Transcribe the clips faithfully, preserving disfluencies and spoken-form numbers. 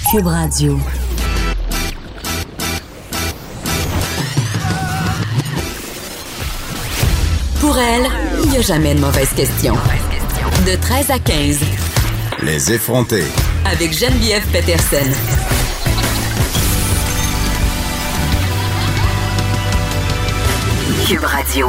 Cube Radio. Pour elle, il n'y a jamais de mauvaise question. De treize à quinze. Les effrontés. Avec Geneviève Peterson. Cube Radio.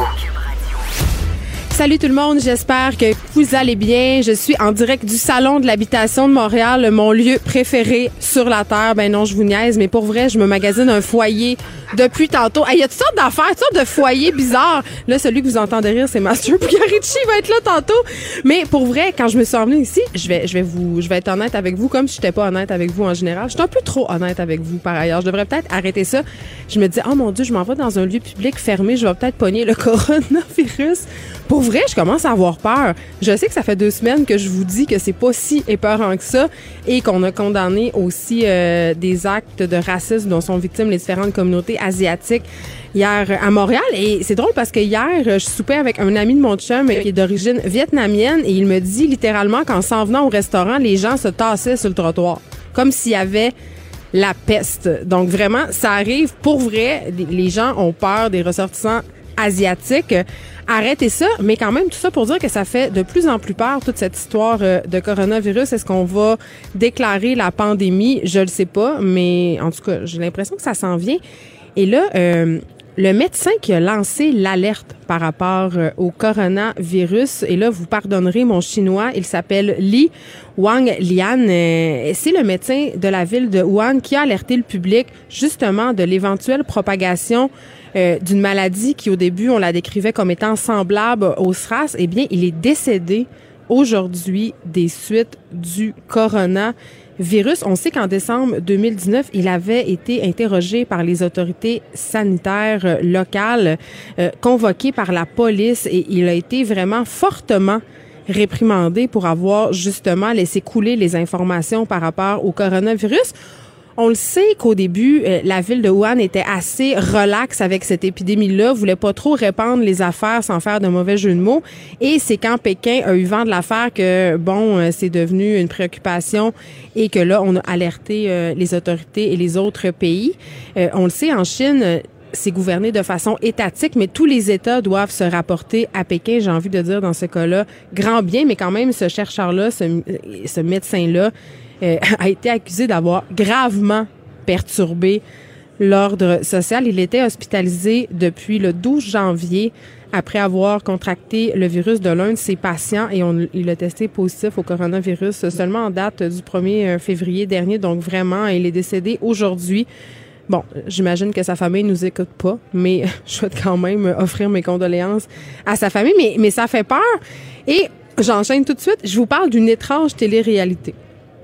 Salut tout le monde, j'espère que vous allez bien. Je suis en direct du Salon de l'habitation de Montréal, mon lieu préféré sur la Terre. Ben non, je vous niaise, mais pour vrai, je me magasine un foyer depuis tantôt. Il hey, y a toutes sortes d'affaires, toutes sortes de foyers bizarres. Là, celui que vous entendez rire, c'est Master Pugliaricci, il va être là tantôt. Mais pour vrai, quand je me suis revenue ici, je vais, je vais vous, je vais être honnête avec vous, comme si j'étais pas honnête avec vous en général. Je suis un peu trop honnête avec vous par ailleurs. Je devrais peut-être arrêter ça. Je me dis, oh mon Dieu, je m'en vais dans un lieu public fermé, je vais peut-être pogner le coronavirus. Pour vrai, je commence à avoir peur. Je sais que ça fait deux semaines que je vous dis que c'est pas si épeurant que ça et qu'on a condamné aussi euh, des actes de racisme dont sont victimes les différentes communautés asiatiques hier à Montréal. Et c'est drôle parce que hier, je soupais avec un ami de mon chum qui est d'origine vietnamienne et il me dit littéralement qu'en s'en venant au restaurant, les gens se tassaient sur le trottoir, comme s'il y avait la peste. Donc vraiment, ça arrive pour vrai. Les gens ont peur des ressortissants asiatiques. Arrêtez ça, mais quand même tout ça pour dire que ça fait de plus en plus peur, toute cette histoire de coronavirus. Est-ce qu'on va déclarer la pandémie? Je le sais pas, mais en tout cas, j'ai l'impression que ça s'en vient. Et là, euh, le médecin qui a lancé l'alerte par rapport euh, au coronavirus, et là, vous pardonnerez mon chinois, il s'appelle Li Wanglian. Euh, c'est le médecin de la ville de Wuhan qui a alerté le public justement de l'éventuelle propagation euh, d'une maladie qui, au début, on la décrivait comme étant semblable au SRAS. Eh bien, il est décédé aujourd'hui des suites du coronavirus. On sait qu'en décembre deux mille dix-neuf, il avait été interrogé par les autorités sanitaires locales, euh, convoqué par la police, et il a été vraiment fortement réprimandé pour avoir justement laissé couler les informations par rapport au coronavirus. On le sait qu'au début, euh, la ville de Wuhan était assez relaxe avec cette épidémie-là, voulait pas trop répandre les affaires sans faire de mauvais jeu de mots. Et c'est quand Pékin a eu vent de l'affaire que, bon, euh, c'est devenu une préoccupation et que là, on a alerté euh, les autorités et les autres pays. Euh, on le sait, en Chine, euh, c'est gouverné de façon étatique, mais tous les États doivent se rapporter à Pékin. J'ai envie de dire dans ce cas-là, grand bien, mais quand même, ce chercheur-là, ce, ce médecin-là, Euh, a été accusé d'avoir gravement perturbé l'ordre social. Il était hospitalisé depuis le douze janvier après avoir contracté le virus de l'un de ses patients et on, il a testé positif au coronavirus seulement en date du premier février dernier. Donc vraiment, il est décédé aujourd'hui. Bon, j'imagine que sa famille nous écoute pas, mais je souhaite quand même offrir mes condoléances à sa famille. Mais, mais ça fait peur. Et j'enchaîne tout de suite. Je vous parle d'une étrange télé-réalité.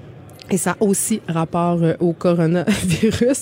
Et ça a aussi rapport euh, au coronavirus.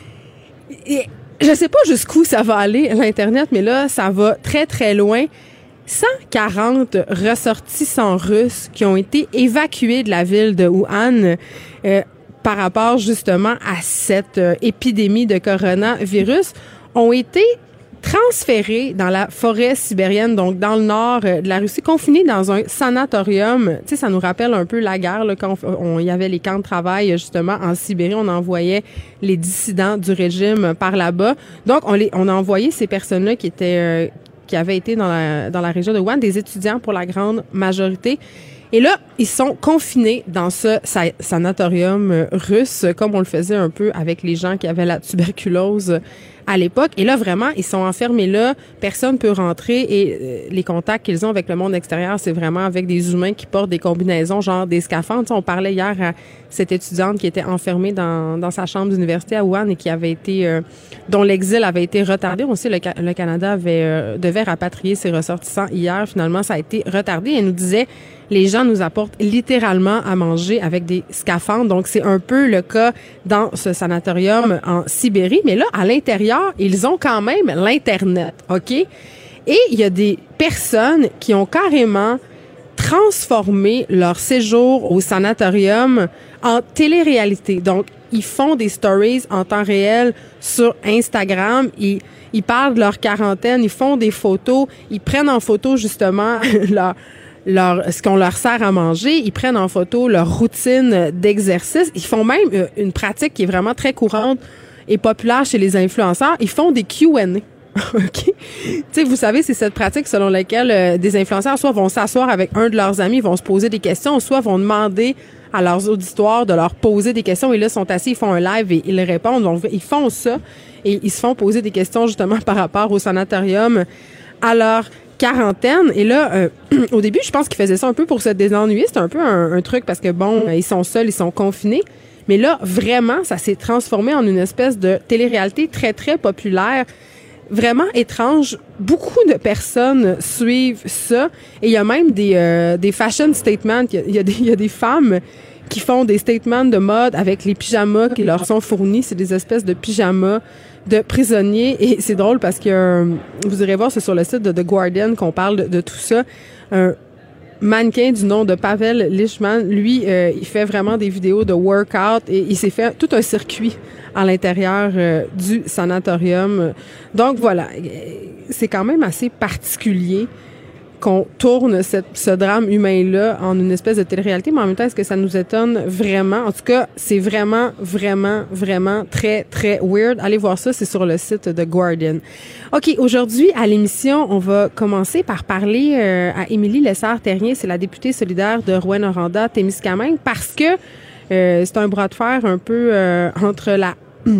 Et je sais pas jusqu'où ça va aller, l'Internet, mais là, ça va très, très loin. cent quarante ressortissants russes qui ont été évacués de la ville de Wuhan euh, par rapport justement à cette euh, épidémie de coronavirus ont été transférés dans la forêt sibérienne, donc dans le nord de la Russie, confinés dans un sanatorium. Tu sais, ça nous rappelle un peu la guerre, là, quand on, il y avait les camps de travail, justement, en Sibérie. On envoyait les dissidents du régime par là-bas. Donc, on, les, on a envoyé ces personnes-là qui étaient, euh, qui avaient été dans la, dans la région de Wuhan, des étudiants pour la grande majorité. Et là, ils sont confinés dans ce sanatorium russe, comme on le faisait un peu avec les gens qui avaient la tuberculose à l'époque. Et là, vraiment, ils sont enfermés là. Personne peut rentrer et euh, les contacts qu'ils ont avec le monde extérieur, c'est vraiment avec des humains qui portent des combinaisons, genre des scaphandres. Tu sais, on parlait hier à cette étudiante qui était enfermée dans, dans sa chambre d'université à Wuhan et qui avait été, euh, dont l'exil avait été retardé. On sait le, le Canada avait euh, devait rapatrier ses ressortissants hier. Finalement, ça a été retardé. Elle nous disait, les gens nous apportent littéralement à manger avec des scaphandres. Donc, c'est un peu le cas dans ce sanatorium en Sibérie. Mais là, à l'intérieur, ils ont quand même l'Internet, OK? Et il y a des personnes qui ont carrément transformé leur séjour au sanatorium en télé-réalité. Donc, ils font des stories en temps réel sur Instagram. Ils, ils parlent de leur quarantaine, ils font des photos, ils prennent en photo justement leur... leur ce qu'on leur sert à manger, ils prennent en photo leur routine d'exercice, ils font même euh, une pratique qui est vraiment très courante et populaire chez les influenceurs, ils font des Q and A. OK? Tu sais, vous savez, c'est cette pratique selon laquelle euh, des influenceurs soit vont s'asseoir avec un de leurs amis, vont se poser des questions, soit vont demander à leurs auditoires de leur poser des questions et là, ils sont assis, ils font un live et ils répondent. Donc, ils font ça et ils se font poser des questions justement par rapport au sanatorium à leur quarantaine. Et là, euh, au début, je pense qu'ils faisaient ça un peu pour se désennuyer. C'était un peu un, un truc parce que, bon, ils sont seuls, ils sont confinés. Mais là, vraiment, ça s'est transformé en une espèce de télé-réalité très, très populaire. Vraiment étrange. Beaucoup de personnes suivent ça. Et il y a même des, euh, des fashion statements. Il y a, il y a des, il y a des femmes qui font des statements de mode avec les pyjamas qui leur sont fournis. C'est des espèces de pyjamas de prisonniers. Et c'est drôle parce que euh, vous irez voir, c'est sur le site de The Guardian qu'on parle de, de tout ça. Un mannequin du nom de Pavel Lichman, lui, euh, il fait vraiment des vidéos de workout et il s'est fait tout un circuit à l'intérieur euh, du sanatorium. Donc voilà, c'est quand même assez particulier qu'on tourne cette, ce drame humain-là en une espèce de télé-réalité, mais en même temps, est-ce que ça nous étonne vraiment? En tout cas, c'est vraiment, vraiment, vraiment très, très weird. Allez voir ça, c'est sur le site de Guardian. OK, aujourd'hui, à l'émission, on va commencer par parler euh, à Émilie Lessard-Terrien, c'est la députée solidaire de Rouyn-Noranda-Témiscamingue, parce que euh, c'est un bras de fer un peu euh, entre la...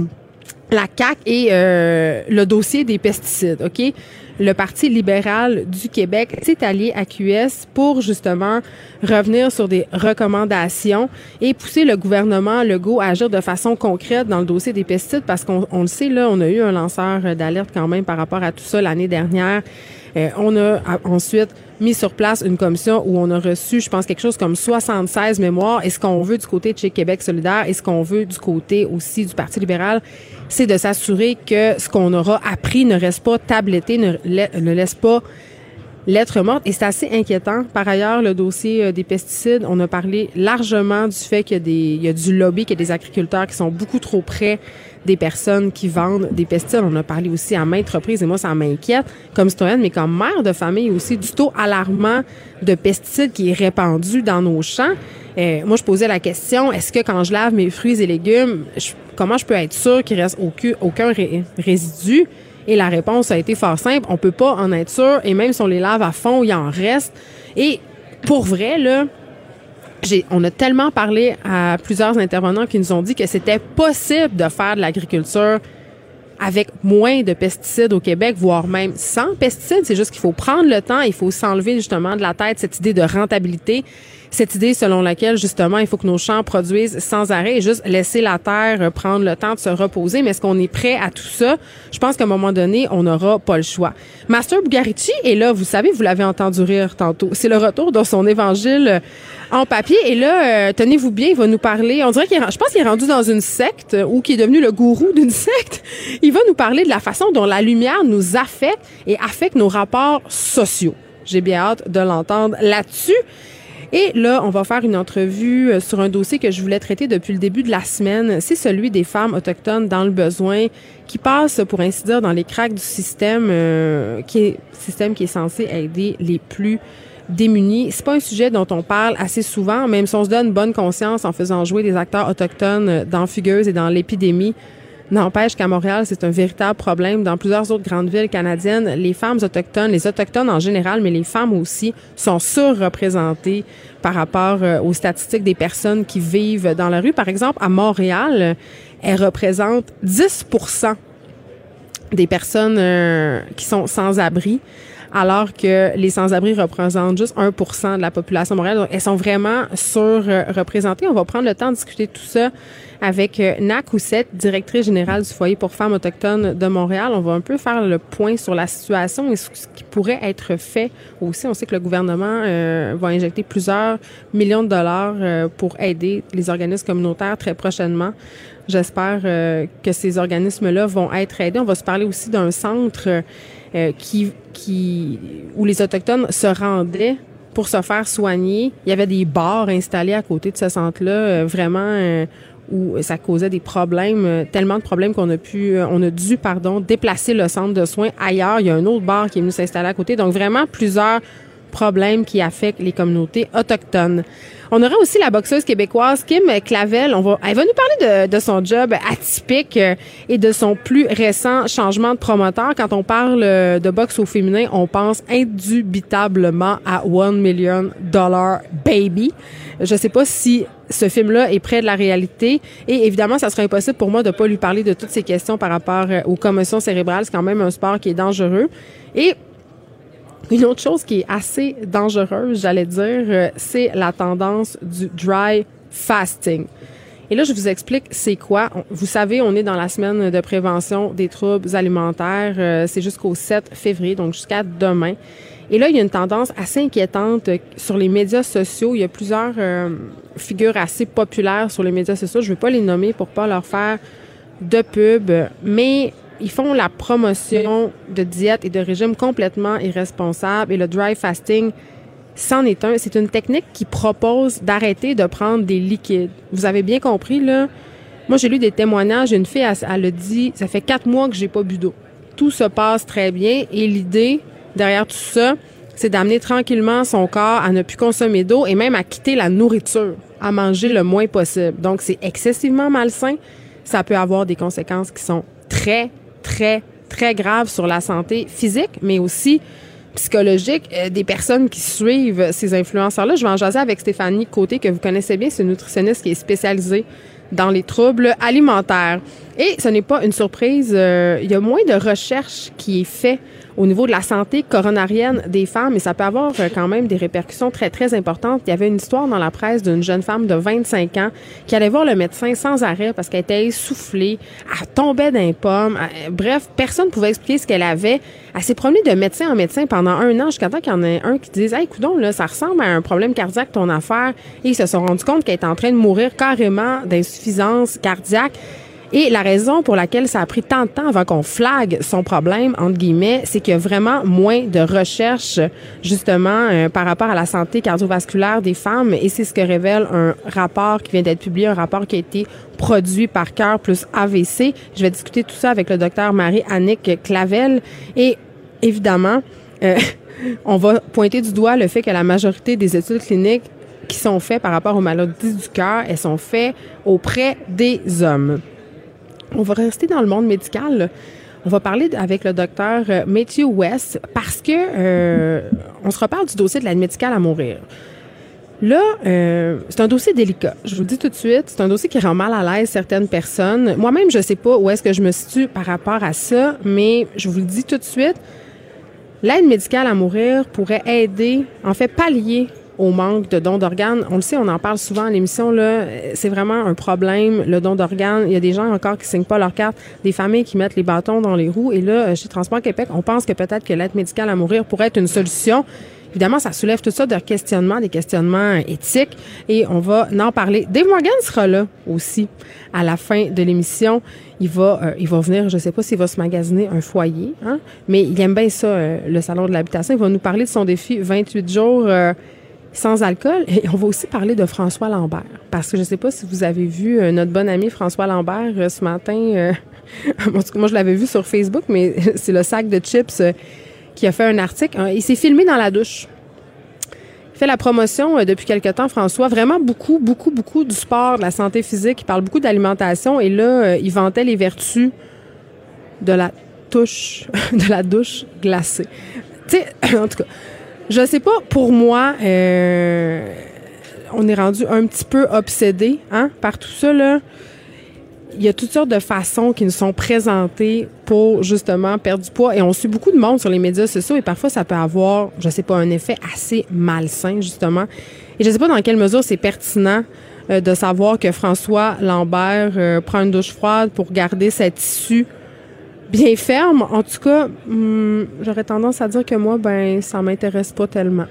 la C A Q et euh, le dossier des pesticides, OK? Le Parti libéral du Québec s'est allié à Q S pour justement revenir sur des recommandations et pousser le gouvernement Legault à agir de façon concrète dans le dossier des pesticides parce qu'on on le sait, là, on a eu un lanceur d'alerte quand même par rapport à tout ça l'année dernière. Euh, on a ensuite mis sur place une commission où on a reçu, je pense, quelque chose comme soixante-seize mémoires. Et ce qu'on veut du côté de chez Québec solidaire et ce qu'on veut du côté aussi du Parti libéral, c'est de s'assurer que ce qu'on aura appris ne reste pas tabletté, ne, ne laisse pas lettre morte. Et c'est assez inquiétant. Par ailleurs, le dossier des pesticides, on a parlé largement du fait qu'il y a, des, il y a du lobby, qu'il y a des agriculteurs qui sont beaucoup trop près des personnes qui vendent des pesticides. On a parlé aussi à maintes reprises, et moi, ça m'inquiète, comme citoyenne, mais comme mère de famille aussi, du taux alarmant de pesticides qui est répandu dans nos champs. Euh, moi, je posais la question, est-ce que quand je lave mes fruits et légumes, je, comment je peux être sûre qu'il reste aucun, aucun ré, résidu? Et la réponse a été fort simple, on peut pas en être sûr, et même si on les lave à fond, il en reste. Et pour vrai, là, J'ai, on a tellement parlé à plusieurs intervenants qui nous ont dit que c'était possible de faire de l'agriculture avec moins de pesticides au Québec, voire même sans pesticides. C'est juste qu'il faut prendre le temps, il faut s'enlever justement de la tête cette idée de rentabilité, cette idée selon laquelle justement il faut que nos champs produisent sans arrêt et juste laisser la terre prendre le temps de se reposer. Mais est-ce qu'on est prêt à tout ça? Je pense qu'à un moment donné, on n'aura pas le choix. Master Bugarici est là, vous savez, vous l'avez entendu rire tantôt. C'est le retour de son évangile en papier. Et là, euh, tenez-vous bien, il va nous parler. On dirait qu'il est, je pense qu'il est rendu dans une secte ou qu'il est devenu le gourou d'une secte. Il va nous parler de la façon dont la lumière nous affecte et affecte nos rapports sociaux. J'ai bien hâte de l'entendre là-dessus. Et là, on va faire une entrevue sur un dossier que je voulais traiter depuis le début de la semaine. C'est celui des femmes autochtones dans le besoin qui passent, pour ainsi dire, dans les cracks du système, euh, qui est système qui est censé aider les plus démunis. C'est pas un sujet dont on parle assez souvent, même si on se donne bonne conscience en faisant jouer des acteurs autochtones dans Fugueuse et dans l'épidémie. N'empêche qu'à Montréal, c'est un véritable problème. Dans plusieurs autres grandes villes canadiennes, les femmes autochtones, les autochtones en général, mais les femmes aussi, sont surreprésentées par rapport aux statistiques des personnes qui vivent dans la rue. Par exemple, à Montréal, elles représentent dix pour cent des personnes euh, qui sont sans abri, alors que les sans-abri représentent juste un pour cent de la population de Montréal. Donc, elles sont vraiment surreprésentées. On va prendre le temps de discuter tout ça avec Nat Coussette, directrice générale du Foyer pour femmes autochtones de Montréal. On va un peu faire le point sur la situation et ce qui pourrait être fait aussi. On sait que le gouvernement euh, va injecter plusieurs millions de dollars euh, pour aider les organismes communautaires très prochainement. J'espère euh, que ces organismes-là vont être aidés. On va se parler aussi d'un centre euh, qui, qui, où les Autochtones se rendaient pour se faire soigner. Il y avait des bars installés à côté de ce centre-là, euh, vraiment euh, où ça causait des problèmes, euh, tellement de problèmes qu'on a pu, euh, on a dû, pardon, déplacer le centre de soins ailleurs. Il y a un autre bar qui est venu s'installer à côté. Donc vraiment plusieurs problème qui affecte les communautés autochtones. On aura aussi la boxeuse québécoise Kim Clavel. On va, elle va nous parler de, de son job atypique et de son plus récent changement de promoteur. Quand on parle de boxe au féminin, on pense indubitablement à One Million Dollar Baby. Je sais pas si ce film-là est près de la réalité. Et évidemment, ça serait impossible pour moi de pas lui parler de toutes ces questions par rapport aux commotions cérébrales. C'est quand même un sport qui est dangereux. Et une autre chose qui est assez dangereuse, j'allais dire, c'est la tendance du dry fasting. Et là, je vous explique c'est quoi. Vous savez, on est dans la semaine de prévention des troubles alimentaires. C'est jusqu'au sept février, donc jusqu'à demain. Et là, il y a une tendance assez inquiétante sur les médias sociaux. Il y a plusieurs euh, figures assez populaires sur les médias sociaux. Je ne vais pas les nommer pour pas leur faire de pub, mais ils font la promotion de diètes et de régimes complètement irresponsables. Et le dry fasting, c'en est un. C'est une technique qui propose d'arrêter de prendre des liquides. Vous avez bien compris, là. Moi, j'ai lu des témoignages. Une fille, elle, elle a dit, ça fait quatre mois que j'ai pas bu d'eau. Tout se passe très bien. Et l'idée derrière tout ça, c'est d'amener tranquillement son corps à ne plus consommer d'eau et même à quitter la nourriture, à manger le moins possible. Donc, c'est excessivement malsain. Ça peut avoir des conséquences qui sont très, très, très graves sur la santé physique, mais aussi psychologique euh, des personnes qui suivent ces influenceurs-là. Je vais en jaser avec Stéphanie Côté, que vous connaissez bien. C'est une nutritionniste qui est spécialisée dans les troubles alimentaires. Et ce n'est pas une surprise. Euh, il y a moins de recherche qui est faite au niveau de la santé coronarienne des femmes, et ça peut avoir quand même des répercussions très, très importantes. Il y avait une histoire dans la presse d'une jeune femme de vingt-cinq ans qui allait voir le médecin sans arrêt parce qu'elle était essoufflée, elle tombait d'un pomme. Bref, personne ne pouvait expliquer ce qu'elle avait. Elle s'est promenée de médecin en médecin pendant un an jusqu'à temps qu'il y en ait un qui dise « Hey, coudonc, là, ça ressemble à un problème cardiaque, ton affaire. » Et ils se sont rendus compte qu'elle était en train de mourir carrément d'insuffisance cardiaque. Et la raison pour laquelle ça a pris tant de temps avant qu'on flague son problème, entre guillemets, c'est qu'il y a vraiment moins de recherche, justement, euh, par rapport à la santé cardiovasculaire des femmes. Et c'est ce que révèle un rapport qui vient d'être publié, un rapport qui a été produit par Cœur plus A V C. Je vais discuter tout ça avec le docteur Marie-Annick Clavel. Et évidemment, euh, on va pointer du doigt le fait que la majorité des études cliniques qui sont faites par rapport aux maladies du cœur, elles sont faites auprès des hommes. On va rester dans le monde médical. On va parler avec le docteur Matthew West parce que euh, on se reparle du dossier de l'aide médicale à mourir. Là, euh, c'est un dossier délicat. Je vous le dis tout de suite, c'est un dossier qui rend mal à l'aise certaines personnes. Moi-même, je sais pas où est-ce que je me situe par rapport à ça, mais je vous le dis tout de suite, l'aide médicale à mourir pourrait aider, en fait, pallier au manque de dons d'organes. On le sait, on en parle souvent à l'émission, là. C'est vraiment un problème, le don d'organes. Il y a des gens encore qui signent pas leur carte, des familles qui mettent les bâtons dans les roues. Et là, chez Transport Québec, on pense que peut-être que l'aide médicale à mourir pourrait être une solution. Évidemment, ça soulève tout ça de questionnements, des questionnements éthiques. Et on va en parler. Dave Morgan sera là aussi à la fin de l'émission. Il va, euh, il va venir, je sais pas s'il va se magasiner un foyer, hein, mais il aime bien ça, euh, le salon de l'habitation. Il va nous parler de son défi vingt-huit jours euh, sans alcool. Et on va aussi parler de François Lambert. Parce que je ne sais pas si vous avez vu euh, notre bon ami François Lambert euh, ce matin. Euh, en tout cas, moi, je l'avais vu sur Facebook, mais c'est le sac de chips euh, qui a fait un article. Il s'est filmé dans la douche. Il fait la promotion euh, depuis quelque temps, François. Vraiment beaucoup, beaucoup, beaucoup du sport, de la santé physique. Il parle beaucoup d'alimentation. Et là, euh, il vantait les vertus de la touche, de la douche glacée. Tu sais, en tout cas... Je sais pas, pour moi, euh, on est rendu un petit peu obsédé, hein, par tout ça, là. Il y a toutes sortes de façons qui nous sont présentées pour, justement, perdre du poids. Et on suit beaucoup de monde sur les médias sociaux et parfois, ça peut avoir, je sais pas, un effet assez malsain, justement. Et je sais pas dans quelle mesure c'est pertinent euh, de savoir que François Lambert euh, prend une douche froide pour garder cette issue bien ferme. En tout cas, hum, j'aurais tendance à dire que moi, ben, ça m'intéresse pas tellement.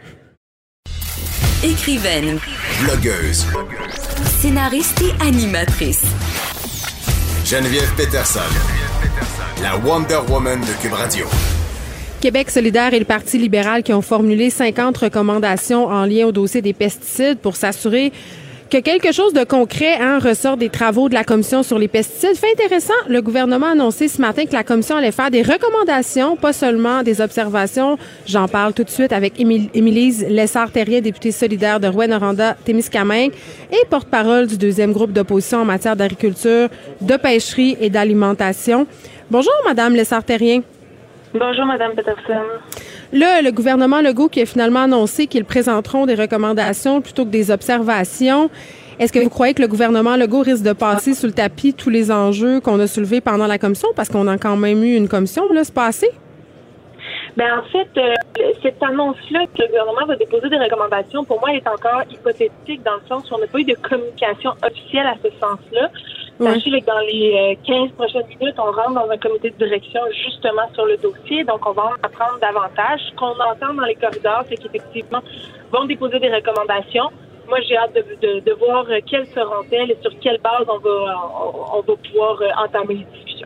Écrivaine, blogueuse, scénariste et animatrice. Geneviève Peterson, la Wonder Woman de Cube Radio. Québec solidaire et le Parti libéral qui ont formulé cinquante recommandations en lien au dossier des pesticides pour s'assurer que quelque chose de concret hein, ressort des travaux de la Commission sur les pesticides. Fait intéressant, le gouvernement a annoncé ce matin que la Commission allait faire des recommandations, pas seulement des observations. J'en parle tout de suite avec Émile, Émilise Lessard-Terrien, députée solidaire de Rouyn-Noranda-Témiscamingue et porte-parole du deuxième groupe d'opposition en matière d'agriculture, de pêcherie et d'alimentation. Bonjour, Madame Lessard-Terrien. Bonjour, Madame Peterson. Là, le gouvernement Legault qui a finalement annoncé qu'ils présenteront des recommandations plutôt que des observations. Est-ce que vous croyez que le gouvernement Legault risque de passer sous le tapis tous les enjeux qu'on a soulevés pendant la commission? Parce qu'on a quand même eu une commission, là, c'est pas assez? Ben en fait, euh, cette annonce-là que le gouvernement va déposer des recommandations, pour moi, elle est encore hypothétique dans le sens où on n'a pas eu de communication officielle à ce sens-là. Sachez que dans les quinze prochaines minutes, on rentre dans un comité de direction justement sur le dossier. Donc, on va en apprendre davantage. Ce qu'on entend dans les corridors, c'est qu'effectivement, ils vont déposer des recommandations. Moi, j'ai hâte de, de, de voir quelles seront-elles et sur quelle base on va, on, on va pouvoir entamer les discussions.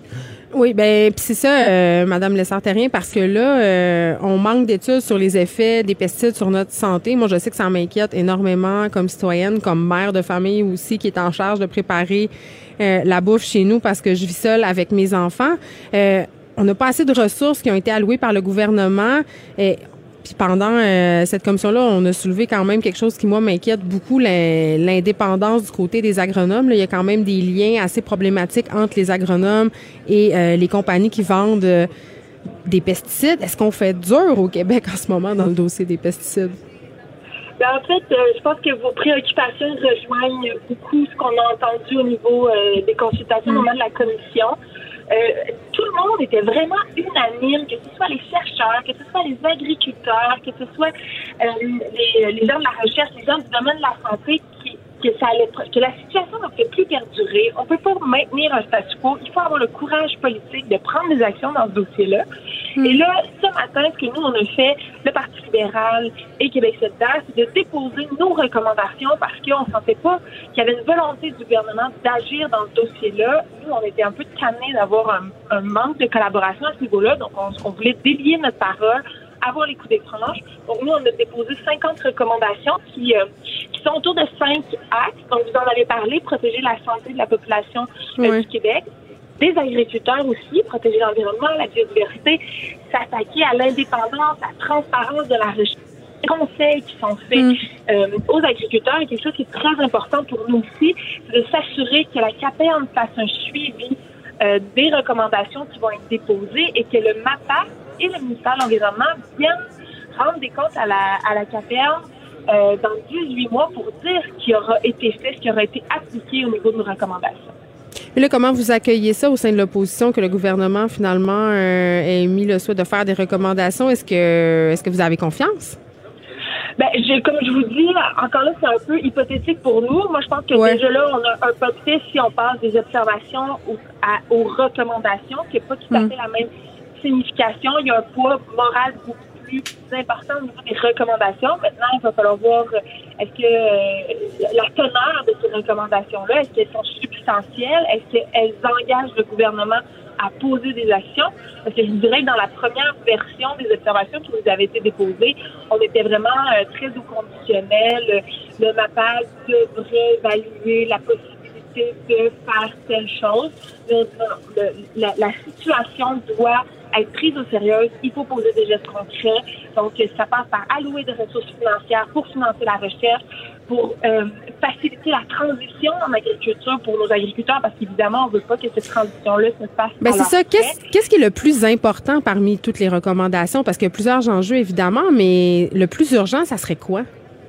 Oui, ben puis c'est ça, euh, Madame Lessard-Terrien, parce que là, euh, on manque d'études sur les effets des pesticides sur notre santé. Moi, je sais que ça m'inquiète énormément comme citoyenne, comme mère de famille aussi, qui est en charge de préparer euh, la bouffe chez nous parce que je vis seule avec mes enfants. Euh, on n'a pas assez de ressources qui ont été allouées par le gouvernement. Et puis pendant euh, cette commission-là, on a soulevé quand même quelque chose qui, moi, m'inquiète beaucoup, l'indépendance du côté des agronomes. Là, il y a quand même des liens assez problématiques entre les agronomes et euh, les compagnies qui vendent euh, des pesticides. Est-ce qu'on fait dur au Québec en ce moment dans le dossier des pesticides? Bien, en fait, euh, je pense que vos préoccupations rejoignent beaucoup ce qu'on a entendu au niveau euh, des consultations, au moment de la commission. Euh, tout le monde était vraiment unanime, que ce soit les chercheurs, que ce soit les agriculteurs, que ce soit euh, les, les gens de la recherche, les gens du domaine de la santé, qui, que, ça allait, que la situation ne peut plus perdurer. On ne peut pas maintenir un statu quo. Il faut avoir le courage politique de prendre des actions dans ce dossier-là. Mmh. Et là, ce matin, ce que nous, on a fait, le Parti libéral et Québec solidaire, c'est de déposer nos recommandations parce qu'on ne sentait pas qu'il y avait une volonté du gouvernement d'agir dans ce dossier-là. Nous, on était un peu tannés d'avoir un, un manque de collaboration à ce niveau-là. Donc, on, on voulait délier notre parole, avoir les coups des franches. Donc, nous, on a déposé cinquante recommandations qui, euh, qui sont autour de cinq axes. Donc, vous en avez parlé, protéger la santé de la population euh, oui. du Québec. Des agriculteurs aussi, protéger l'environnement, la biodiversité, s'attaquer à l'indépendance, à la transparence de la recherche. Les conseils qui sont faits mm. euh, aux agriculteurs, et quelque chose qui est très important pour nous aussi, c'est de s'assurer que la C A P E N fasse un suivi euh, des recommandations qui vont être déposées et que le MAPAC et le ministère de l'Environnement viennent rendre des comptes à la, à la C A P E N euh, dans dix-huit mois pour dire ce qui aura été fait, ce qui aura été appliqué au niveau de nos recommandations. Mais là, comment vous accueillez ça au sein de l'opposition que le gouvernement, finalement, euh, ait émis le souhait de faire des recommandations? Est-ce que est-ce que vous avez confiance? Ben, j'ai, comme je vous dis, encore là, c'est un peu hypothétique pour nous. Moi, je pense que ouais. déjà là, on a un peu fait si on passe des observations aux, à, aux recommandations, qui n'est pas tout à fait mm. la même signification. Il y a un poids moral beaucoup plus important au niveau des recommandations. Maintenant, il va falloir voir est-ce que euh, la teneur de ces recommandations-là, est-ce qu'elles sont substantielles? Est-ce qu'elles engagent le gouvernement à poser des actions? Parce que je vous dirais que dans la première version des observations qui nous avaient été déposées, on était vraiment euh, très au conditionnel. Le MAPAC devrait évaluer la possibilité de faire telle chose. Le, le, la, la situation doit être prise au sérieux. Il faut poser des gestes concrets. Donc, ça passe par allouer des ressources financières pour financer la recherche, pour euh, faciliter la transition en agriculture pour nos agriculteurs, parce qu'évidemment, on ne veut pas que cette transition-là se fasse ben à c'est ça. Qu'est-ce, qu'est-ce qui est le plus important parmi toutes les recommandations? Parce qu'il y a plusieurs enjeux, évidemment, mais le plus urgent, ça serait quoi?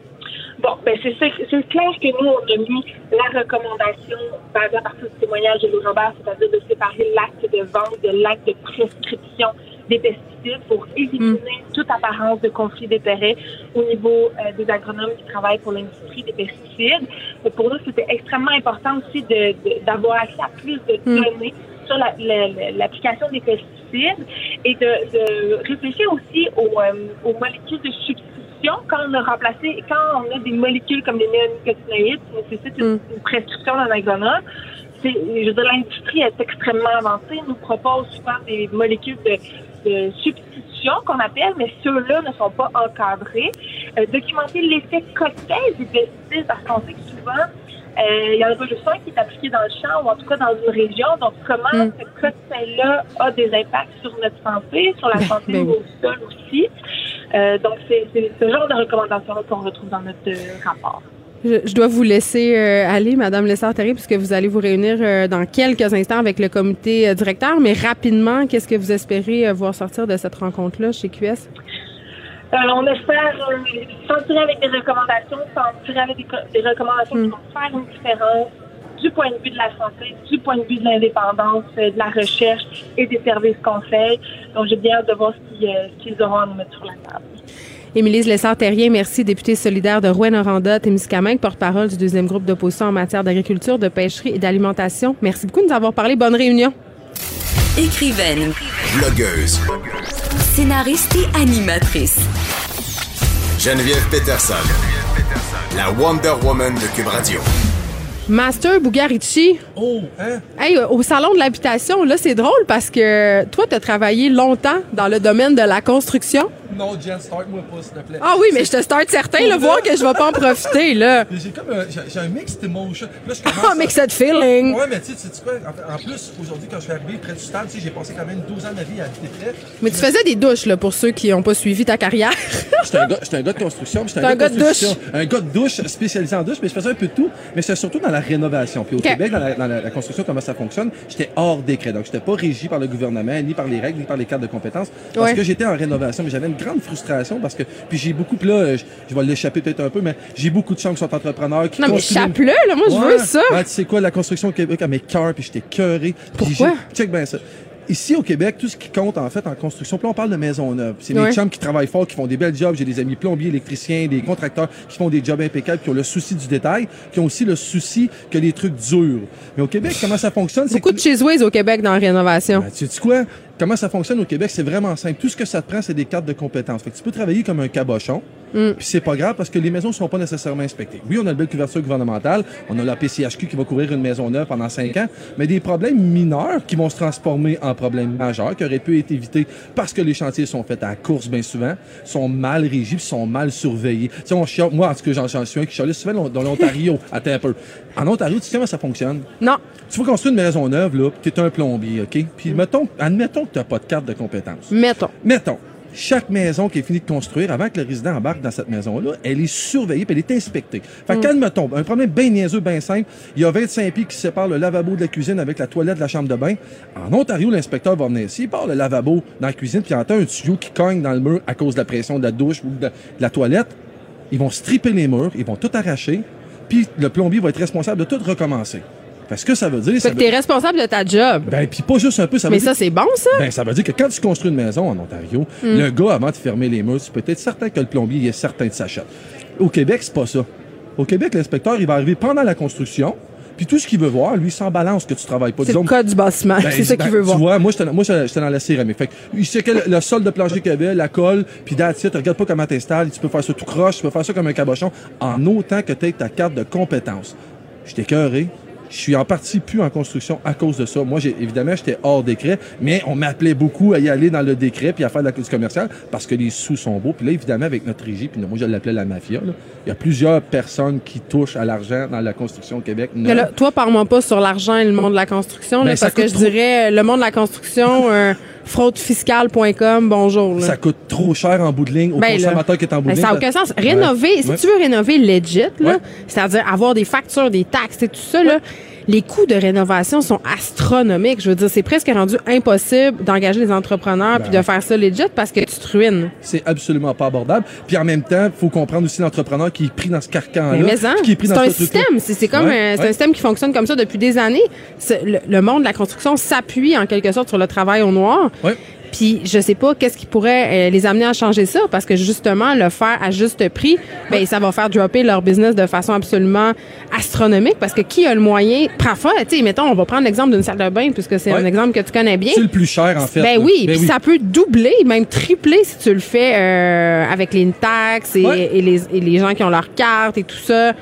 Bon, ben c'est, c'est, c'est clair que nous, on a mis la recommandation basée à partir du témoignage de Louis Robert, c'est-à-dire de séparer l'acte de vente de l'acte de prescription des pesticides pour éliminer mmh. toute apparence de conflit d'intérêts au niveau euh, des agronomes qui travaillent pour l'industrie des pesticides. Et pour nous, c'était extrêmement important aussi de, de, d'avoir accès à plus de mmh. données sur la, la, l'application des pesticides et de, de réfléchir aussi aux, euh, aux molécules de substitution. Quand on a remplacé, quand on a des molécules comme les néonicotinoïdes qui nécessitent une, une prescription d'un agronome, c'est, je veux dire, l'industrie est extrêmement avancée, nous propose souvent des molécules de, de substitution construction qu'on appelle, mais ceux-là ne sont pas encadrés. Euh, documenter l'effet cocktail des pesticides, parce qu'on sait que souvent, il euh, y en a pas juste un qui est appliqué dans le champ ou en tout cas dans une région. Donc, comment mm. ce cocktail-là a des impacts sur notre santé, sur la santé ben, au sol aussi. Euh, donc, c'est, c'est ce genre de recommandations-là qu'on retrouve dans notre euh, rapport. Je, je dois vous laisser euh, aller, Madame Lessard-Therrien, puisque vous allez vous réunir euh, dans quelques instants avec le comité euh, directeur. Mais rapidement, qu'est-ce que vous espérez euh, voir sortir de cette rencontre-là chez Q S? Euh, on espère euh, s'en tirer avec des recommandations, s'en tirer avec des, des recommandations mm. qui vont faire une différence du point de vue de la santé, du point de vue de l'indépendance, euh, de la recherche et des services conseils. Donc, j'ai bien hâte de voir ce qu'ils, euh, ce qu'ils auront à nous mettre sur la table. Émilie Lessard-Therrien, merci, députée solidaire de Rouyn-Noranda-Témiscamingue, porte-parole du deuxième groupe d'opposition en matière d'agriculture, de pêcherie et d'alimentation. Merci beaucoup de nous avoir parlé. Bonne réunion. Écrivaine. Blogueuse. Scénariste et animatrice. Geneviève Peterson. La Wonder Woman de Cube Radio. Master Bugarici. Oh, hein? Hey, au Salon de l'habitation, là, c'est drôle parce que toi, tu as travaillé longtemps dans le domaine de la construction. Non, Jen, start-moi pas, s'il te plaît. Ah oui, mais je te start certain, là, voir que je vais pas en profiter, là. J'ai comme un, j'ai, j'ai un mixed emotion. Là, je commence Ah, mixed feeling. Ouais, mais tu sais, tu sais quoi, en, en plus, aujourd'hui, quand je suis arrivé près du stade, tu sais, j'ai passé quand même douze ans de ma vie à habiter près. Mais tu faisais des douches, là, pour ceux qui n'ont pas suivi ta carrière. J'étais un gars, j'étais un gars de construction. J'étais un, un gars de douche. Un gars de douche spécialisé en douche, mais je faisais un peu de tout, mais c'était surtout dans la rénovation. Puis au okay. Québec, dans, la, dans la, la construction, comment ça fonctionne, j'étais hors décret. Donc, j'étais pas régi par le gouvernement, ni par les règles, ni par les cadres de compétences, parce ouais. que j'étais en rénovation. Mais j'avais une grande frustration parce que, puis j'ai beaucoup, puis là, je, je vais l'échapper peut-être un peu, mais j'ai beaucoup de gens qui sont entrepreneurs. Qui non, mais chape-le, là, moi, ouais. je veux ça. Ouais, tu sais quoi, la construction au Québec, à mes cœurs, puis j'étais cœuré. Pourquoi? Check bien ça. Ici, au Québec, tout ce qui compte, en fait, en construction, puis là, on parle de maisons neuves. C'est ouais. mes chums qui travaillent fort, qui font des belles jobs. J'ai des amis plombiers, électriciens, des contracteurs qui font des jobs impeccables, qui ont le souci du détail, qui ont aussi le souci que les trucs durent. Mais au Québec, comment ça fonctionne? Beaucoup c'est de cheeseways au Québec dans la rénovation. Ben, tu sais quoi? Comment ça fonctionne au Québec? C'est vraiment simple. Tout ce que ça te prend, c'est des cartes de compétences. Fait que tu peux travailler comme un cabochon, mm. puis c'est pas grave parce que les maisons sont pas nécessairement inspectées. Oui, on a une belle couverture gouvernementale, on a la P C H Q qui va couvrir une maison neuve pendant cinq ans, mais des problèmes mineurs qui vont se transformer en problèmes majeurs qui auraient pu être évités parce que les chantiers sont faits à la course bien souvent, sont mal régis, sont mal surveillés. Tu sais, on chiale, moi, en tout cas, j'en, j'en suis un qui chialait souvent dans l'Ontario. Attends un peu. En Ontario, tu sais comment ça fonctionne? Non. Tu vas construire une maison neuve, là, puis t'es un plombier, OK? Puis mettons, admettons que t'as pas de carte de compétence. Mettons. Mettons. Chaque maison qui est finie de construire, avant que le résident embarque dans cette maison-là, elle est surveillée puis elle est inspectée. Fait que mm. quand, admettons, un problème bien niaiseux, bien simple, il y a vingt-cinq pieds qui séparent le lavabo de la cuisine avec la toilette de la chambre de bain. En Ontario, l'inspecteur va venir. S'il part le lavabo dans la cuisine puis il entend un tuyau qui cogne dans le mur à cause de la pression de la douche ou de la toilette, ils vont stripper les murs, ils vont tout arracher, puis le plombier va être responsable de tout recommencer. Fait que ça veut dire... Fait ça que veut... t'es responsable de ta job. Ben, puis pas juste un peu, ça veut Mais dire... ça, c'est bon, ça? Ben, ça veut dire que quand tu construis une maison en Ontario, mm. le gars, avant de fermer les murs, tu peux être certain que le plombier, il est certain de sa chatte. Au Québec, c'est pas ça. Au Québec, l'inspecteur, il va arriver pendant la construction, puis tout ce qu'il veut voir, lui, sans balance que tu travailles pas. C'est Disons, le code du bâtiment, ben, c'est ça ben, qu'il veut tu voir. Tu vois, moi, j'étais, moi, j'étais dans la céramique. Fait que, il sait que le, le sol de plancher qu'il y avait, la colle, puis that's it, regarde pas comment t'installes, tu peux faire ça tout croche, tu peux faire ça comme un cabochon, en autant que tu aies ta carte de compétence. J'étais écœuré. Je suis en partie plus en construction à cause de ça. Moi, j'ai, évidemment, j'étais hors décret, mais on m'appelait beaucoup à y aller dans le décret puis à faire de la du commercial parce que les sous sont beaux. Puis là, évidemment, avec notre régie, puis moi, je l'appelais la mafia, là, il y a plusieurs personnes qui touchent à l'argent dans la construction au Québec. Mais là, toi, parle-moi pas sur l'argent et le monde de la construction, là, parce que je trop... dirais le monde de la construction... euh, fraude fiscale point com, bonjour. Là. Ça coûte trop cher en bout de ligne au ben consommateur là, qui est en bout de ligne. Ça n'a aucun sens. Rénover, ouais. si ouais. tu veux rénover legit, là, ouais. c'est-à-dire avoir des factures, des taxes et tout ça, ouais. là, les coûts de rénovation sont astronomiques. Je veux dire, c'est presque rendu impossible d'engager des entrepreneurs ben, puis de faire ça legit parce que tu te ruines. C'est absolument pas abordable. Puis en même temps, il faut comprendre aussi l'entrepreneur qui est pris dans ce carcan-là. Mais, mais hein, qui est pris c'est dans un système. C'est, c'est comme ouais, un, c'est ouais. un système qui fonctionne comme ça depuis des années. C'est, le, le monde de la construction s'appuie en quelque sorte sur le travail au noir. Ouais. Puis je sais pas qu'est-ce qui pourrait euh, les amener à changer ça parce que justement le faire à juste prix, ben ça va faire dropper leur business de façon absolument astronomique parce que qui a le moyen parfois, tu sais, mettons on va prendre l'exemple d'une salle de bain puisque c'est ouais. un exemple que tu connais bien. C'est le plus cher en fait. Ben là. oui, ben puis oui. ça peut doubler, même tripler si tu le fais euh, avec les taxes et, ouais. et les et les gens qui ont leur carte et tout ça.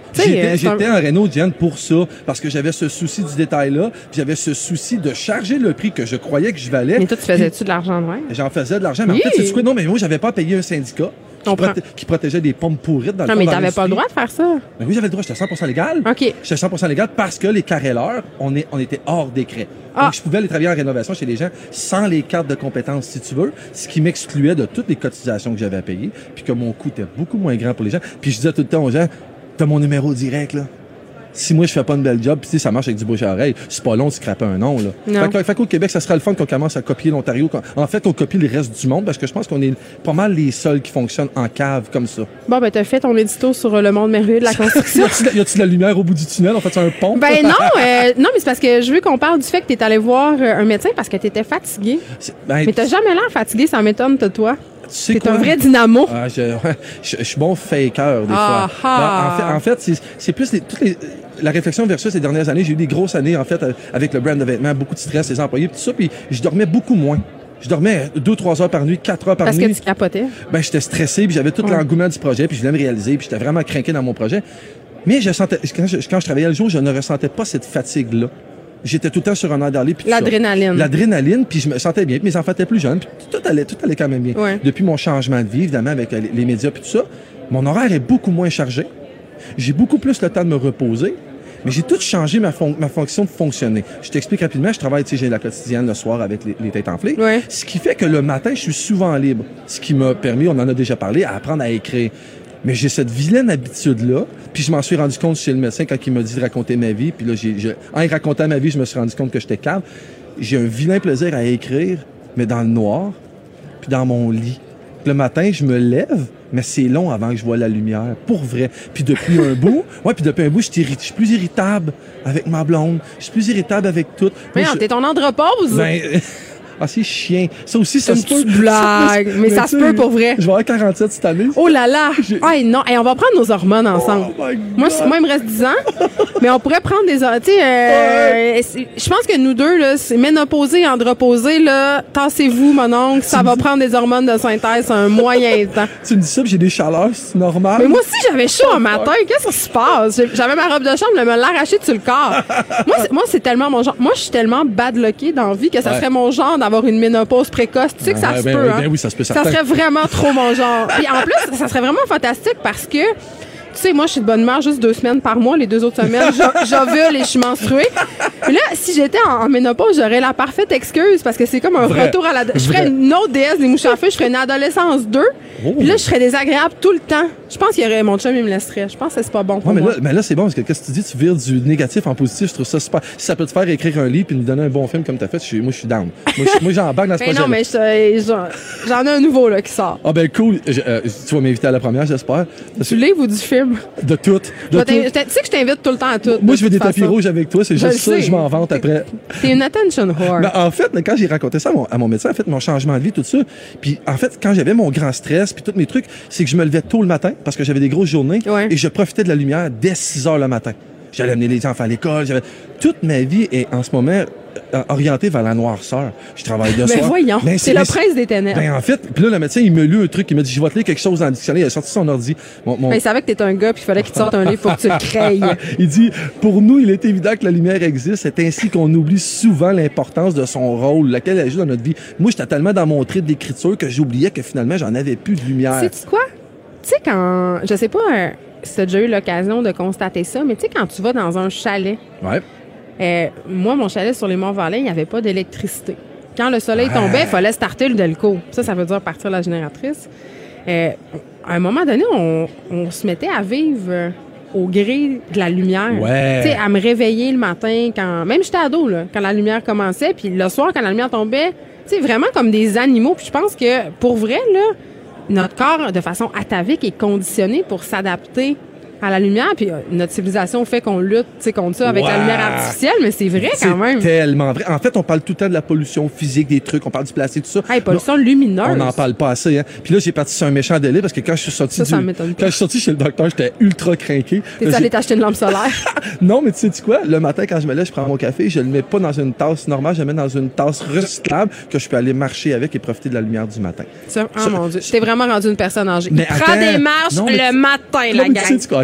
J'étais, euh, j'étais un... en Renault, Diane, pour ça, parce que j'avais ce souci du détail-là, puis j'avais ce souci de charger le prix que je croyais que je valais. Mais toi, tu faisais-tu de l'argent, ouais? J'en faisais de l'argent, mais Oui. en fait, c'est quoi? Non, mais moi, j'avais pas payé un syndicat qui, proté- qui protégeait des pommes pourrites dans le Non, fond mais dans t'avais pas l'industrie. le droit de faire ça. Ben oui, j'avais le droit, j'étais cent pour cent légal. OK. J'étais cent pour cent légal parce que les carreleurs, on, est, on était hors décret. Ah. Donc, je pouvais aller travailler en rénovation chez les gens sans les cartes de compétences, si tu veux, ce qui m'excluait de toutes les cotisations que j'avais à payer, puis que mon coût était beaucoup moins grand pour les gens. Puis je disais tout le temps aux gens, t'as mon numéro direct, là. Si moi, je fais pas une belle job, puis tu sais, ça marche avec du bouche à oreille, c'est pas long de scraper un nom, là. Non. Fait, que- fait qu'au Québec, ça sera le fun qu'on commence à copier l'Ontario. qu'on- En fait, qu'on copie le reste du monde, parce que je pense qu'on est pas mal les seuls qui fonctionnent en cave comme ça. Bon, ben, t'as fait ton édito sur euh, le monde merveilleux de la Y construction. a-tu de, y a-tu de la lumière au bout du tunnel? On fait ça un pont? Ben non, euh, non, mais c'est parce que je veux qu'on parle du fait que t'es allé voir euh, un médecin parce que t'étais fatigué. C'est- ben, Mais t'as jamais l'air fatigué, ça m'étonne de toi. tu sais T'es quoi? un vrai dynamo. Ah, je, ouais, je, je suis bon faker, des Ah, fois. ah. Ben, en fait, en fait c'est, c'est plus les, toutes les, la réflexion versus les dernières années. J'ai eu des grosses années, en fait, avec le brand de vêtements, beaucoup de stress, les employés, tout ça, puis je dormais beaucoup moins. Je dormais deux, trois heures par nuit, quatre heures par Parce que nuit. tu capotais. Ben, j'étais stressé, puis j'avais tout Ouais. l'engouement du projet, puis je voulais me réaliser, puis j'étais vraiment craqué dans mon projet. Mais je sentais, quand je, quand je travaillais le jour, je ne ressentais pas cette fatigue-là. J'étais tout le temps sur un air d'aller, puis tout ça. L'adrénaline. L'adrénaline, puis je me sentais bien, puis mes enfants étaient plus jeunes, puis tout allait, tout allait quand même bien. Ouais. Depuis mon changement de vie, évidemment, avec euh, les, les médias puis tout ça, mon horaire est beaucoup moins chargé. J'ai beaucoup plus le temps de me reposer. Mais j'ai tout changé ma, fon- ma fonction de fonctionner. Je t'explique rapidement, je travaille, tu sais, j'ai la quotidienne le soir avec les, les têtes enflées. Ouais. Ce qui fait que le matin, je suis souvent libre. Ce qui m'a permis, on en a déjà parlé, à apprendre à écrire. Mais j'ai cette vilaine habitude-là, puis je m'en suis rendu compte chez le médecin quand il m'a dit de raconter ma vie, puis là, j'ai, je- en y racontant ma vie, je me suis rendu compte que j'étais calme. J'ai un vilain plaisir à écrire, mais dans le noir, puis dans mon lit. Le matin, je me lève, mais c'est long avant que je vois la lumière, pour vrai. Puis depuis un bout, ouais, puis depuis un bout, je suis irri- je suis plus irritable avec ma blonde, je suis plus irritable avec tout. Mais Moi, non, je- t'es ton andropause. ben, ah, c'est chien. Ça aussi, ça C'est se une peut. petite blague, mais ça tu se sais, peut pour vrai. Je vais avoir quarante-sept cette année. Oh là là! J'ai- Hey, non, hey, on va prendre nos hormones ensemble. Oh my moi, God. c- moi, il me reste dix ans, mais on pourrait prendre des... hor- Tu sais, euh, c'est- je pense que nous deux, là, c'est ménopausé, andropausé, là, tassez-vous, mon oncle, ça va prendre des hormones de synthèse un moyen temps. Tu me dis ça, puis j'ai des chaleurs, c'est normal. Mais moi aussi, j'avais chaud un matin. Qu'est-ce qui se passe? J'ai- J'avais ma robe de chambre, elle me l'a arrachée sur le corps. moi, c'est, moi, c'est tellement mon genre. Moi, je suis tellement bad-luckée dans la vie que ça Ouais. serait mon genre d'avoir une ménopause précoce. Tu sais que ça Ouais, se ben peut, oui, hein? ben oui, ça se peut, Ça certain. serait vraiment trop mon genre. Puis en plus, ça serait vraiment fantastique parce que, tu sais, moi, je suis de bonne humeur juste deux semaines par mois. Les deux autres semaines, je- j'ovule et je suis menstruée. Mais là, si j'étais en, en ménopause, j'aurais la parfaite excuse parce que c'est comme un Vrai. retour à la... Je ferais Vrai. une autre déesse des mouches à feu. Je ferais une adolescence deux. Oh. Puis là, je serais désagréable tout le temps. Je pense qu'il y aurait... Mon chum, il me laisserait. Je pense que c'est pas bon pour Ouais, mais moi. là, mais là c'est bon parce que qu'est-ce que tu dis, tu vires du négatif en positif, je trouve ça super. Si ça peut te faire écrire un livre et nous donner un bon film comme t'as fait, je suis- moi je suis down. Moi, je- moi j'embarque dans ce Ben projet. non, mais je- j'en j'en ai un nouveau là, qui sort. Ah ben cool, Je- euh, tu vas m'inviter à la première, j'espère. Du livre ou du film? De tout. Je De vais tout. t'inv- Tu sais que je t'invite tout le temps à tout. Moi de je veux des toute tapis façon. rouges avec toi, c'est Je juste le ça, sais. je m'en vante après. T'es une attention whore. Ben, en fait, là, quand j'ai raconté ça à mon, à mon médecin, en fait, mon changement de vie, tout ça, puis en fait, quand j'avais mon grand stress, puis tous mes trucs, c'est que je me levais tôt le matin parce que j'avais des grosses journées Ouais. et je profitais de la lumière dès six heures le matin. J'allais amener les enfants à l'école. J'avais... Toute ma vie est en ce moment euh, orientée vers la noirceur. Je travaille de Mais soir. voyons, Ben, c'est le prince des ténèbres. Ben, en fait, puis là, le médecin, il me lu un truc, il m'a dit, je vais te lire quelque chose dans le dictionnaire. Il a sorti son ordi. Mon, mon- Ben, il savait que t'étais un gars puis il fallait qu'il te sorte un livre pour que tu le crayes. il dit, pour nous, il est évident que la lumière existe. C'est ainsi qu'on oublie souvent l'importance de son rôle, laquelle elle joue dans notre vie. Moi, j'étais tellement dans mon trait d'écriture que j'oubliais que finalement, j'en avais plus de lumière. Sais-tu quoi? Tu sais, quand... Je sais pas euh, si t'as déjà eu l'occasion de constater ça, mais tu sais, quand tu vas dans un chalet, Ouais. euh, moi, mon chalet sur les Monts-Valais, il n'y avait pas d'électricité. Quand le soleil Ouais. tombait, il fallait starter le delco. Ça, ça veut dire partir la génératrice. Euh, à un moment donné, on, on se mettait à vivre euh, au gré de la lumière. Ouais. Tu sais, à me réveiller le matin, quand même j'étais ado, là, quand la lumière commençait, puis le soir, quand la lumière tombait, tu sais, vraiment comme des animaux. Puis je pense que, pour vrai, là, notre corps, de façon atavique, est conditionné pour s'adapter à la lumière. Puis euh, notre civilisation fait qu'on lutte, tu sais, contre ça avec la Wow. lumière artificielle, mais c'est vrai C'est quand même. tellement vrai. En fait, on parle tout le temps de la pollution physique, des trucs, on parle du plastique, tout ça. Hey, pollution Mais lumineuse. on n'en parle pas assez. Hein. Puis là, j'ai parti sur un méchant délai parce que quand je suis sorti Ça, ça du... m'étonne pas. quand je suis sorti chez le docteur, j'étais ultra craqué. T'es Là, allé j'ai- t'acheter une lampe solaire? Non, mais tu sais quoi? Le matin, quand je me lève, je prends mon café, je le mets pas dans une tasse normale, je le mets dans une tasse recyclable que je peux aller marcher avec et profiter de la lumière du matin. Ça, oh Ça- mon Dieu. T'es vraiment rendu une personne âgée. Mais Prends attends. des marches Non, mais le tu- matin, Non, la mais tu sais, gang. tu quoi?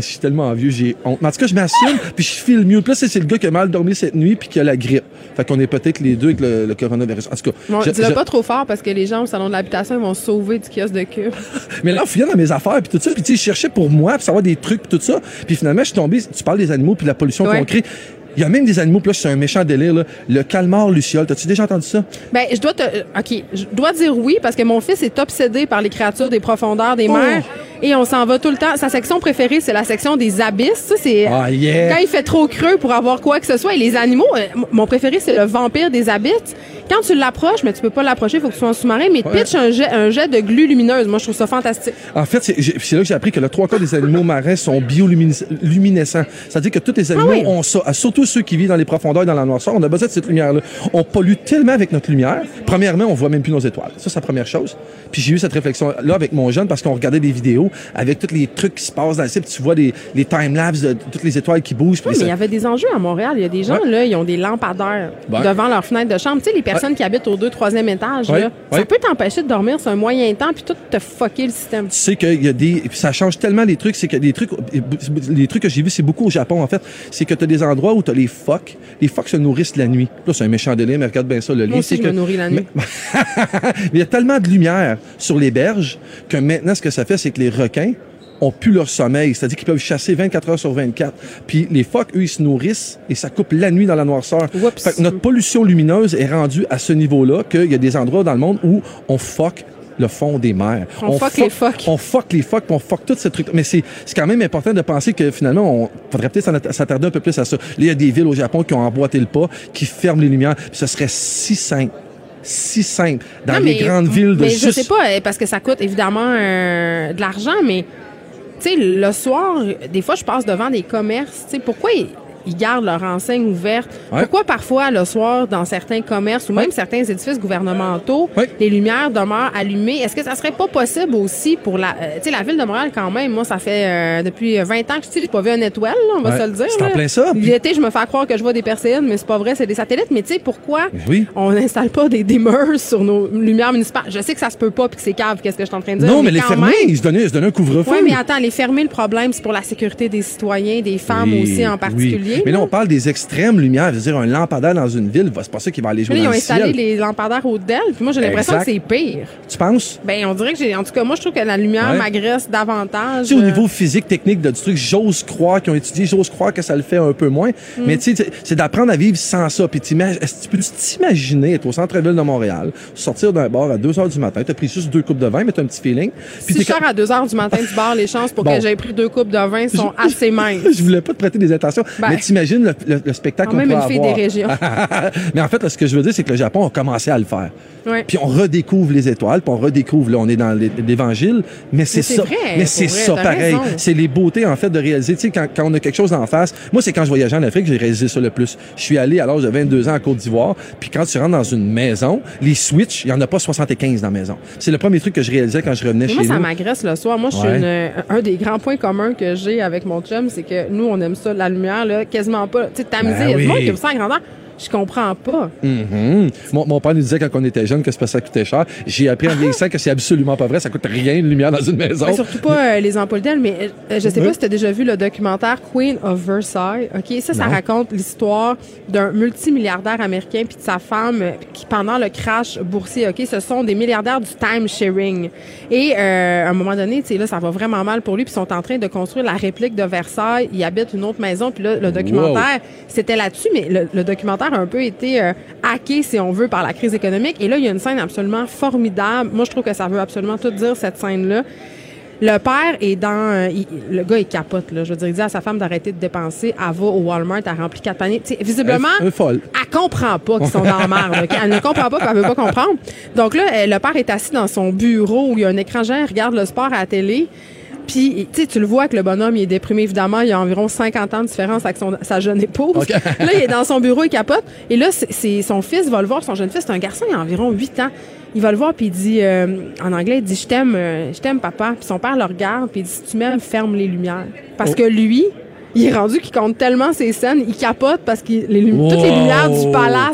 je suis tellement vieux, j'ai honte. Mais en tout cas, je m'assume, puis je file mieux. Puis là, c'est, c'est le gars qui a mal dormi cette nuit puis qui a la grippe. Fait qu'on est peut-être les deux avec le, le coronavirus. En tout cas, bon, je, dis-le je... pas trop fort parce que les gens au salon de l'habitation, ils vont se sauver du kiosque de Cube. Mais là, en fouillant dans mes affaires puis tout ça, puis tu sais, je cherchais pour moi, puis savoir des trucs puis tout ça. Puis finalement, je suis tombé, tu parles des animaux puis la pollution ouais. qu'on crée. Il y a même des animaux, puis là, c'est un méchant délire, là. Le calmar luciole. T'as-tu déjà entendu ça? Ben, je dois te, OK, je dois dire oui parce que mon fils est obsédé par les créatures des profondeurs des mers. Oh. Et on s'en va tout le temps. Sa section préférée, c'est la section des abysses. Ça, c'est oh, yeah. quand il fait trop creux pour avoir quoi que ce soit. Et les animaux, euh, mon préféré, c'est le vampire des abysses. Quand tu l'approches, mais tu peux pas l'approcher, il faut que tu sois en sous-marin, mais ouais. pitch un jet, un jet de glu lumineuse. Moi, je trouve ça fantastique. En fait, c'est, c'est là que j'ai appris que le trois quarts des animaux marins sont bioluminescents. C'est-à-dire que tous les animaux ah oui. ont ça, surtout ceux qui vivent dans les profondeurs et dans la noirceur. On a besoin de cette lumière-là. On pollue tellement avec notre lumière. Premièrement, on voit même plus nos étoiles. Ça, c'est la première chose. Puis j'ai eu cette réflexion-là avec mon jeune parce qu'on regardait des vidéos avec tous les trucs qui se passent dans le ciel. Tu vois des, les time-lapse de, de toutes les étoiles qui bougent. Oui, mais il y avait des enjeux à Montréal. Il y a des gens, ouais. là, ils ont des lampadaires ouais. devant leur fenêtre de chambre. Tu sais, les personnes ouais. qui habitent au deux, troisième étage, ouais. là, ouais. ça peut t'empêcher de dormir sur un moyen temps puis tout te fucker le système. Tu sais qu'il y a des... Puis ça change tellement les trucs. C'est que des trucs... Les trucs que j'ai vus, c'est beaucoup au Japon, en fait. C'est que tu as des endroits où tu as les phoques. Les phoques se nourrissent la nuit. Là, c'est un méchant délire, mais regarde bien ça, le lien. Moi aussi, c'est je que... me nourris la nuit. Mais il y a tellement de lumière sur les berges que maintenant, ce que ça fait, c'est que les requins ont plus leur sommeil. C'est-à-dire qu'ils peuvent chasser vingt-quatre heures sur vingt-quatre. Puis les phoques, eux, ils se nourrissent et ça coupe la nuit dans la noirceur. Oups. Fait que notre pollution lumineuse est rendue à ce niveau-là qu'il y a des endroits dans le monde où on phoque le fond des mers. On, on fuck les phoques. On fuck les phoques, puis on fuck tous ces trucs. Mais c'est, c'est quand même important de penser que finalement, on faudrait peut-être s'attarder un peu plus à ça. Là, il y a des villes au Japon qui ont emboîté le pas, qui ferment les lumières. Puis ce serait si simple. Si simple. Dans non, les mais, grandes villes de mais juste... je sais pas, parce que ça coûte évidemment euh, de l'argent, mais tu sais, le soir, des fois, je passe devant des commerces. Tu sais, pourquoi ils, ils gardent leur enseigne ouverte? Ouais. Pourquoi parfois, le soir, dans certains commerces ou même ouais. certains édifices gouvernementaux, ouais. les lumières demeurent allumées? Est-ce que ça serait pas possible aussi pour la... Euh, tu sais, la Ville de Montréal, quand même, moi, ça fait euh, depuis vingt ans que je n'ai pas vu une étoile, là, on va ouais. se le dire. C'est en plein ça. L'été, je me fais croire que je vois des perséides, mais c'est pas vrai, c'est des satellites. Mais tu sais, pourquoi oui. on n'installe pas des dimmers sur nos lumières municipales? Je sais que ça se peut pas puis que c'est cave, qu'est-ce que je suis en train de dire. Non, mais, mais les quand fermer, même... ils se donnaient, ils se donnaient un couvre-feu. Oui, mais attends, les fermer, le problème, c'est pour la sécurité des citoyens, des femmes oui, aussi en particulier. Oui. Mais là, on parle des extrêmes lumières. Je veux dire, un lampadaire dans une ville, c'est pas ça qui va aller jouer là, dans le ciel. Ils ont installé ciel. les lampadaires au D E L, puis moi, j'ai l'impression exact. que c'est pire. Tu penses? Ben, on dirait que j'ai... En tout cas, moi, je trouve que la lumière ouais. m'agresse davantage. Tu sais, au niveau physique, technique, de, du truc, j'ose croire qu'ils ont étudié, j'ose croire que ça le fait un peu moins. Mm. Mais tu sais, c'est d'apprendre à vivre sans ça. Puis est-ce que tu peux t'imaginer être au centre-ville de Montréal, sortir d'un bar à deux heures du matin, t'as pris juste deux coupes de vin, mais t'as un petit feeling. Puis si je sors à deux heures du matin du bar, les chances pour bon. que j'aie pris deux coupes de vin sont je, assez minces. Je voulais pas te prêter des intentions, ben, mais t'imagines le, le, le spectacle qu'on peut avoir. Quand même une fille des régions. Mais en fait, là, ce que je veux dire, c'est que le Japon a commencé à le faire. Ouais. Puis on redécouvre les étoiles, puis on redécouvre, là, on est dans l'évangile, mais c'est, mais c'est ça. Vrai, mais c'est vrai, ça, pareil. Raison. C'est les beautés, en fait, de réaliser. Tu sais, quand, quand on a quelque chose en face, moi, c'est quand je voyageais en Afrique, j'ai réalisé ça le plus. Je suis allé à l'âge de vingt-deux ans à Côte d'Ivoire, puis quand tu rentres dans une maison, les switches, il y en a pas soixante-quinze dans la maison. C'est le premier truc que je réalisais quand je revenais mais chez moi, nous. Moi, ça m'agresse le soir. Moi, je suis ouais. une, un des grands points communs que j'ai avec mon chum, c'est que nous, on aime ça, la lumière, là, quasiment pas. Tu sais, tamisé, il y a du monde qui aime ça en grandeur. Je comprends pas. Mm-hmm. Mon, mon père nous disait quand on était jeune que c'est parce que ça coûtait cher. J'ai appris en vieillissant que c'est absolument pas vrai. Ça coûte rien de lumière dans une maison. Mais surtout pas euh, les ampoules d'L, mais euh, je sais oui. pas si tu as déjà vu le documentaire Queen of Versailles. Ok, ça, ça non. raconte l'histoire d'un multimilliardaire américain puis de sa femme euh, qui pendant le crash boursier. Ok, ce sont des milliardaires du time sharing. Et euh, à un moment donné, tu sais là, ça va vraiment mal pour lui. Puis ils sont en train de construire la réplique de Versailles. Il habite une autre maison. Puis là, le documentaire, wow. c'était là-dessus, mais le, le documentaire a un peu été euh, hacké, si on veut, par la crise économique. Et là, il y a une scène absolument formidable. Moi, je trouve que ça veut absolument tout dire, cette scène-là. Le père est dans... Euh, il, le gars, il capote, là. Je veux dire, il dit à sa femme d'arrêter de dépenser. Elle va au Walmart, elle remplit quatre paniers. T'sais, visiblement, elle, elle, folle. elle comprend pas qu'ils sont dans la merde. Okay? Elle ne comprend pas, puis elle veut pas comprendre. Donc là, le père est assis dans son bureau où il y a un écran géant, il regarde le sport à la télé. Puis, tu sais, tu le vois que le bonhomme, il est déprimé, évidemment. Il y a environ cinquante ans de différence avec son, sa jeune épouse. Okay. Là, il est dans son bureau, il capote. Et là, c'est, c'est, son fils va le voir, son jeune fils, c'est un garçon, il a environ huit ans. Il va le voir, puis il dit, euh, en anglais, il dit, je t'aime, euh, je t'aime, papa. Puis son père le regarde, puis il dit, si tu m'aimes, ferme les lumières. Parce oh. que lui, il est rendu qu'il compte tellement ses scènes, il capote parce que les lumi- wow. toutes les lumières du palace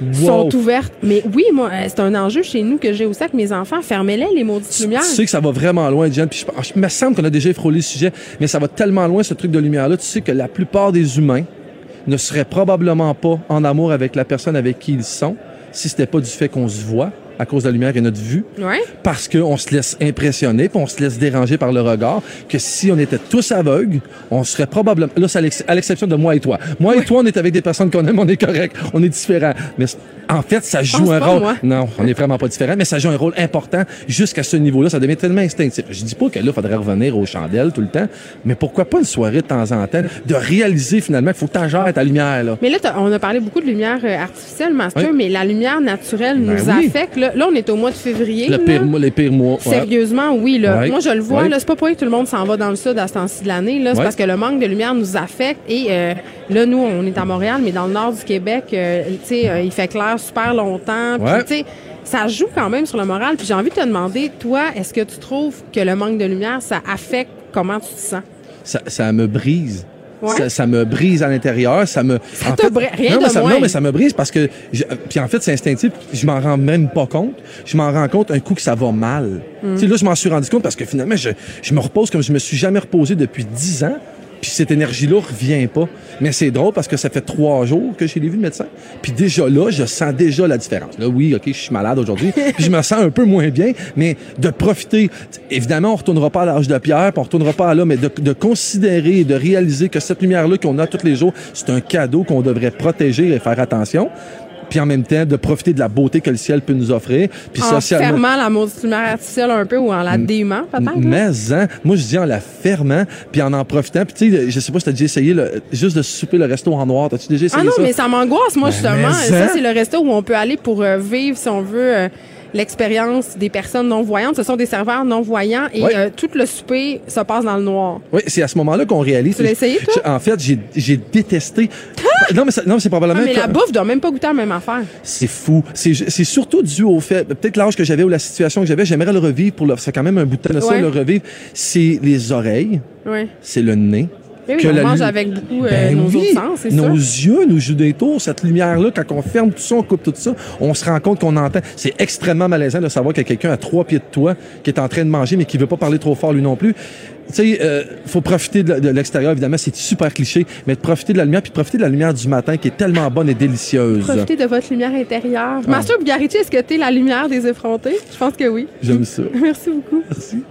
Wow. sont ouvertes. Mais oui, moi, c'est un enjeu chez nous que j'ai aussi avec mes enfants. Fermez-les, les maudites lumières. Tu sais que ça va vraiment loin, Jen. Puis je, je me semble qu'on a déjà frôlé le sujet, mais ça va tellement loin, ce truc de lumière-là. Tu sais que la plupart des humains ne seraient probablement pas en amour avec la personne avec qui ils sont si c'était pas du fait qu'on se voit à cause de la lumière et notre vue. Ouais. Parce qu'on se laisse impressionner, puis on se laisse déranger par le regard, que si on était tous aveugles, on serait probablement... Là, c'est à, l'ex- à l'exception de moi et toi. Moi ouais. et toi, on est avec des personnes qu'on aime, on est correct, on est différents. Mais en fait, ça joue Pense un pas, rôle... moi. Non, on est vraiment pas différents, mais ça joue un rôle important jusqu'à ce niveau-là. Ça devient tellement instinctif. Je dis pas que là, il faudrait revenir aux chandelles tout le temps, mais pourquoi pas une soirée de temps en temps, de réaliser finalement qu'il faut que tu gères ta lumière, là. Mais là, on a parlé beaucoup de lumière euh, artificielle, Master, oui. mais la lumière naturelle Ben nous oui. affecte. Là, là, on est au mois de février. Le là. pire mois, les pires mois. Ouais. Sérieusement, oui. Là. Ouais. Moi, je le vois. Ouais. Là, c'est pas pour rien que tout le monde s'en va dans le sud à ce temps-ci de l'année. Là, c'est Ouais. parce que le manque de lumière nous affecte. Et euh, là, nous, on est à Montréal, mais dans le nord du Québec, euh, tu sais, euh, il fait clair super longtemps. Puis, Ouais. tu sais, ça joue quand même sur le moral. Puis j'ai envie de te demander, toi, est-ce que tu trouves que le manque de lumière, ça affecte comment tu te sens? Ça, ça me brise. Ouais. Ça, ça me brise à l'intérieur, ça me... Ça en te fait, brise, rien non, de mais ça, moins. non, mais ça me brise parce que... je- puis en fait, c'est instinctif, je m'en rends même pas compte. Je m'en rends compte un coup que ça va mal. Mm. Tu sais, là, je m'en suis rendu compte parce que finalement, je, je me repose comme je me suis jamais reposé depuis dix ans. Puis cette énergie-là revient pas. Mais c'est drôle parce que ça fait trois jours que j'ai vu le médecin. Puis déjà là, je sens déjà la différence. Là, oui, OK, je suis malade aujourd'hui. Puis je me sens un peu moins bien. Mais de profiter... Évidemment, on retournera pas à l'âge de pierre, puis on retournera pas à là, mais de, de considérer et de réaliser que cette lumière-là qu'on a tous les jours, c'est un cadeau qu'on devrait protéger et faire attention. Puis en même temps, de profiter de la beauté que le ciel peut nous offrir. Puis En socialement... fermant la maudite lumière artificielle un peu ou en la démant, peut-être? là? Mais, hein, moi, je dis en la fermant, puis en en profitant. Puis, tu sais, je sais pas si t'as déjà essayé le, juste de souper le resto en noir. T'as-tu déjà essayé Ah non, ça? mais ça m'angoisse, moi, Ben, justement. mais Ça, hein? c'est le resto où on peut aller pour euh, vivre, si on veut, euh, l'expérience des personnes non-voyantes. Ce sont des serveurs non-voyants et Ouais. euh, tout le souper se passe dans le noir. Oui, c'est à ce moment-là qu'on réalise. Tu l'as essayé, toi? Je- En fait, j'ai, j'ai détesté. Non, mais, ça- non, mais c'est probablement. Ah, mais que- la bouffe doit même pas goûter à la même affaire. C'est fou. C'est, c'est surtout dû au fait, peut-être l'âge que j'avais ou la situation que j'avais, j'aimerais le revivre pour le, ça fait quand même un bout de temps de ça, Ouais. le revivre. C'est les oreilles, Oui. c'est le nez. Oui, oui, que on la mange lu- avec beaucoup euh, Ben nos oui, autres sens, c'est nos sûr. yeux nous jouent des tours. Cette lumière-là, quand on ferme tout ça, on coupe tout ça, on se rend compte qu'on entend. C'est extrêmement malaisant de savoir qu'il y a quelqu'un à trois pieds de toi qui est en train de manger, mais qui veut pas parler trop fort lui non plus. Tu sais, euh, faut profiter de, de l'extérieur, évidemment, c'est super cliché, mais de profiter de la lumière, puis de profiter de la lumière du matin qui est tellement bonne et délicieuse. Profitez de votre lumière intérieure. Ah. Master Bugarici, est-ce que t'es la lumière des effrontés? Je pense que oui. J'aime ça. Merci beaucoup. Merci.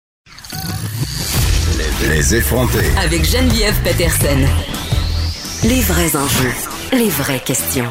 Les effrontés. Avec Geneviève Peterson. Les vrais enjeux, les vraies questions.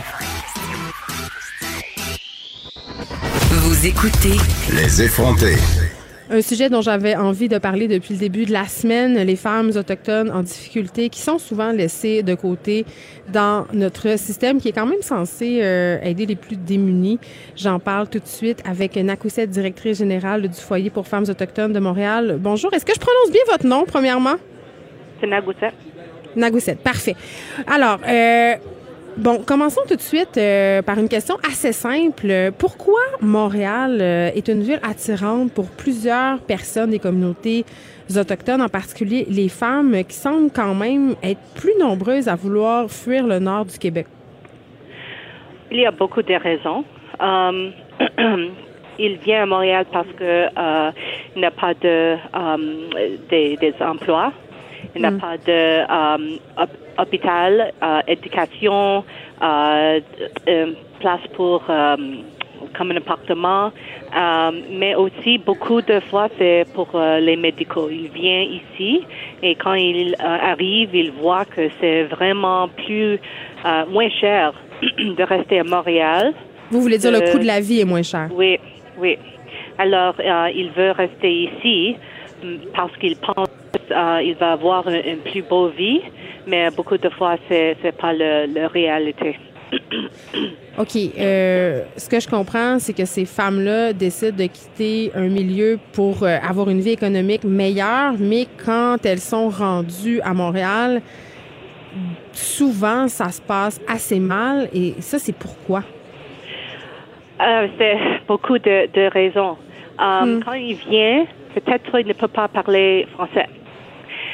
Vous écoutez Les effrontés. Un sujet dont j'avais envie de parler depuis le début de la semaine, les femmes autochtones en difficulté qui sont souvent laissées de côté dans notre système qui est quand même censé euh, aider les plus démunis. J'en parle tout de suite avec Nakouset, directrice générale du Foyer pour femmes autochtones de Montréal. Bonjour, est-ce que je prononce bien votre nom, premièrement? C'est Nakouset. Nakouset, parfait. Alors, euh, bon, commençons tout de suite euh, par une question assez simple. Pourquoi Montréal euh, est une ville attirante pour plusieurs personnes des communautés autochtones, en particulier les femmes, qui semblent quand même être plus nombreuses à vouloir fuir le nord du Québec? Il y a beaucoup de raisons. Euh, il vient à Montréal parce que euh, il n'y a pas de euh, des, des emplois, il n'y a Mm. pas de euh, hop- hôpital, euh, éducation, euh, euh, place pour euh, comme un appartement, euh, mais aussi beaucoup de fois c'est pour euh, les médicaux. Il vient ici et quand il euh, arrive, il voit que c'est vraiment plus euh, moins cher de rester à Montréal. Vous voulez dire le Euh, coût de la vie est moins cher? Oui, oui. Alors, euh, il veut rester ici mm, parce qu'il pense qu'il va avoir une, une plus beau vie, mais beaucoup de fois, c'est c'est pas le, la réalité. OK. Euh, ce que je comprends, c'est que ces femmes-là décident de quitter un milieu pour euh, avoir une vie économique meilleure, mais quand elles sont rendues à Montréal, souvent, ça se passe assez mal. Et ça, c'est pourquoi? Euh, c'est beaucoup de, de raisons. Euh, Hmm. Quand il vient, peut-être il ne peut pas parler français.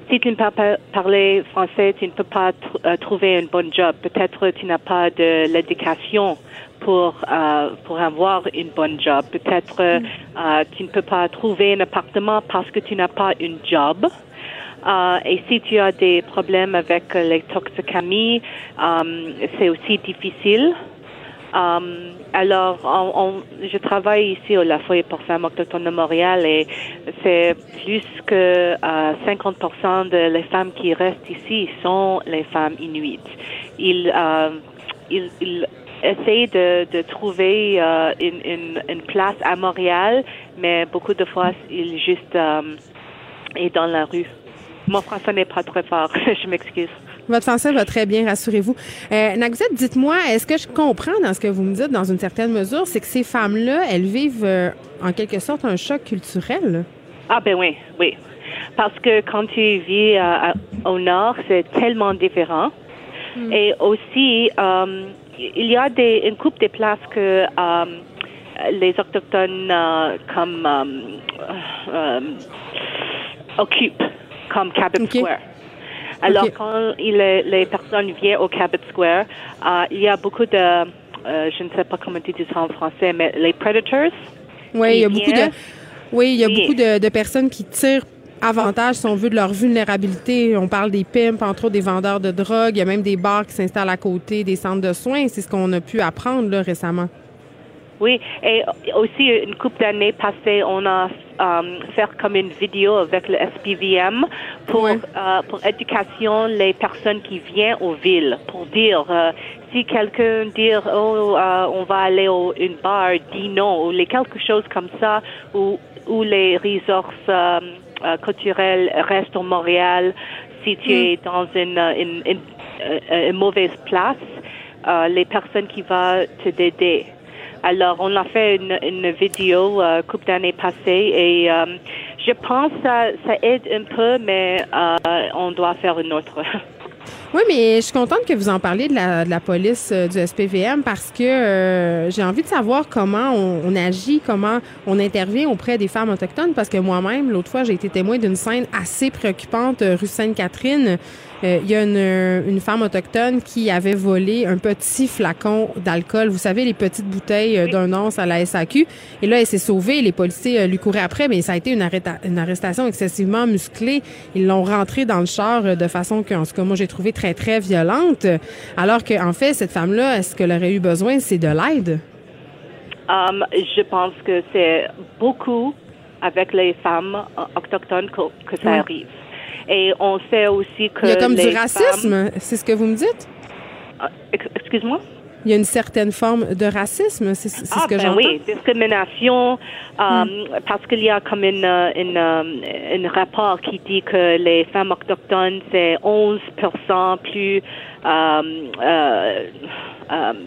si tu ne peux pas parler français, tu ne peux pas tr- euh, trouver un bon job. Peut-être tu n'as pas de l'éducation pour euh, pour avoir une bonne job. Peut-être euh, euh, tu ne peux pas trouver un appartement parce que tu n'as pas une job. Euh, et si tu as des problèmes avec les toxicamies, euh, c'est aussi difficile. Um, alors, on, on, je travaille ici au La Foyer pour femmes autochtones de Montréal et c'est plus que euh, cinquante pour cent de les femmes qui restent ici sont les femmes inuites. Ils, euh, ils, ils essayent de, de trouver euh, une, une, une place à Montréal, mais beaucoup de fois, ils juste euh, est dans la rue. Mon français n'est pas très fort, je m'excuse. Votre français va très bien, rassurez-vous. Euh, Nagouzette, dites-moi, est-ce que je comprends dans ce que vous me dites, dans une certaine mesure, c'est que ces femmes-là, elles vivent euh, en quelque sorte un choc culturel? Ah ben oui, oui. Parce que quand tu vis euh, au nord, c'est tellement différent. Mm. Et aussi, euh, il y a des, une couple de places que euh, les Autochtones euh, comme euh, euh, occupent, comme Cabot okay. Square. Alors, okay. quand il est, les personnes viennent au Cabot Square, euh, il y a beaucoup de, euh, je ne sais pas comment tu dis ça en français, mais les predators. Oui, il y a viennent. beaucoup de, oui, il y a oui. beaucoup de, de personnes qui tirent avantage, si on veut, de leur vulnérabilité. On parle des pimps, entre autres des vendeurs de drogue. Il y a même des bars qui s'installent à côté des centres de soins. C'est ce qu'on a pu apprendre là, récemment. Oui, et aussi une couple d'années passées, on a um, fait comme une vidéo avec le S P V M pour ouais. euh, pour éducation les personnes qui viennent aux villes, pour dire euh, si quelqu'un dit oh euh, on va aller au une bar, dis non, ou les quelque chose comme ça, ou ou les ressources euh, euh, culturelles restent au Montréal. Si tu mm. es dans une une, une, une, une mauvaise place, euh, les personnes qui vont te aider. Alors, on a fait une, une vidéo euh, couple d'années passées et euh, je pense que ça, ça aide un peu, mais euh, on doit faire une autre. Oui, mais je suis contente que vous en parliez de la, de la police euh, du S P V M parce que euh, j'ai envie de savoir comment on, on agit, comment on intervient auprès des femmes autochtones parce que moi-même, l'autre fois, j'ai été témoin d'une scène assez préoccupante euh, rue Sainte-Catherine. Euh, il y a une, une femme autochtone qui avait volé un petit flacon d'alcool. Vous savez, les petites bouteilles euh, d'un once à la S A Q. Et là, elle s'est sauvée. Les policiers euh, lui couraient après, mais ça a été une, arrêta- une arrestation excessivement musclée. Ils l'ont rentrée dans le char euh, de façon que, en tout cas, moi, j'ai trouvé très, très violente. Alors qu'en fait, cette femme-là, est-ce qu'elle aurait eu besoin, c'est de l'aide? Um, je pense que c'est beaucoup avec les femmes autochtones que, que ça ouais. arrive. Et on sait aussi que il y a comme les du racisme, femmes... c'est ce que vous me dites? Uh, excuse-moi? Il y a une certaine forme de racisme, c'est, c'est ah, ce que ben j'entends? oui, discrimination, um, hmm. parce qu'il y a comme une, une, une rapport qui dit que les femmes autochtones, c'est onze pour cent plus... Um, euh, um,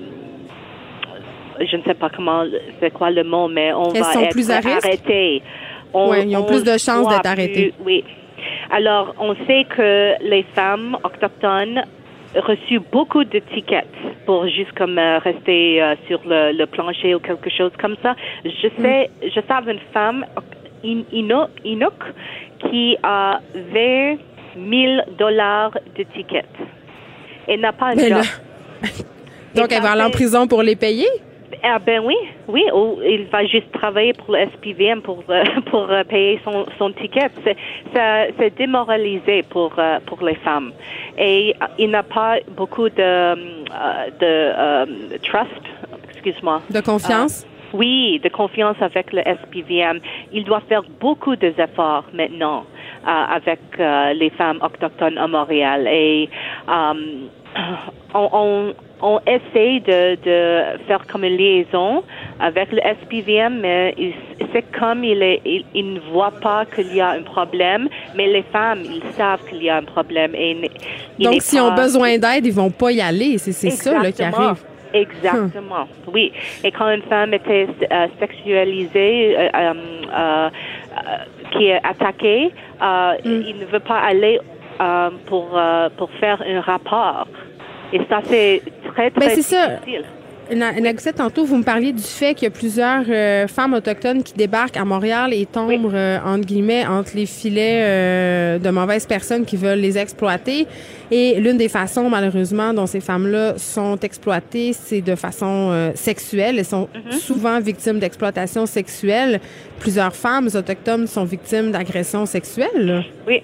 je ne sais pas comment, c'est quoi le mot, mais on Elles va sont être plus à risque? arrêtés. Oui, ils ont plus de chances d'être plus, arrêtés. Oui. Alors, on sait que les femmes autochtones ont reçu beaucoup de tickets pour juste comme euh, rester euh, sur le, le plancher ou quelque chose comme ça. Je sais, mm. je sais une femme in, Inuk, Inuk qui a vingt mille dollars de tickets. Elle n'a pas un Mais job. Là... Donc, elle va aller en prison pour les payer? Ah ben oui, oui, ou il va juste travailler pour le S P V M pour euh, pour euh, payer son son ticket. C'est ça, c'est démoralisé pour euh, pour les femmes et euh, il n'a pas beaucoup de euh, de euh, trust, excuse-moi. De confiance. Euh, oui, de confiance avec le S P V M. Il doit faire beaucoup d'efforts maintenant euh, avec euh, les femmes autochtones à Montréal et euh, on, on On essaie de, de faire comme une liaison avec le S P V M, mais il, c'est comme il, est, il, il ne voit pas qu'il y a un problème, mais les femmes, ils savent qu'il y a un problème. Et il Donc, s'ils pas... ont besoin d'aide, ils vont pas y aller. C'est, c'est ça là, qui arrive. Exactement, hum. oui. Et quand une femme était euh, sexualisée, euh, euh, euh, qui est attaquée, euh, hum. il ne veut pas aller euh, pour, euh, pour faire un rapport. Et ça, c'est très, très ben, c'est difficile. Ça. Nagusset, tantôt, vous me parliez du fait qu'il y a plusieurs euh, femmes autochtones qui débarquent à Montréal et tombent, oui. euh, entre guillemets, entre les filets euh, de mauvaises personnes qui veulent les exploiter. Et l'une des façons, malheureusement, dont ces femmes-là sont exploitées, c'est de façon euh, sexuelle. Elles sont mm-hmm. souvent victimes d'exploitation sexuelle. Plusieurs femmes autochtones sont victimes d'agressions sexuelles. Oui.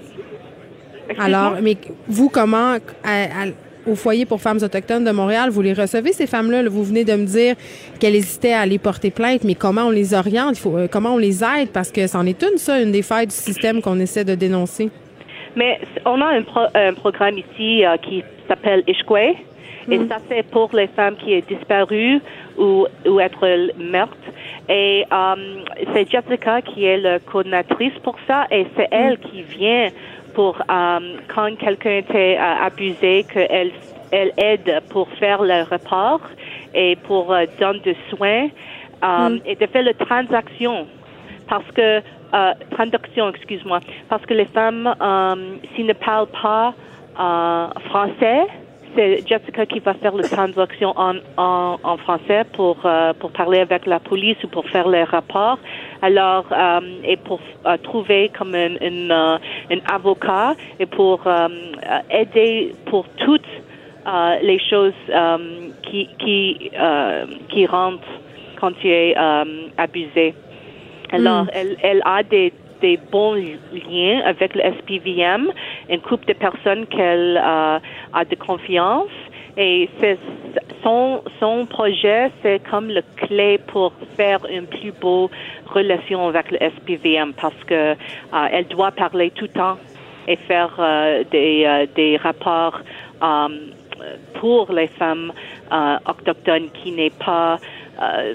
Alors, mais vous, comment... À, à, au foyer pour femmes autochtones de Montréal, vous les recevez, ces femmes-là? Vous venez de me dire qu'elles hésitaient à aller porter plainte, mais comment on les oriente? Il faut, euh, comment on les aide? Parce que c'en est une, ça, une des failles du système qu'on essaie de dénoncer. Mais on a un, pro- un programme ici euh, qui s'appelle Ishkwe, mmh. et ça, c'est pour les femmes qui sont disparues ou, ou être mortes. Et euh, c'est Jessica qui est la coordinatrice pour ça, et c'est elle mmh. qui vient pour euh, quand quelqu'un était euh, abusé, qu'elle elle aide pour faire le rapport et pour euh, donner des soins euh, mm. et de faire la transaction. Parce que, euh, transaction, excuse-moi, parce que les femmes, euh, s'ils ne parlent pas euh, français, c'est Jessica qui va faire la transaction en, en, en français pour, euh, pour parler avec la police ou pour faire les rapports. Alors, euh, et pour euh, trouver comme un, un, euh, un avocat et pour euh, aider pour toutes euh, les choses euh, qui, qui, euh, qui rentrent quand tu es euh, abusé. Alors, mm. elle, elle a des des bons liens avec le S P V M, un groupe de personnes qu'elle euh, a de confiance. Et c'est, son, son projet, c'est comme le clé pour faire une plus beau relation avec le S P V M parce que euh, elle doit parler tout le temps et faire euh, des, euh, des rapports euh, pour les femmes euh, autochtones qui n'est pas euh,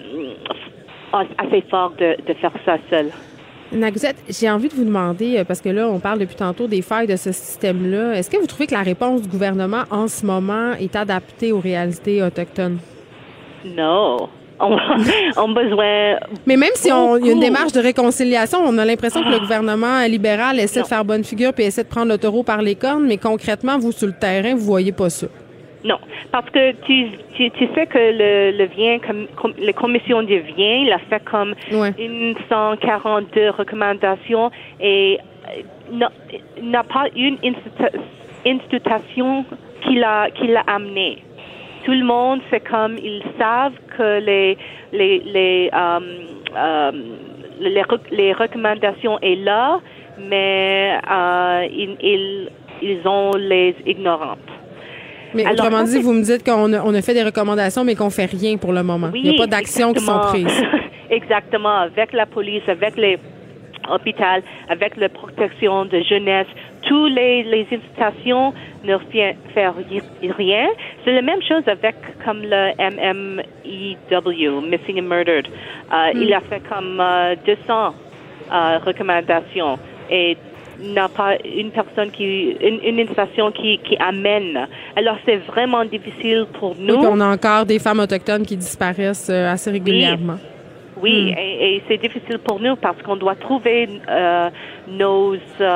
assez fort de, de faire ça seule. Nagusset, j'ai envie de vous demander, parce que là, on parle depuis tantôt des failles de ce système-là. Est-ce que vous trouvez que la réponse du gouvernement en ce moment est adaptée aux réalités autochtones? Non. On a besoin... Mais même si on, il y a une démarche de réconciliation, on a l'impression que le gouvernement libéral essaie non. de faire bonne figure puis essaie de prendre le taureau par les cornes, mais concrètement, vous, sur le terrain, vous voyez pas ça. Non, parce que tu, tu, tu sais que le, le vient, comme, comme la commission de vient, il a fait comme ouais. cent quarante-deux recommandations et n'a, n'a pas une institution qui l'a, qui l'a amené. Tout le monde, c'est comme ils savent que les les les euh, euh, les, les recommandations est là, mais euh, ils, ils ils ont les ignorantes. Mais Alors, autrement dit, vous me dites qu'on a, on a fait des recommandations, mais qu'on fait rien pour le moment. Oui, il n'y a pas d'actions qui sont prises. Exactement. Avec la police, avec les hôpitaux, avec la protection de jeunesse, toutes les, les institutions ne font rien. C'est la même chose avec comme le M M E W, Missing and Murdered. Euh, mm. Il a fait comme euh, deux cents euh, recommandations et n'a pas une personne qui, une, une institution qui, qui amène. Alors, c'est vraiment difficile pour nous. Oui, on a encore des femmes autochtones qui disparaissent euh, assez régulièrement. Oui, oui hmm. et, et c'est difficile pour nous parce qu'on doit trouver euh, nos euh,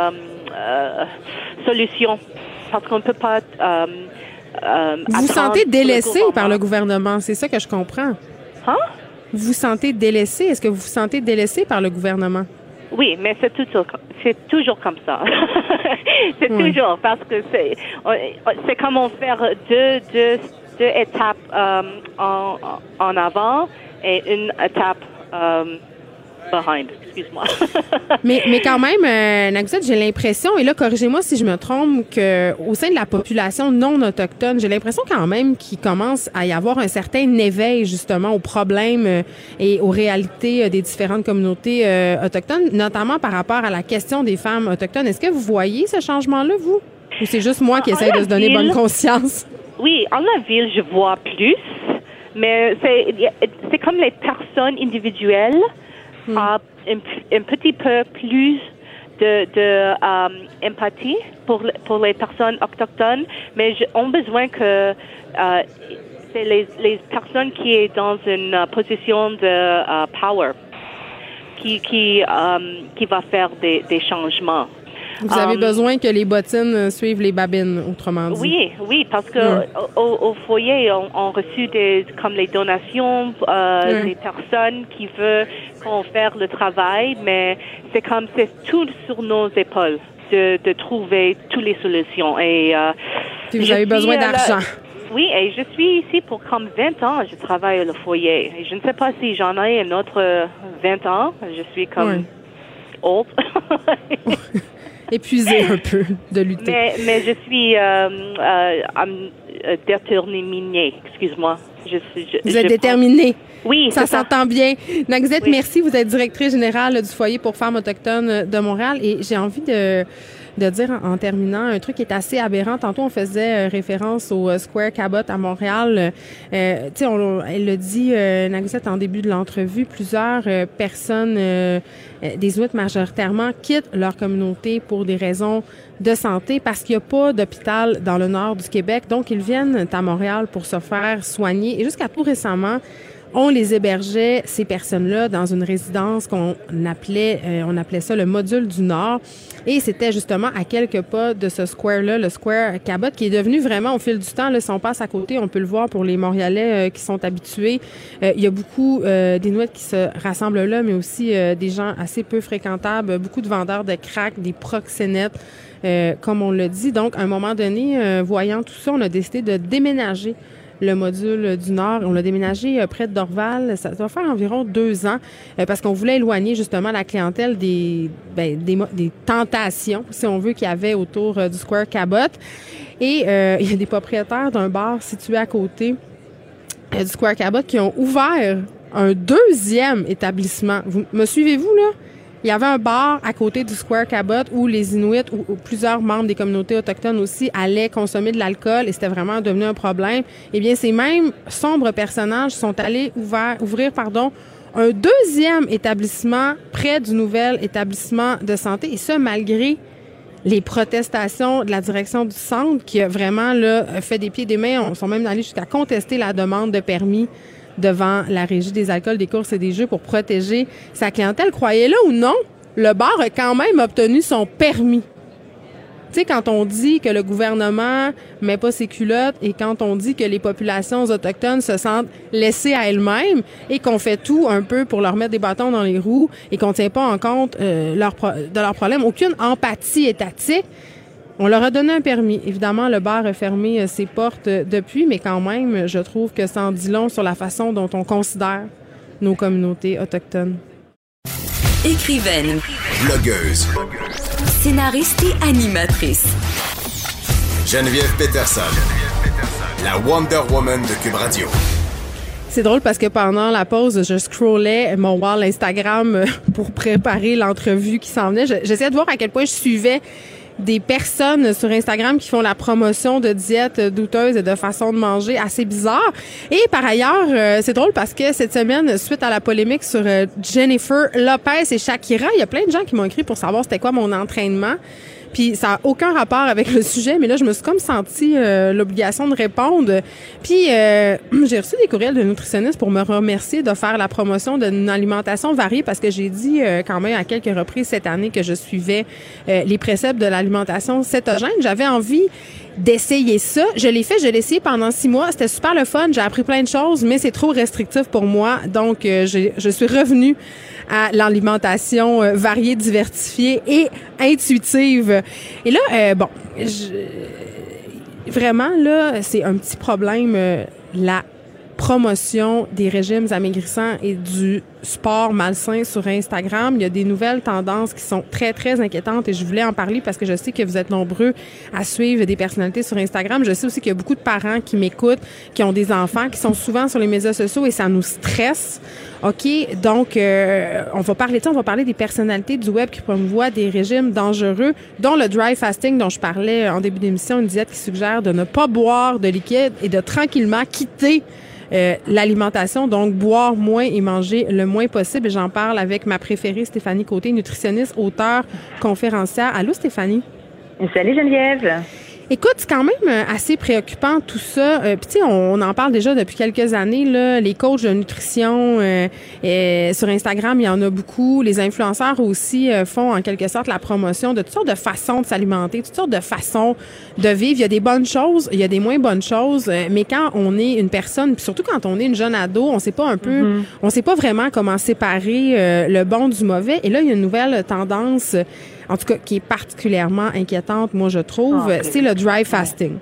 euh, solutions. Parce qu'on ne peut pas... Euh, euh, vous vous sentez délaissé par le gouvernement, c'est ça que je comprends. Hein? Vous vous sentez délaissé? Est-ce que vous vous sentez délaissé par le gouvernement? Oui, mais c'est toujours, c'est toujours comme ça. c'est oui. toujours parce que c'est, c'est comme on fait deux, deux, deux étapes euh, en, en avant et une étape euh, behind. Excuse-moi. mais, mais quand même, euh, Nagusset, j'ai l'impression, et là, corrigez-moi si je me trompe, qu'au sein de la population non autochtone, j'ai l'impression quand même qu'il commence à y avoir un certain éveil, justement, aux problèmes euh, et aux réalités euh, des différentes communautés euh, autochtones, notamment par rapport à la question des femmes autochtones. Est-ce que vous voyez ce changement-là, vous? Ou c'est juste moi qui essaye de se donner ville, bonne conscience? Oui, en la ville, je vois plus, mais c'est, c'est comme les personnes individuelles Hmm. Uh, un, un petit peu plus de, de um, empathie pour, pour les personnes autochtones, mais je, on a besoin que uh, c'est les, les personnes qui sont dans une uh, position de uh, power qui, qui, um, qui va faire des, des changements. Vous avez Um, besoin que les bottines suivent les babines, autrement dit. Oui, oui, parce que Ouais. au, au foyer, on, on reçu des comme les donations euh, Ouais. des personnes qui veulent qu'on fasse le travail, mais c'est comme c'est tout sur nos épaules de, de trouver toutes les solutions. Et euh, Puis vous je avez suis, besoin euh, là- d'argent. Oui, et je suis ici pour comme vingt ans. Je travaille au foyer. Et je ne sais pas si j'en ai un autre euh, vingt ans. Je suis comme Ouais. old. Épuisé un peu de lutter. mais, mais je suis euh, euh, um, euh, déterminée. Excuse-moi. Je, suis- je, Vous êtes je déterminée. pense- Oui, Ça c'est ça. s'entend bien. Naxette, Oui. merci. Vous êtes directrice générale du Foyer pour femmes autochtones de Montréal. Et j'ai envie de, de dire en, en terminant un truc qui est assez aberrant. Tantôt, on faisait euh, référence au euh, Square Cabot à Montréal. Euh, tu sais, on- elle l'a dit, euh, Naxette, en début de l'entrevue, plusieurs euh, personnes, euh, euh, des Inuits majoritairement, quittent leur communauté pour des raisons de santé parce qu'il n'y a pas d'hôpital dans le nord du Québec. Donc, ils viennent à Montréal pour se faire soigner. Et jusqu'à tout récemment, on les hébergeait, ces personnes-là, dans une résidence qu'on appelait, euh, on appelait ça le module du Nord. Et c'était justement à quelques pas de ce square-là, le Square Cabot, qui est devenu vraiment au fil du temps, là, si on passe à côté, on peut le voir pour les Montréalais euh, qui sont habitués. Euh, il y a beaucoup euh, d'Inuits qui se rassemblent là, mais aussi euh, des gens assez peu fréquentables, beaucoup de vendeurs de crack, des proxénètes, euh, comme on l'a dit. Donc, à un moment donné, euh, voyant tout ça, on a décidé de déménager le module du Nord. On l'a déménagé euh, près de Dorval. Ça doit faire environ deux ans euh, parce qu'on voulait éloigner justement la clientèle des, ben, des, mo- des tentations, si on veut, qu'il y avait autour euh, du Square Cabot. Et euh, il y a des propriétaires d'un bar situé à côté euh, du Square Cabot qui ont ouvert un deuxième établissement. Vous me suivez-vous, là? Il y avait un bar à côté du Square Cabot où les Inuits ou, ou plusieurs membres des communautés autochtones aussi allaient consommer de l'alcool et c'était vraiment devenu un problème. Eh bien, ces mêmes sombres personnages sont allés ouvert, ouvrir pardon, un deuxième établissement près du nouvel établissement de santé et ce, malgré les protestations de la direction du centre qui a vraiment là, fait des pieds et des mains. On sont même allés jusqu'à contester la demande de permis devant la Régie des alcools, des courses et des jeux pour protéger sa clientèle. Croyez-le ou non, le bar a quand même obtenu son permis. Tu sais, quand on dit que le gouvernement met pas ses culottes et quand on dit que les populations autochtones se sentent laissées à elles-mêmes et qu'on fait tout un peu pour leur mettre des bâtons dans les roues et qu'on tient pas en compte euh, leur pro- de leurs problèmes, aucune empathie étatique, on leur a donné un permis. Évidemment, le bar a fermé euh, ses portes euh, depuis, mais quand même, je trouve que ça en dit long sur la façon dont on considère nos communautés autochtones. Écrivaine, Blogueuse. scénariste et animatrice. Geneviève Peterson. La Wonder Woman de Cube Radio. C'est drôle parce que pendant la pause, je scrollais mon wall Instagram euh, pour préparer l'entrevue qui s'en venait. Je- J'essayais de voir à quel point je suivais des personnes sur Instagram qui font la promotion de diètes douteuses et de façons de manger assez bizarres. Et par ailleurs, euh, c'est drôle parce que cette semaine, suite à la polémique sur euh, Jennifer Lopez et Shakira, il y a plein de gens qui m'ont écrit pour savoir c'était quoi mon entraînement. Puis ça n'a aucun rapport avec le sujet, mais là, je me suis comme senti euh, l'obligation de répondre. Puis euh, j'ai reçu des courriels de nutritionnistes pour me remercier de faire la promotion d'une alimentation variée parce que j'ai dit euh, quand même à quelques reprises cette année que je suivais euh, les préceptes de l'alimentation cétogène. J'avais envie d'essayer ça. Je l'ai fait, je l'ai essayé pendant six mois. C'était super le fun. J'ai appris plein de choses, mais c'est trop restrictif pour moi. Donc, euh, j'ai- je suis revenue à l'alimentation euh, variée, diversifiée et intuitive. Et là, euh, bon, je, vraiment, là, c'est un petit problème, euh, la promotion des régimes amaigrissants et du sport malsain sur Instagram. Il y a des nouvelles tendances qui sont très, très inquiétantes et je voulais en parler parce que je sais que vous êtes nombreux à suivre des personnalités sur Instagram. Je sais aussi qu'il y a beaucoup de parents qui m'écoutent, qui ont des enfants, qui sont souvent sur les médias sociaux et ça nous stresse. OK? Donc, euh, on va parler de ça, on va parler des personnalités du web qui promouvoient des régimes dangereux, dont le dry fasting dont je parlais en début d'émission, une diète qui suggère de ne pas boire de liquide et de tranquillement quitter Euh, l'alimentation, donc boire moins et manger le moins possible. Et j'en parle avec ma préférée, Stéphanie Côté, nutritionniste, auteure, conférencière. Allô, Stéphanie? Salut Geneviève. Écoute, c'est quand même assez préoccupant tout ça. Euh, Puis tu sais, on, on en parle déjà depuis quelques années là. Les coachs de nutrition euh, euh, sur Instagram, il y en a beaucoup. Les influenceurs aussi euh, font en quelque sorte la promotion de toutes sortes de façons de s'alimenter, toutes sortes de façons de vivre. Il y a des bonnes choses, il y a des moins bonnes choses. Euh, mais quand on est une personne, puis surtout quand on est une jeune ado, on sait pas un peu, mm-hmm. on sait pas vraiment comment séparer euh, le bon du mauvais. Et là, il y a une nouvelle tendance. En tout cas, qui est particulièrement inquiétante, moi, je trouve, oh, okay. c'est le dry fasting.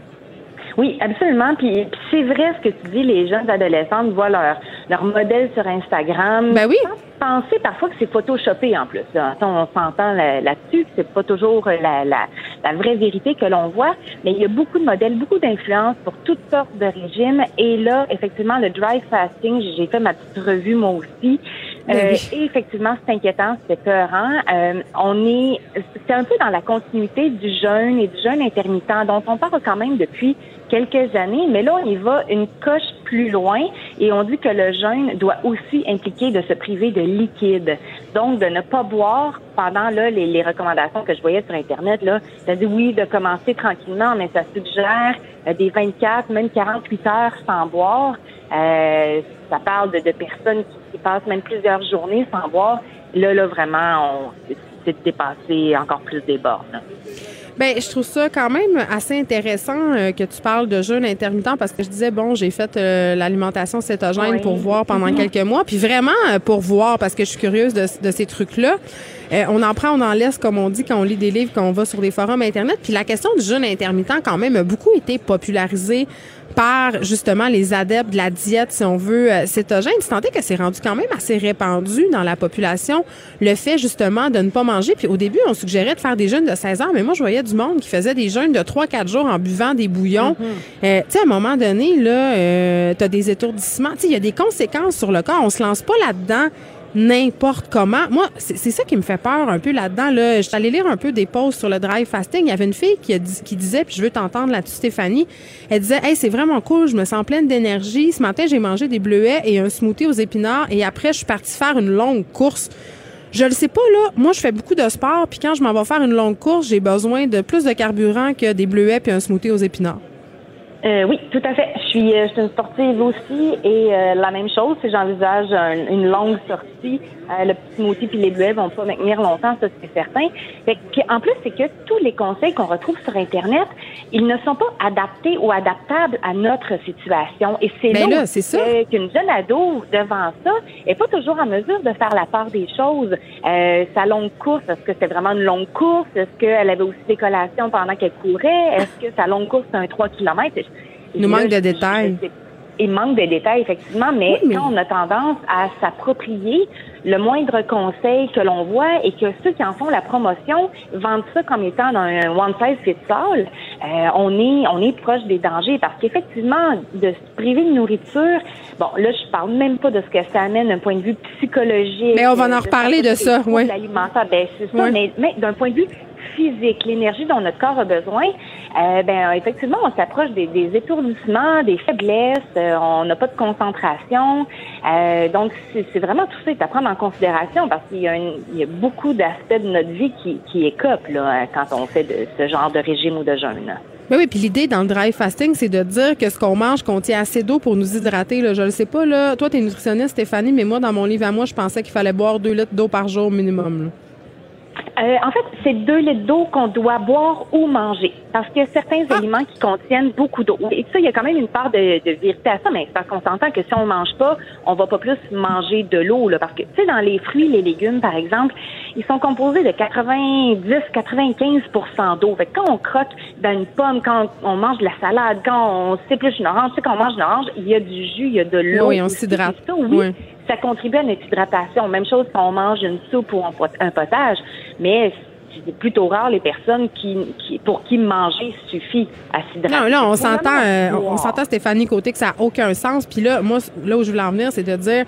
Oui, absolument. Puis, puis c'est vrai ce que tu dis, les jeunes adolescentes voient leur, leur modèle sur Instagram. Ben oui. Sans penser parfois que c'est photoshopé en plus. Là. On s'entend là, là-dessus, que c'est pas toujours la, la, la vraie vérité que l'on voit, mais il y a beaucoup de modèles, beaucoup d'influences pour toutes sortes de régimes. Et là, effectivement, le dry fasting, j'ai fait ma petite revue moi aussi. Euh, et effectivement, c'est inquiétant, c'est peurant. Euh, on est, c'est un peu dans la continuité du jeûne et du jeûne intermittent, dont on parle quand même depuis quelques années, mais là, on y va une coche plus loin et on dit que le jeûne doit aussi impliquer de se priver de liquide. Donc, de ne pas boire pendant là les, les recommandations que je voyais sur Internet, là, ça dit oui, de commencer tranquillement, mais ça suggère euh, des vingt-quatre, même quarante-huit heures sans boire. Euh, ça parle de, de personnes qui, qui passent même plusieurs journées sans boire. Là, là, vraiment, on, c'est dépassé encore plus des bornes. Ben, je trouve ça quand même assez intéressant euh, que tu parles de jeûne intermittent parce que je disais, bon, j'ai fait euh, l'alimentation cétogène oui. pour voir pendant mm-hmm. quelques mois, puis vraiment euh, pour voir parce que je suis curieuse de, de ces trucs-là. Euh, on en prend, on en laisse, comme on dit, quand on lit des livres, quand on va sur des forums Internet. Puis la question du jeûne intermittent, quand même, a beaucoup été popularisée par, justement, les adeptes de la diète, si on veut, euh, cétogène. C'est tant est que c'est rendu quand même assez répandu dans la population, le fait, justement, de ne pas manger. Puis au début, on suggérait de faire des jeûnes de seize heures, mais moi, je voyais du monde qui faisait des jeûnes de trois quatre jours en buvant des bouillons. Mm-hmm. Euh, tu sais, à un moment donné, là, euh, t'as des étourdissements. Tu sais, il y a des conséquences sur le corps. On se lance pas là-dedans n'importe comment. Moi, c'est, c'est ça qui me fait peur un peu là-dedans. Là. Je suis allée lire un peu des posts sur le dry fasting. Il y avait une fille qui, a dit, qui disait, puis je veux t'entendre là-dessus, Stéphanie, elle disait, « Hey, c'est vraiment cool, je me sens pleine d'énergie. Ce matin, j'ai mangé des bleuets et un smoothie aux épinards et après, je suis partie faire une longue course. » Je le sais pas, là. Moi, je fais beaucoup de sport, puis quand je m'en vais faire une longue course, j'ai besoin de plus de carburant que des bleuets puis un smoothie aux épinards. Euh, oui, tout à fait. Je suis, euh, je suis une sportive aussi et euh, la même chose, si j'envisage un, une longue sortie, euh, le petit smoothie puis les bleuets vont pas me tenir longtemps, ça c'est certain. Fait que, en plus, c'est que tous les conseils qu'on retrouve sur Internet, ils ne sont pas adaptés ou adaptables à notre situation. Et c'est ben là, là c'est ça. Euh, qu'une jeune ado, devant ça, est pas toujours en mesure de faire la part des choses. Euh, sa longue course, est-ce que c'était vraiment une longue course? Est-ce qu'elle avait aussi des collations pendant qu'elle courait? Est-ce que sa longue course, c'est un trois kilomètres? Il nous manque de détails. Je, je, il manque de détails, effectivement, mais, oui, mais quand on a tendance à s'approprier le moindre conseil que l'on voit et que ceux qui en font la promotion vendent ça comme étant un one size fits all, euh, on est on est proche des dangers parce qu'effectivement, de se priver de nourriture, bon, là, je parle même pas de ce que ça amène d'un point de vue psychologique. Mais on va en reparler de ça, oui. L'alimentaire, ben c'est ça, oui. mais, mais d'un point de vue physique, l'énergie dont notre corps a besoin, euh, ben effectivement, on s'approche des, des étourdissements, des faiblesses, euh, on n'a pas de concentration. Euh, donc, c'est, c'est vraiment tout ça à prendre en considération parce qu'il y a, une, il y a beaucoup d'aspects de notre vie qui, qui écopent là, quand on fait de, ce genre de régime ou de jeûne. Oui, oui, puis l'idée dans le dry fasting, c'est de dire que ce qu'on mange contient assez d'eau pour nous hydrater. Là. Je le sais pas, là. Toi, t'es nutritionniste, Stéphanie, mais moi, dans mon livre à moi, je pensais qu'il fallait boire deux litres d'eau par jour minimum. Là. Euh, en fait, c'est deux litres d'eau qu'on doit boire ou manger. Parce qu'il y a certains ah. aliments qui contiennent beaucoup d'eau. Et ça, il y a quand même une part de, de vérité à ça, mais c'est parce qu'on s'entend que si on mange pas, on va pas plus manger de l'eau, là. Parce que, tu sais, dans les fruits, les légumes, par exemple, ils sont composés de quatre-vingt-dix à quatre-vingt-quinze pour cent d'eau. Fait que quand on croque dans une pomme, quand on mange de la salade, quand on s'épluche une orange, tu sais, quand on mange une orange, il y a du jus, il y a de l'eau. Oui, on s'hydrate. Ça, oui. oui. Ça contribue à notre hydratation. Même chose quand on mange une soupe ou un potage. Mais c'est plutôt rare les personnes qui, qui pour qui manger suffit à s'hydrater. Non, là, on s'entend, euh, on, on s'entend, Stéphanie Côté, que ça n'a aucun sens. Puis là, moi, là où je voulais en venir, c'est de dire,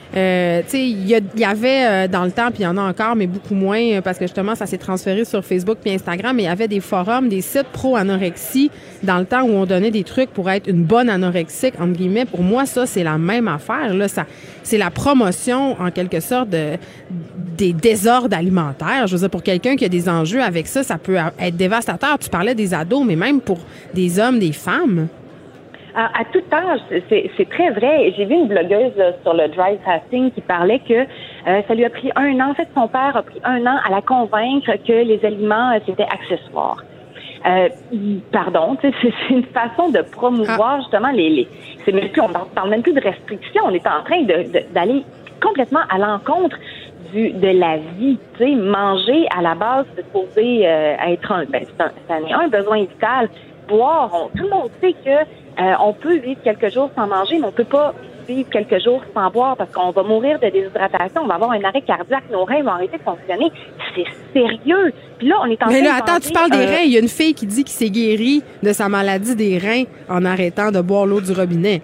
Euh, tu sais, il y, y avait euh, dans le temps, puis il y en a encore, mais beaucoup moins, euh, parce que justement, ça s'est transféré sur Facebook puis Instagram, mais il y avait des forums, des sites pro-anorexie dans le temps où on donnait des trucs pour être une bonne anorexique, entre guillemets. Pour moi, ça, c'est la même affaire. Là, ça, c'est la promotion, en quelque sorte, de, des désordres alimentaires. Je veux dire, pour quelqu'un qui a des enjeux avec ça, ça peut être dévastateur. Tu parlais des ados, mais même pour des hommes, des femmes. À, à tout âge, c'est, c'est très vrai. J'ai vu une blogueuse là, sur le dry fasting qui parlait que euh, ça lui a pris un an. En fait, son père a pris un an à la convaincre que les aliments, euh, c'était accessoire. Euh, pardon, c'est, c'est une façon de promouvoir ah. justement les... les c'est même plus, on ne parle même plus de restrictions. On est en train de, de, d'aller complètement à l'encontre du de la vie. Tu sais, manger, à la base, c'est supposé euh, être un, ben, c'est un, c'est un, un besoin vital. Boire, on, tout le monde sait que Euh, on peut vivre quelques jours sans manger, mais on peut pas vivre quelques jours sans boire parce qu'on va mourir de déshydratation, on va avoir un arrêt cardiaque, nos reins vont arrêter de fonctionner. C'est sérieux. Puis là, on est en train mais là, de attends, penser, tu parles des euh, reins. Il y a une fille qui dit qu'il s'est guérie de sa maladie des reins en arrêtant de boire l'eau du robinet.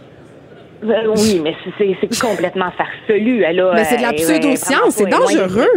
Euh, oui, mais c'est, c'est complètement farfelu. Elle a, mais c'est de la pseudo-science, c'est dangereux.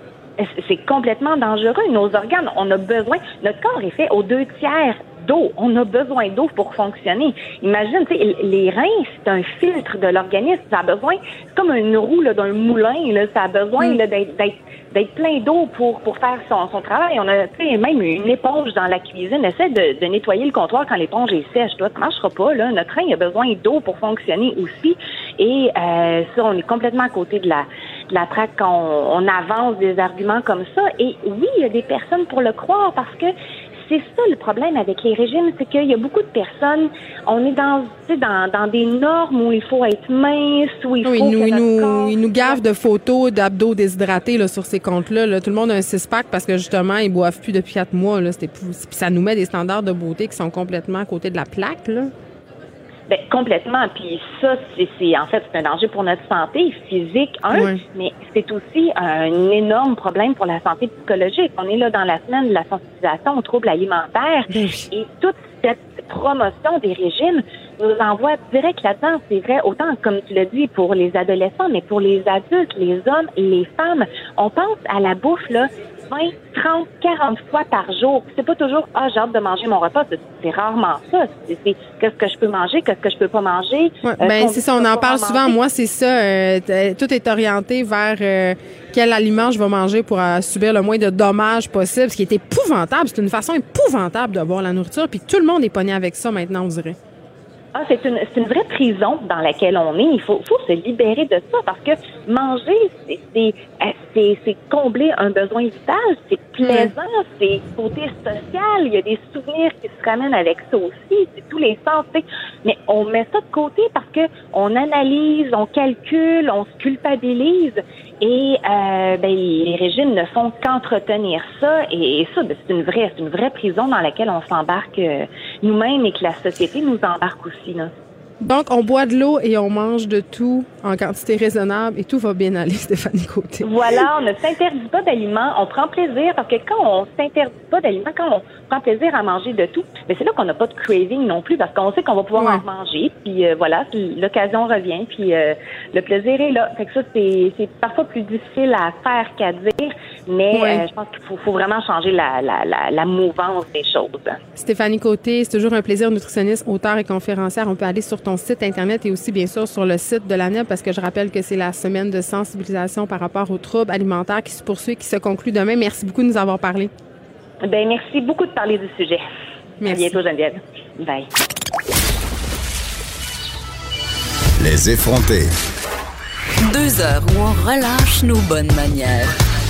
C'est complètement dangereux. Nos organes, on a besoin... Notre corps est fait aux deux tiers d'eau. On a besoin d'eau pour fonctionner. Imagine, tu sais, les reins, c'est un filtre de l'organisme. Ça a besoin... C'est comme une roue là, d'un moulin. Là, ça a besoin mm. là, d'être, d'être, d'être plein d'eau pour, pour faire son, son travail. On a tu sais, même une éponge dans la cuisine. Essaie de, de nettoyer le comptoir quand l'éponge est sèche. Toi, ça marchera pas. Là. Notre rein a besoin d'eau pour fonctionner aussi. Et euh, ça, on est complètement à côté de la... la traque quand on, on avance des arguments comme ça. Et oui, il y a des personnes pour le croire parce que c'est ça le problème avec les régimes, c'est qu'il y a beaucoup de personnes, on est dans, tu sais, dans, dans des normes où il faut être mince, où il oui, faut nous, que ils notre nous, corps... ils nous gavent de photos d'abdos déshydratés là, sur ces comptes-là. Là. Tout le monde a un six-pack parce que justement, ils boivent plus depuis quatre mois. Là. C'était plus... Puis ça nous met des standards de beauté qui sont complètement à côté de la plaque, là. Ben, complètement. Puis ça, c'est, c'est en fait, c'est un danger pour notre santé physique, un, oui. mais c'est aussi un énorme problème pour la santé psychologique. On est là dans la semaine de la sensibilisation aux troubles alimentaires oui. et toute cette promotion des régimes nous envoie direct là-dedans. C'est vrai, autant, comme tu l'as dit, pour les adolescents, mais pour les adultes, les hommes et les femmes. On pense à la bouffe, là, vingt, trente, quarante fois par jour. C'est pas toujours « Ah, j'ai hâte de manger mon repas ». C'est, c'est rarement ça. C'est, c'est qu'est-ce que je peux manger, qu'est-ce que je peux pas manger. Ouais, euh, ben c'est ça, on en parle souvent. Moi, c'est ça. Euh, tout est orienté vers euh, quel aliment je vais manger pour euh, subir le moins de dommages possible, ce qui est épouvantable. C'est une façon épouvantable de boire la nourriture. Puis tout le monde est pogné avec ça maintenant, on dirait. Ah, c'est une, c'est une vraie prison dans laquelle on est. Il faut, faut se libérer de ça parce que manger, c'est, c'est, c'est, c'est combler un besoin vital, c'est plaisant, mmh. c'est côté social. Il y a des souvenirs qui se ramènent avec ça aussi. C'est tous les sens. T'sais. Mais on met ça de côté parce que on analyse, on calcule, on se culpabilise. Et euh, ben, les régimes ne font qu'entretenir ça. Et, et ça, ben, c'est une vraie, c'est une vraie prison dans laquelle on s'embarque euh, nous-mêmes et que la société nous embarque aussi. Là. Donc, on boit de l'eau et on mange de tout en quantité raisonnable et tout va bien aller, Stéphanie Côté. Voilà, on ne s'interdit pas d'aliments, on prend plaisir parce que quand on s'interdit pas d'aliments, quand on prend plaisir à manger de tout, mais c'est là qu'on n'a pas de craving non plus parce qu'on sait qu'on va pouvoir ouais. en manger. Puis euh, voilà, puis l'occasion revient, puis euh, le plaisir est là. Fait que ça, c'est, c'est parfois plus difficile à faire qu'à dire, mais ouais. euh, je pense qu'il faut, faut vraiment changer la, la, la, la mouvance des choses. Stéphanie Côté, c'est toujours un plaisir, nutritionniste, auteure et conférencière. On peut aller sur ton site Internet et aussi, bien sûr, sur le site de l'A N E B parce que je rappelle que c'est la semaine de sensibilisation par rapport aux troubles alimentaires qui se poursuit, qui se conclut demain. Merci beaucoup de nous avoir parlé. Ben merci beaucoup de parler du sujet. Merci. À bientôt, Geneviève. Bye. Les effrontés. Deux heures où on relâche nos bonnes manières.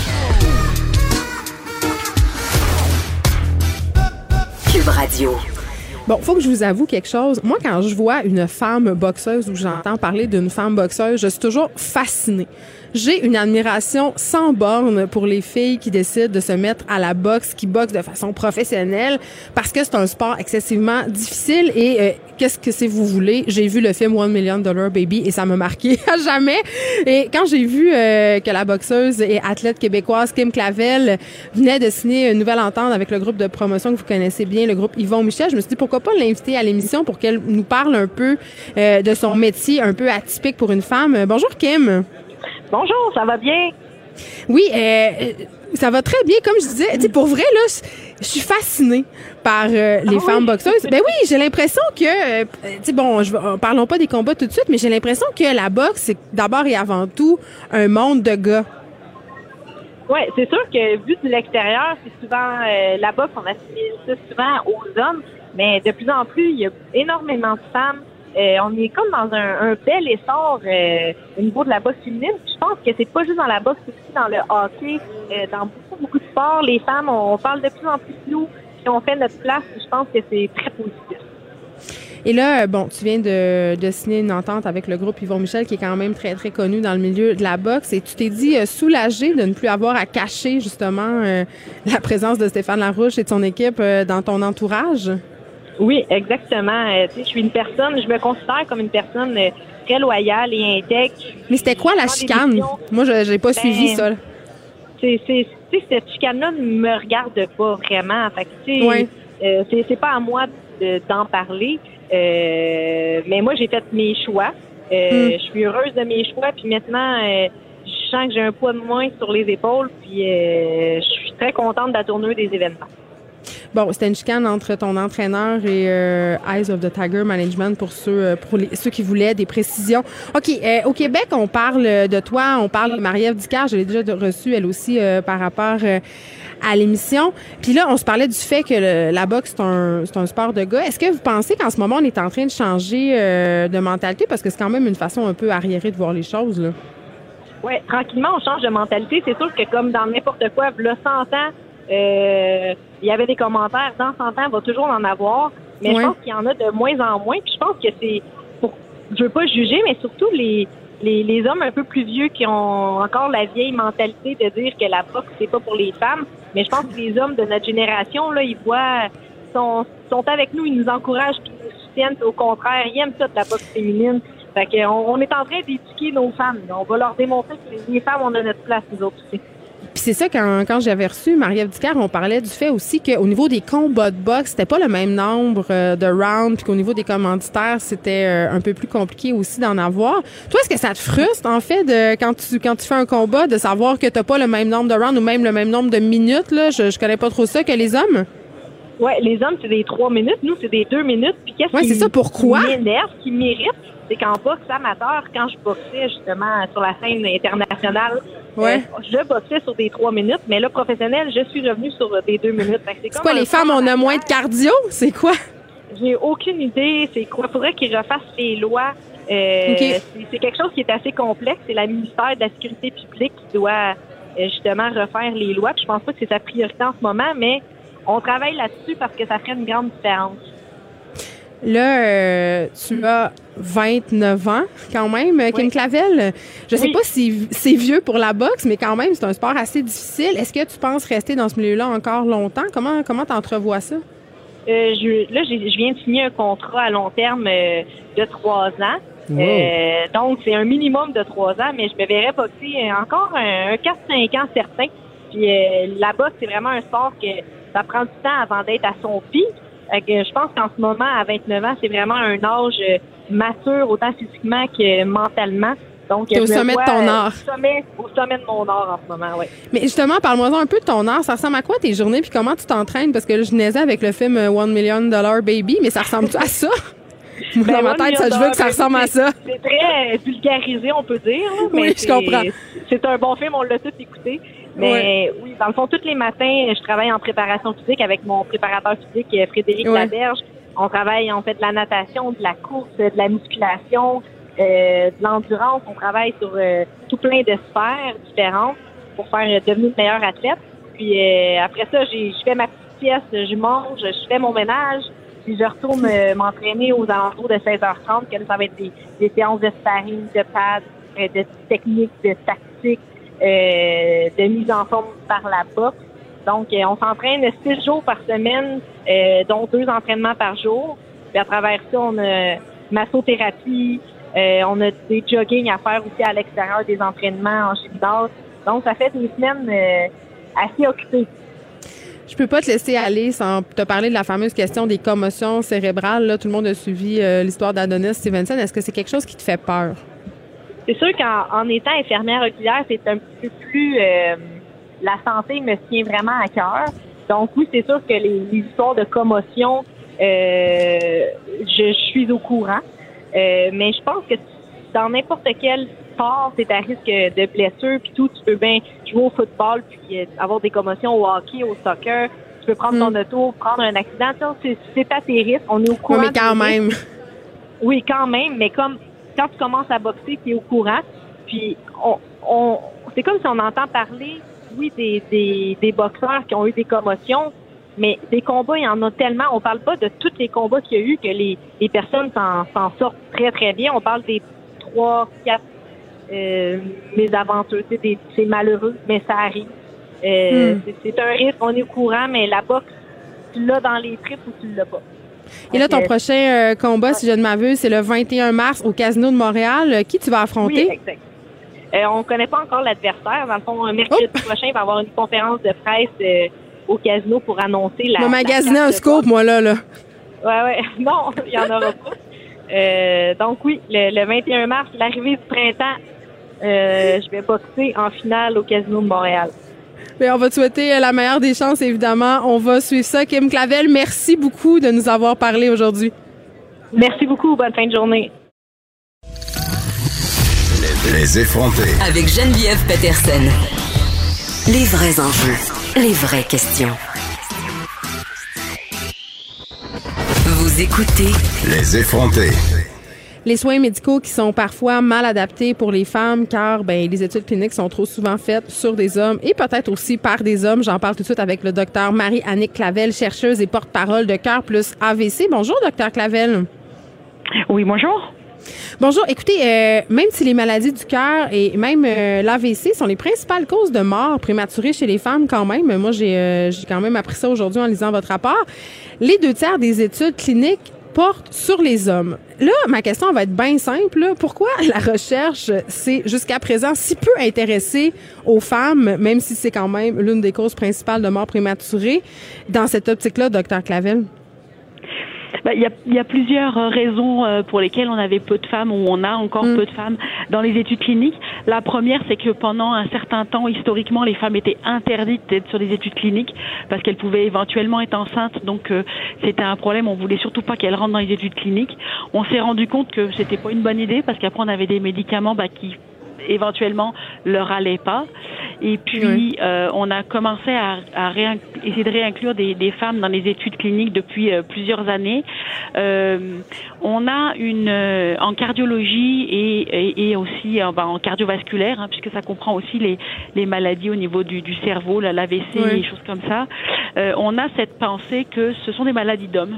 Cube Radio. Bon, faut que je vous avoue quelque chose. Moi, quand je vois une femme boxeuse ou j'entends parler d'une femme boxeuse, je suis toujours fascinée. j'ai une admiration sans borne pour les filles qui décident de se mettre à la boxe, qui boxent de façon professionnelle, parce que c'est un sport excessivement difficile. Et euh, qu'est-ce que c'est vous voulez? J'ai vu le film One Million Dollar Baby et ça m'a marqué à jamais. Et quand j'ai vu euh, que la boxeuse et athlète québécoise Kim Clavel venait de signer une nouvelle entente avec le groupe de promotion que vous connaissez bien, le groupe Yvon Michel, je me suis dit pourquoi pas l'inviter à l'émission pour qu'elle nous parle un peu euh, de son métier un peu atypique pour une femme. Bonjour Kim. Bonjour, ça va bien? Oui, euh, ça va très bien. Comme je disais, tu sais, pour vrai, là, je suis fascinée par euh, les ah femmes oui? boxeuses. Ben oui, j'ai l'impression que, euh, tu sais, bon, je, euh, parlons pas des combats tout de suite, mais j'ai l'impression que la boxe, c'est d'abord et avant tout un monde de gars. Oui, c'est sûr que vu de l'extérieur, c'est souvent euh, la boxe, on assimile ça souvent aux hommes, mais de plus en plus, il y a énormément de femmes. Euh, on est comme dans un, un bel essor euh, au niveau de la boxe féminine. Je pense que c'est pas juste dans la boxe, c'est aussi dans le hockey, euh, dans beaucoup, beaucoup de sports. Les femmes, on, on parle de plus en plus de nous, puis on fait notre place. Je pense que c'est très positif. Et là, bon, tu viens de, de signer une entente avec le groupe Yvon Michel, qui est quand même très, très connu dans le milieu de la boxe. Et tu t'es dit euh, soulagé de ne plus avoir à cacher, justement, euh, la présence de Stéphane Larouche et de son équipe euh, dans ton entourage? Oui, exactement. Euh, tu sais, je suis une personne, je me considère comme une personne euh, très loyale et intègre. Mais c'était quoi la chicane? Moi, je n'ai pas ben, suivi ça. C'est, c'est, tu sais, cette chicane-là ne me regarde pas vraiment. Fait que, tu sais, ouais. euh, c'est, c'est pas à moi de, d'en parler. Euh, mais moi, j'ai fait mes choix. Euh, mm. Je suis heureuse de mes choix. Puis maintenant, euh, je sens que j'ai un poids de moins sur les épaules. Puis euh, je suis très contente de la tournure des événements. Bon, c'était une chicane entre ton entraîneur et euh, Eyes of the Tiger Management pour ceux pour les, ceux qui voulaient des précisions. OK, euh, au Québec, on parle de toi, on parle de Marie-Ève Dicard, je l'ai déjà reçue elle aussi euh, par rapport euh, à l'émission. Puis là, on se parlait du fait que le, la boxe, c'est un, c'est un sport de gars. Est-ce que vous pensez qu'en ce moment, on est en train de changer euh, de mentalité? Parce que c'est quand même une façon un peu arriérée de voir les choses, là. Oui, tranquillement, on change de mentalité. C'est sûr que comme dans n'importe quoi, là, cent ans, Euh, il y avait des commentaires, dans cent ans, il va toujours en avoir, mais ouais. Je pense qu'il y en a de moins en moins, puis je pense que c'est, pour, je veux pas juger, mais surtout les, les, les hommes un peu plus vieux qui ont encore la vieille mentalité de dire que la boxe, c'est pas pour les femmes, mais je pense que les hommes de notre génération, là, ils voient, sont, sont avec nous, ils nous encouragent, puis ils nous soutiennent, au contraire, ils aiment ça de la boxe féminine. Fait qu'on on est en train d'éduquer nos femmes, là. On va leur démontrer que les femmes, on a notre place, nous autres aussi. Puis c'est ça, quand, quand j'avais reçu Marie-Ève Dicard, on parlait du fait aussi qu'au niveau des combats de boxe, c'était pas le même nombre euh, de rounds, puis qu'au niveau des commanditaires, c'était euh, un peu plus compliqué aussi d'en avoir. Toi, est-ce que ça te frustre, en fait, de quand tu quand tu fais un combat, de savoir que t'as pas le même nombre de rounds ou même le même nombre de minutes, là? Je, je connais pas trop ça, que les hommes? Ouais, les hommes, c'est des trois minutes. Nous, c'est des deux minutes. Puis qu'est-ce ouais, qui, c'est ça, pourquoi? qui m'énerve, qui mérite, c'est qu'en boxe amateur, quand je boxais justement sur la scène internationale, ouais. euh, je boxais sur des trois minutes, mais là, professionnel, je suis revenue sur des deux minutes. Fait que c'est c'est quoi, les femmes, on a moins de cardio? C'est quoi? J'ai aucune idée. C'est quoi? Il faudrait qu'ils refassent les lois. Euh, okay. c'est, c'est quelque chose qui est assez complexe. C'est la ministère de la Sécurité publique qui doit euh, justement refaire les lois. Puis je pense pas que c'est sa priorité en ce moment, mais on travaille là-dessus parce que ça ferait une grande différence. Là, euh, tu as vingt-neuf ans quand même, Kim oui. Clavel. Je sais oui. pas si c'est vieux pour la boxe, mais quand même, c'est un sport assez difficile. Est-ce que tu penses rester dans ce milieu-là encore longtemps? Comment comment t'entrevois ça? Euh, je, là, j'ai, je viens de signer un contrat à long terme euh, de trois ans. Wow. Euh, donc, c'est un minimum de trois ans, mais je me verrais boxer encore un, un quatre cinq ans certain. Puis euh, la boxe, c'est vraiment un sport que ça prend du temps avant d'être à son pic. Fait que je pense qu'en ce moment, à vingt-neuf ans, c'est vraiment un âge mature, autant physiquement que mentalement. Donc, t'es au sommet de ton art. Au sommet, au sommet de mon art en ce moment, oui. Mais justement, parle-moi un peu de ton art. Ça ressemble à quoi tes journées, puis comment tu t'entraînes? Parce que là, je naisais avec le film One Million Dollar Baby, mais ça ressemble-tu à ça? Ben, dans ma tête, ça, je veux que ça ressemble à ça. C'est, c'est très vulgarisé, on peut dire. Là, mais oui, je comprends. C'est un bon film, on l'a tous écouté. Mais ouais. oui, dans le fond, tous les matins, je travaille en préparation physique avec mon préparateur physique, Frédéric ouais. Laberge. On travaille, on fait de la natation, de la course, de la musculation, euh, de l'endurance. On travaille sur euh, tout plein de sphères différentes pour faire euh, devenir une meilleure athlète. Puis euh, après ça, j'ai, je fais ma petite pièce, je mange, je fais mon ménage. Puis je retourne euh, m'entraîner aux alentours de seize heures trente, que là, ça va être des, des séances de sparring, de pads, euh, de techniques, de tactique. physique, euh, de mise en forme par la boxe. Donc, euh, on s'entraîne six jours par semaine, euh, dont deux entraînements par jour. Puis à travers ça, on a massothérapie, euh, on a des jogging à faire aussi à l'extérieur des entraînements en gymnase. Donc, ça fait des semaines euh, assez occupées. Je peux pas te laisser aller sans te parler de la fameuse question des commotions cérébrales. Là, tout le monde a suivi euh, l'histoire d'Adonis Stevenson. Est-ce que c'est quelque chose qui te fait peur? C'est sûr qu'en en étant infirmière oculaire, c'est un petit peu plus... Euh, la santé me tient vraiment à cœur. Donc oui, c'est sûr que les, les histoires de commotion, euh, je, je suis au courant. Euh, mais je pense que dans n'importe quel sport, c'est à risque de blessure, puis tout. Tu peux bien jouer au football, puis avoir des commotions au hockey, au soccer. Tu peux prendre ton auto, prendre un accident. C'est, c'est à tes risques. On est au courant. Oui, mais quand même. Risques. Oui, quand même. Mais comme quand tu commences à boxer, tu es au courant. Puis on, on, c'est comme si on entend parler... Oui, des, des, des boxeurs qui ont eu des commotions, mais des combats, il y en a tellement. On parle pas de tous les combats qu'il y a eu que les, les personnes s'en, s'en sortent très, très bien. On parle des trois, quatre euh, mésaventures. C'est, des, c'est malheureux, mais ça arrive. Euh, mm. c'est, c'est un risque, on est au courant, mais la boxe, tu l'as dans les tripes ou tu l'as pas. Et là, ton prochain euh, combat, si je ne m'abuse, c'est le vingt et un mars au Casino de Montréal. Qui tu vas affronter? Oui, exact. Euh, on ne connaît pas encore l'adversaire. Dans le fond, mercredi oh! prochain, il va y avoir une conférence de presse euh, au casino pour annoncer la... Je vais magasiner un scoop, moi, là. là. Ouais, ouais. Non, il n'y en aura pas. Euh, donc oui, le, le vingt et un mars, l'arrivée du printemps, euh, je vais boxer en finale au Casino de Montréal. Bien, on va te souhaiter la meilleure des chances, évidemment. On va suivre ça. Kim Clavel, merci beaucoup de nous avoir parlé aujourd'hui. Merci beaucoup. Bonne fin de journée. Les effrontés. Avec Geneviève Peterson. Les vrais enjeux, les vraies questions. Vous écoutez Les effrontés. Les soins médicaux qui sont parfois mal adaptés pour les femmes car ben les études cliniques sont trop souvent faites sur des hommes et peut-être aussi par des hommes. J'en parle tout de suite avec le docteur Marie-Annick Clavel, chercheuse et porte-parole de Cœur Plus A V C. Bonjour, docteur Clavel. Oui, bonjour. Bonjour. Écoutez, euh, même si les maladies du cœur et même euh, l'A V C sont les principales causes de mort prématurée chez les femmes quand même, moi j'ai euh, j'ai quand même appris ça aujourd'hui en lisant votre rapport, les deux tiers des études cliniques portent sur les hommes. Là, ma question va être bien simple. Là. Pourquoi la recherche s'est jusqu'à présent si peu intéressée aux femmes, même si c'est quand même l'une des causes principales de mort prématurée, dans cette optique-là, docteur Clavel? Ben, il y a, il y a plusieurs raisons pour lesquelles on avait peu de femmes ou on a encore mmh. peu de femmes dans les études cliniques. La première, c'est que pendant un certain temps, historiquement, les femmes étaient interdites d'être sur des études cliniques parce qu'elles pouvaient éventuellement être enceintes. Donc, euh, c'était un problème. On voulait surtout pas qu'elles rentrent dans les études cliniques. On s'est rendu compte que c'était pas une bonne idée parce qu'après, on avait des médicaments bah, qui éventuellement leur allaient pas. Et puis, oui. euh, on a commencé à, à réin- essayer de réinclure des, des femmes dans les études cliniques depuis euh, plusieurs années. Euh, on a une euh, en cardiologie et, et, et aussi euh, bah, en cardiovasculaire, hein, puisque ça comprend aussi les, les maladies au niveau du, du cerveau, l'A V C, oui. et choses comme ça. Euh, on a cette pensée que ce sont des maladies d'hommes.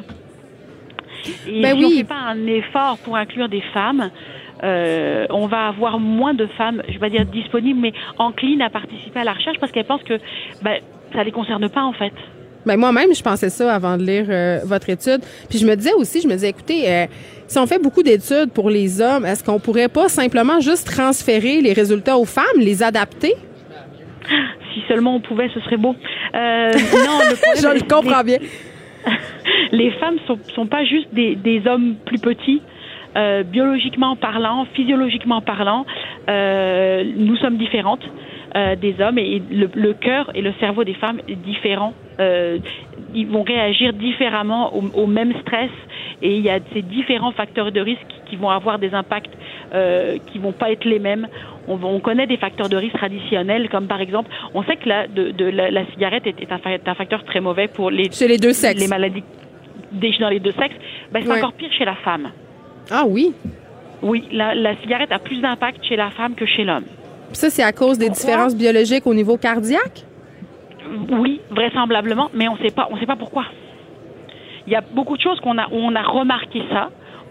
Et ben si oui. on ne fait pas un effort pour inclure des femmes, Euh, on va avoir moins de femmes, je vais pas dire disponibles, mais enclines à participer à la recherche parce qu'elles pensent que ben, ça les concerne pas en fait. Ben moi-même, je pensais ça avant de lire euh, votre étude. Puis je me disais aussi, je me disais, écoutez, euh, si on fait beaucoup d'études pour les hommes, est-ce qu'on pourrait pas simplement juste transférer les résultats aux femmes, les adapter? Si seulement on pouvait, ce serait beau. Euh, non, le problème, je le comprends les, bien. Les femmes sont, sont pas juste des, des hommes plus petits. Euh, biologiquement parlant, physiologiquement parlant, euh, nous sommes différentes euh, des hommes et le, le cœur et le cerveau des femmes est différent. Euh, ils vont réagir différemment au, au même stress et il y a ces différents facteurs de risque qui vont avoir des impacts euh, qui vont pas être les mêmes. On, on connaît des facteurs de risque traditionnels comme par exemple, on sait que la, de, de, la, la cigarette est, est, un, est un facteur très mauvais pour les, chez les deux sexes. Les maladies des, dans les deux sexes. Ben, c'est ouais. encore pire chez la femme. Ah oui? Oui, la, la cigarette a plus d'impact chez la femme que chez l'homme. Ça, c'est à cause des pourquoi? Différences biologiques au niveau cardiaque? Oui, vraisemblablement, mais on sait pas, on sait pas pourquoi. Il y a beaucoup de choses qu'on a, on a remarqué ça.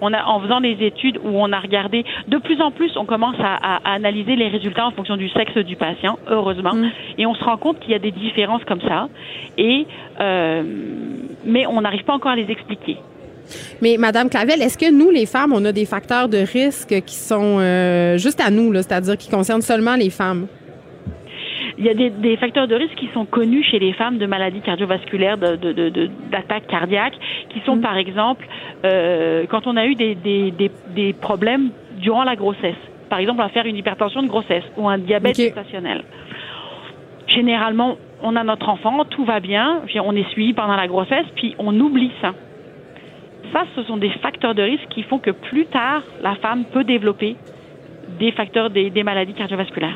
on a, en faisant des études où on a regardé, de plus en plus, on commence à, à, à analyser les résultats en fonction du sexe du patient, heureusement, mmh. et on se rend compte qu'il y a des différences comme ça, et euh, mais on n'arrive pas encore à les expliquer. Mais Madame Clavel, est-ce que nous, les femmes, on a des facteurs de risque qui sont euh, juste à nous, là, c'est-à-dire qui concernent seulement les femmes? Il y a des, des facteurs de risque qui sont connus chez les femmes de maladies cardiovasculaires, de, de, de, de, d'attaques cardiaques, qui sont mmh. par exemple euh, quand on a eu des, des, des, des problèmes durant la grossesse. Par exemple, on va faire une hypertension de grossesse ou un diabète okay. gestationnel. Généralement, on a notre enfant, tout va bien, on est suivi pendant la grossesse, puis on oublie ça. Ça, ce sont des facteurs de risque qui font que plus tard, la femme peut développer des facteurs des, des maladies cardiovasculaires.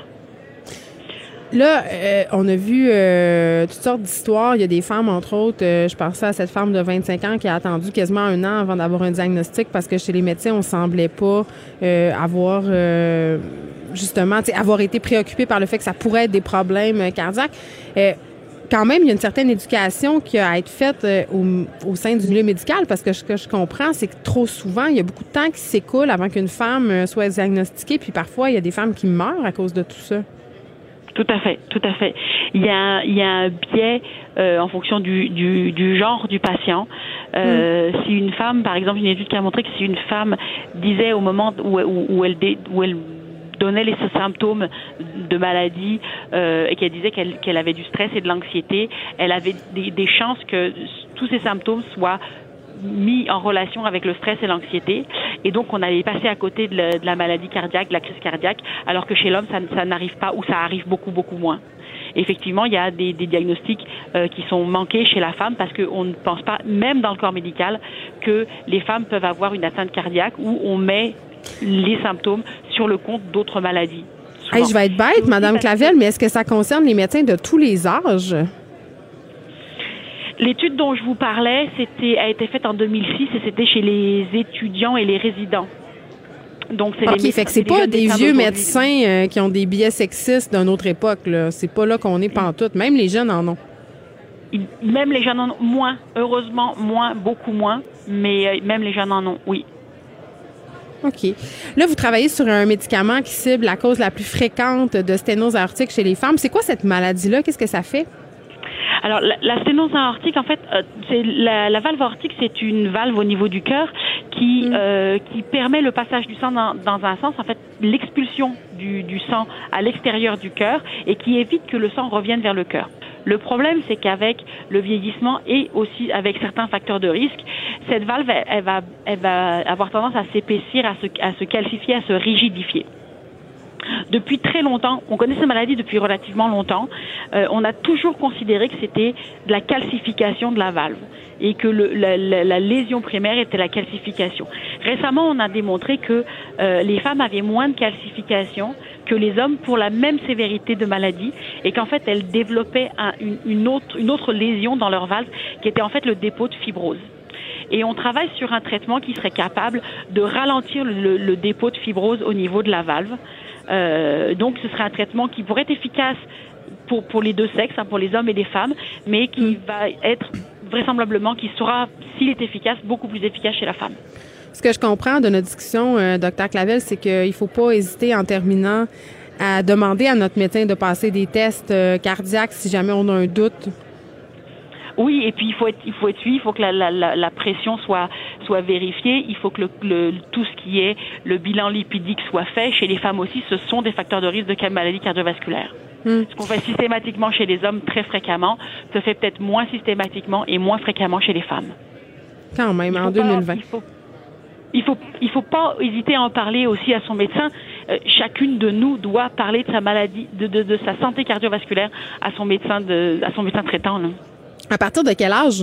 Là, euh, on a vu euh, toutes sortes d'histoires. Il y a des femmes, entre autres, euh, je pensais à cette femme de vingt-cinq ans qui a attendu quasiment un an avant d'avoir un diagnostic parce que chez les médecins, on semblait pas euh, avoir, euh, justement, avoir été préoccupé par le fait que ça pourrait être des problèmes euh, cardiaques. Euh, Quand même, il y a une certaine éducation qui a à être faite euh, au, au sein du milieu médical parce que ce que je comprends, c'est que trop souvent, il y a beaucoup de temps qui s'écoule avant qu'une femme euh, soit diagnostiquée, puis parfois, il y a des femmes qui meurent à cause de tout ça. Tout à fait, tout à fait. Il y a, il y a un biais euh, en fonction du, du, du genre du patient. Euh, mm. Si une femme, par exemple, une étude qui a montré que si une femme disait au moment où, où, où elle dé, où elle donnait les symptômes de maladie euh, et qu'elle disait qu'elle, qu'elle avait du stress et de l'anxiété, elle avait des, des chances que tous ces symptômes soient mis en relation avec le stress et l'anxiété, et donc on allait passer à côté de la, de la maladie cardiaque, de la crise cardiaque, alors que chez l'homme ça, ça n'arrive pas ou ça arrive beaucoup beaucoup moins. Effectivement, il y a des, des diagnostics euh, qui sont manqués chez la femme parce qu'on ne pense pas, même dans le corps médical, que les femmes peuvent avoir une atteinte cardiaque où on met les symptômes sur le compte d'autres maladies. Hey, je vais être bête, Madame Clavel, mais est-ce que ça concerne les médecins de tous les âges? L'étude dont je vous parlais, c'était a été faite en deux mille six et c'était chez les étudiants et les résidents. Donc c'est OK, les fait que c'est pas des vieux médecins euh, qui ont des biais sexistes d'une autre époque, là. C'est pas là qu'on est pantoute. Même les jeunes en ont. Même les jeunes en ont moins. Heureusement, moins, beaucoup moins. Mais euh, même les jeunes en ont, oui. OK. Là, vous travaillez sur un médicament qui cible la cause la plus fréquente de sténose aortique chez les femmes. C'est quoi cette maladie-là? Qu'est-ce que ça fait? Alors, la, la sténose aortique, en fait, euh, c'est la, la valve aortique, c'est une valve au niveau du cœur qui mmh. euh, qui permet le passage du sang dans, dans un sens, en fait, l'expulsion du, du sang à l'extérieur du cœur et qui évite que le sang revienne vers le cœur. Le problème, c'est qu'avec le vieillissement et aussi avec certains facteurs de risque, cette valve, elle, elle va, elle va avoir tendance à s'épaissir, à se, à se calcifier, à se rigidifier. Depuis très longtemps, on connaît cette maladie depuis relativement longtemps, euh, on a toujours considéré que c'était de la calcification de la valve et que le, la, la, la lésion primaire était la calcification. Récemment, on a démontré que euh, les femmes avaient moins de calcification que les hommes pour la même sévérité de maladie et qu'en fait, elles développaient un, une, une, autre, une autre lésion dans leur valve qui était en fait le dépôt de fibrose. Et on travaille sur un traitement qui serait capable de ralentir le, le, le dépôt de fibrose au niveau de la valve. Euh, donc, ce serait un traitement qui pourrait être efficace pour, pour les deux sexes, hein, pour les hommes et les femmes, mais qui mmh. va être vraisemblablement, qui sera, s'il est efficace, beaucoup plus efficace chez la femme. Ce que je comprends de notre discussion, euh, docteur Clavel, c'est qu'il ne faut pas hésiter en terminant à demander à notre médecin de passer des tests euh, cardiaques si jamais on a un doute. Oui, et puis il faut être, il faut être suivi, il faut que la, la, la pression soit, soit vérifiée, il faut que le, le, tout ce qui est le bilan lipidique soit fait. Chez les femmes aussi, ce sont des facteurs de risque de maladie cardiovasculaire. Mm. Ce qu'on fait systématiquement chez les hommes très fréquemment, se fait peut-être moins systématiquement et moins fréquemment chez les femmes. Quand même, en deux mille vingt. Il faut, il faut, il faut pas hésiter à en parler aussi à son médecin. Euh, chacune de nous doit parler de sa maladie, de, de, de sa santé cardiovasculaire à son médecin, de, à son médecin traitant, là. À partir de quel âge?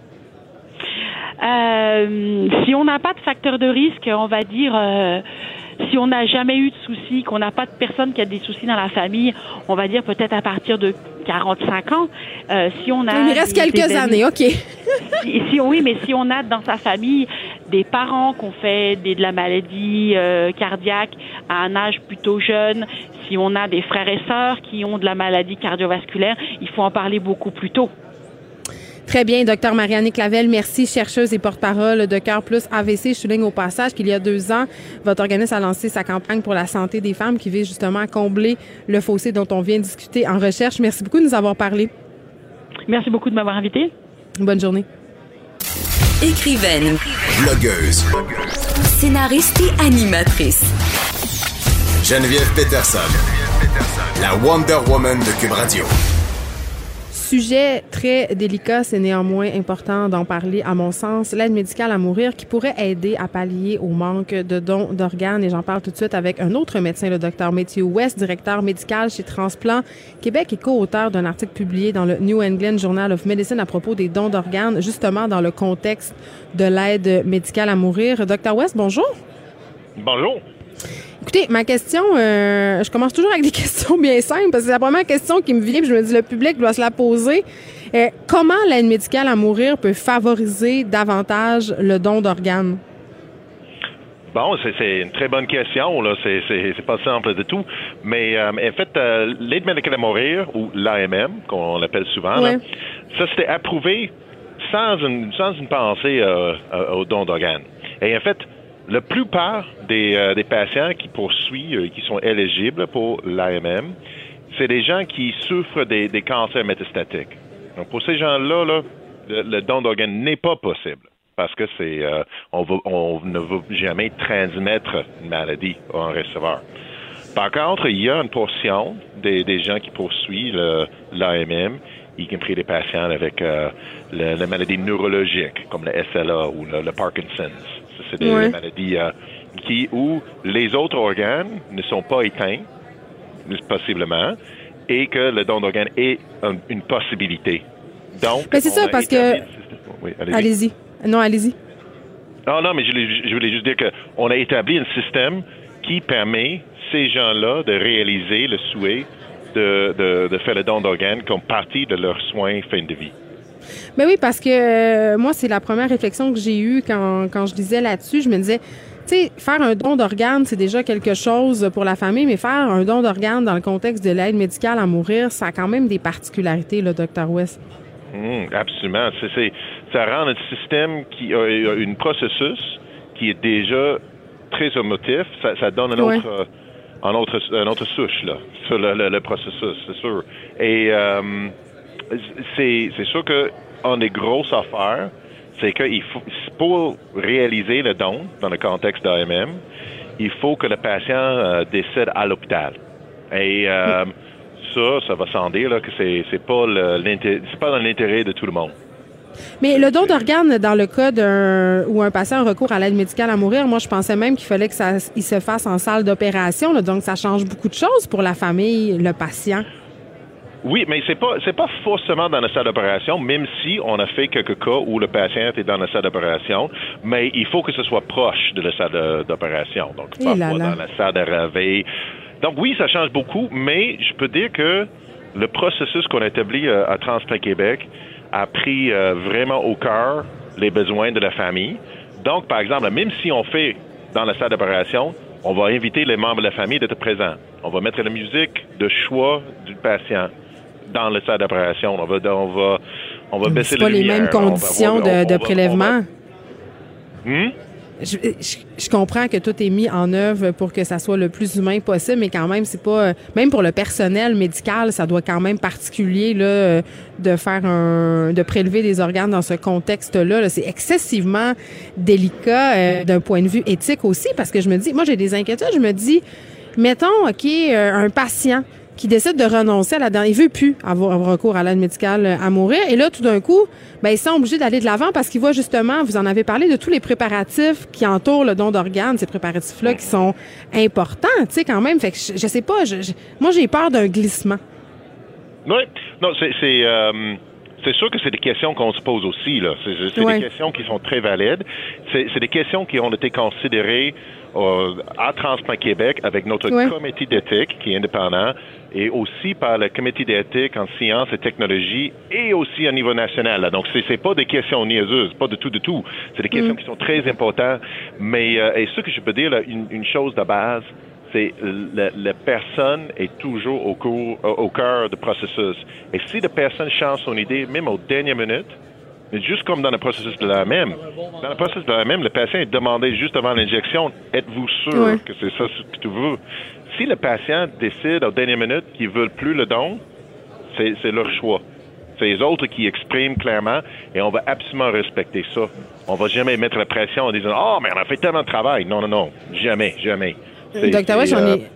Euh, si on n'a pas de facteur de risque, on va dire, euh, si on n'a jamais eu de soucis, qu'on n'a pas de personne qui a des soucis dans la famille, on va dire peut-être à partir de quarante-cinq ans. Euh, si on a Il me reste des, quelques des années, OK. si, si, oui, mais si on a dans sa famille des parents qui ont fait des, de la maladie euh, cardiaque à un âge plutôt jeune, si on a des frères et sœurs qui ont de la maladie cardiovasculaire, il faut en parler beaucoup plus tôt. Très bien, docteur Marianne Clavel, merci, chercheuse et porte-parole de Cœur Plus A V C. Je souligne au passage qu'il y a deux ans, votre organisme a lancé sa campagne pour la santé des femmes qui vise justement à combler le fossé dont on vient de discuter en recherche. Merci beaucoup de nous avoir parlé. Merci beaucoup de m'avoir invité. Bonne journée. Écrivaine, blogueuse, scénariste et animatrice. Geneviève Peterson, la Wonder Woman de Cube Radio. Sujet très délicat, c'est néanmoins important d'en parler à mon sens. L'aide médicale à mourir qui pourrait aider à pallier au manque de dons d'organes. Et j'en parle tout de suite avec un autre médecin, le docteur Matthew West, directeur médical chez Transplant Québec et co-auteur d'un article publié dans le New England Journal of Medicine à propos des dons d'organes, justement dans le contexte de l'aide médicale à mourir. Docteur West, bonjour. Bonjour. Écoutez, ma question, euh, je commence toujours avec des questions bien simples parce que c'est la première question qui me vient, puis je me dis le public doit se la poser. Euh, comment l'aide médicale à mourir peut favoriser davantage le don d'organes? Bon, c'est, c'est une très bonne question, là. C'est, c'est, c'est pas simple du tout. Mais euh, en fait, euh, l'aide médicale à mourir, ou l'A M M, qu'on l'appelle souvent, ouais. là, ça c'était approuvé sans une, sans une pensée euh, au don d'organes. Et en fait, la plupart des, euh, des patients qui poursuivent, euh, qui sont éligibles pour l'A M M, c'est des gens qui souffrent des, des cancers métastatiques. Donc, pour ces gens-là, là, le, le don d'organes n'est pas possible parce que c'est, euh, on, va, on ne va jamais transmettre une maladie à un receveur. Par contre, il y a une portion des, des gens qui poursuivent le, l'A M M, y compris des patients avec euh, le, la maladie neurologique, comme le S L A ou le, le Parkinson's. C'est des ouais. maladies euh, qui, où les autres organes ne sont pas éteints, possiblement, et que le don d'organes est un, une possibilité. Donc, mais c'est ça, parce que... Oui, allez-y. allez-y. Non, allez-y. Non, non, mais je, je voulais juste dire qu'on a établi un système qui permet ces gens-là de réaliser le souhait de, de, de faire le don d'organes comme partie de leurs soins fin de vie. Ben oui, parce que euh, moi, c'est la première réflexion que j'ai eue quand, quand je lisais là-dessus. Je me disais, tu sais, faire un don d'organes, c'est déjà quelque chose pour la famille, mais faire un don d'organes dans le contexte de l'aide médicale à mourir, ça a quand même des particularités, là, docteur West. Mmh, absolument. C'est, c'est, ça rend un système qui a un processus qui est déjà très émotif. Ça, ça donne un ouais. autre... Euh, un autre, un autre souche, là, sur le, le, le processus, c'est sûr. Et euh, c'est, c'est sûr qu'une des grosses affaires, c'est que il faut, pour réaliser le don dans le contexte d'A M M, il faut que le patient euh, décède à l'hôpital. Et euh, ça, ça va sans dire là, que c'est, c'est pas le, l'intérêt, c'est pas dans l'intérêt de tout le monde. Mais le don d'organes, dans le cas d'un où un patient a recours à l'aide médicale à mourir, moi, je pensais même qu'il fallait que ça il se fasse en salle d'opération. Là, donc, ça change beaucoup de choses pour la famille, le patient. Oui, mais c'est pas c'est pas forcément dans la salle d'opération, même si on a fait quelques cas où le patient est dans la salle d'opération, mais il faut que ce soit proche de la salle de, d'opération. Donc, pas dans la salle de réveil. Donc, oui, ça change beaucoup, mais je peux dire que le processus qu'on a établi à Transplant Québec a pris euh, vraiment au cœur les besoins de la famille. Donc, par exemple, même si on fait dans la salle d'opération, on va inviter les membres de la famille d'être présents. On va mettre la musique de choix du patient dans la salle d'opération. On va, on va, on va baisser la lumière. C'est pas les mêmes conditions on va, on, de, de on va, prélèvement. On va... Hmm? Je, je, je comprends que tout est mis en œuvre pour que ça soit le plus humain possible, mais quand même, c'est pas... Même pour le personnel médical, ça doit quand même particulier là, de faire un... de prélever des organes dans ce contexte-là. Là. C'est excessivement délicat euh, d'un point de vue éthique aussi, parce que je me dis... Moi, j'ai des inquiétudes. Je me dis, mettons, OK, euh, un patient qui décide de renoncer à la dernière... Il veut plus avoir recours à l'aide médicale à mourir. Et là, tout d'un coup, ben ils sont obligés d'aller de l'avant parce qu'ils voient justement, vous en avez parlé, de tous les préparatifs qui entourent le don d'organes, ces préparatifs-là qui sont importants, tu sais, quand même. Fait que je, je sais pas, je, je, moi, j'ai peur d'un glissement. Oui. Non, c'est... c'est euh... C'est sûr que c'est des questions qu'on se pose aussi, là. C'est, c'est ouais. des questions qui sont très valides. C'est, c'est des questions qui ont été considérées euh, à Transplant Québec avec notre ouais. comité d'éthique qui est indépendant et aussi par le comité d'éthique en sciences et technologies et aussi au niveau national. Là. Donc, c'est, c'est pas des questions niaiseuses, pas du tout, du tout. C'est des questions mm. qui sont très importantes. Mais, euh, et ce que je peux dire, là, une, une chose de base, c'est la, la personne est toujours au, cours, au cœur du processus. Et si la personne change son idée, même aux dernières minutes, Mais juste comme dans le processus de l'A M M, dans le processus de l'A M M, le patient est demandé juste avant l'injection, êtes-vous sûr ouais. que c'est ça que tu veux? Si le patient décide aux dernières minutes qu'ils ne veulent plus le don, c'est, c'est leur choix. C'est les autres qui expriment clairement et on va absolument respecter ça. On va jamais mettre la pression en disant « Ah, oh, mais on a fait tellement de travail. » Non, non, non. Jamais, jamais. C'est, Docteur West, j'en euh, ai...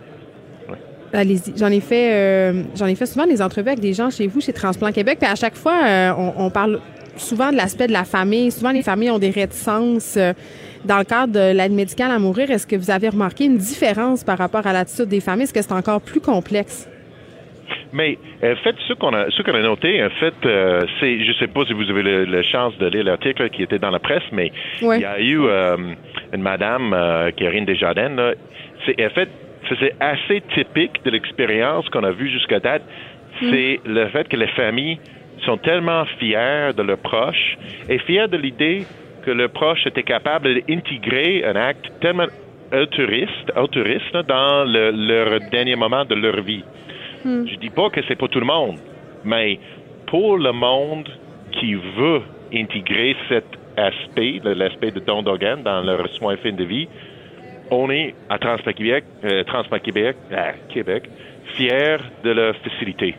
Allez-y. J'en ai fait, euh, j'en ai fait souvent des entrevues avec des gens chez vous, chez Transplant Québec. Puis à chaque fois, euh, on, on parle souvent de l'aspect de la famille. Souvent, les familles ont des réticences. Euh, dans le cadre de l'aide médicale à mourir, est-ce que vous avez remarqué une différence par rapport à l'attitude des familles? Est-ce que c'est encore plus complexe? Mais en fait, ce qu'on a, ce qu'on a noté, en fait, euh, c'est, je sais pas si vous avez le, la chance de lire l'article qui était dans la presse, mais ouais. il y a eu euh, une madame, euh, Karine Desjardins, là, c'est en fait, c'est assez typique de l'expérience qu'on a vue jusqu'à date. Mm. C'est le fait que les familles sont tellement fières de leurs proches et fières de l'idée que le proche était capable d'intégrer un acte tellement altruiste, altruiste là, dans le, leur dernier moment de leur vie. Hmm. Je dis pas que c'est pour tout le monde, mais pour le monde qui veut intégrer cet aspect, l'aspect de don d'organes dans leur soins fin de vie, on est à Transplant Québec, euh, Transplant Québec, à Québec, fiers de leur facilité.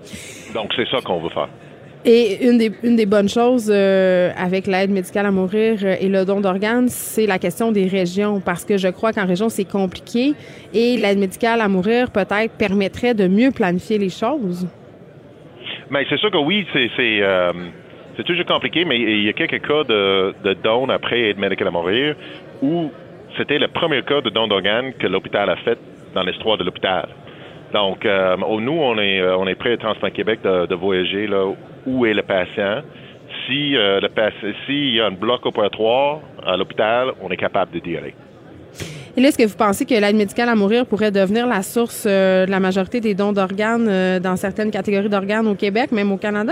Donc c'est ça qu'on veut faire. Et une des, une des bonnes choses euh, avec l'aide médicale à mourir euh, et le don d'organes, c'est la question des régions, parce que je crois qu'en région, c'est compliqué et l'aide médicale à mourir, peut-être, permettrait de mieux planifier les choses. Mais c'est sûr que oui, c'est c'est, euh, c'est toujours compliqué, mais il y a quelques cas de, de don après aide médicale à mourir où c'était le premier cas de don d'organes que l'hôpital a fait dans l'histoire de l'hôpital. Donc, euh, nous, on est, on est prêt à Transplant Québec de, de voyager là où est le patient. Si euh, le patient, s'il y a un bloc opératoire à l'hôpital, on est capable de d'y aller. Et là, est-ce que vous pensez que l'aide médicale à mourir pourrait devenir la source euh, de la majorité des dons d'organes euh, dans certaines catégories d'organes au Québec, même au Canada?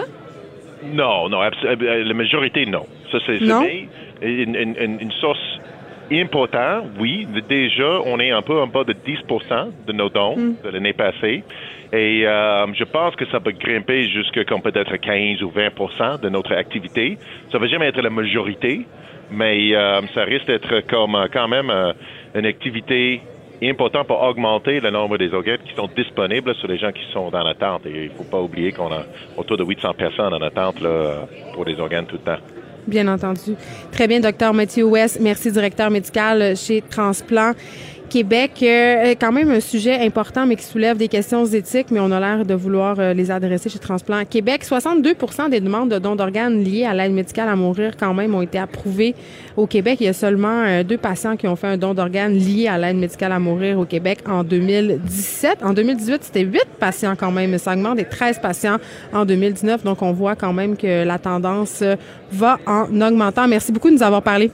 Non, non, la majorité, non. Ça, c'est, non? c'est une, une, une source important, oui. Déjà, on est un peu en bas de dix pour cent de nos dons mm. de l'année passée. Et euh, je pense que ça peut grimper jusqu'à comme peut-être quinze ou vingt pour cent de notre activité. Ça ne va jamais être la majorité, mais euh, ça risque d'être comme quand même euh, une activité importante pour augmenter le nombre des organes qui sont disponibles sur les gens qui sont dans l'attente. Et il ne faut pas oublier qu'on a autour de huit cents personnes en attente là, pour des organes tout le temps. Bien entendu. Très bien, docteur Mathieu West. Merci, directeur médical chez Transplant Québec. Euh, quand même un sujet important, mais qui soulève des questions éthiques, mais on a l'air de vouloir euh, les adresser chez Transplant Québec. soixante-deux pour cent des demandes de dons d'organes liées à l'aide médicale à mourir, quand même, ont été approuvées au Québec. Il y a seulement euh, deux patients qui ont fait un don d'organes lié à l'aide médicale à mourir au Québec en deux mille dix-sept. En deux mille dix-huit, c'était huit patients quand même. Ça augmente des treize patients en deux mille dix-neuf. Donc, on voit quand même que la tendance va en augmentant. Merci beaucoup de nous avoir parlé.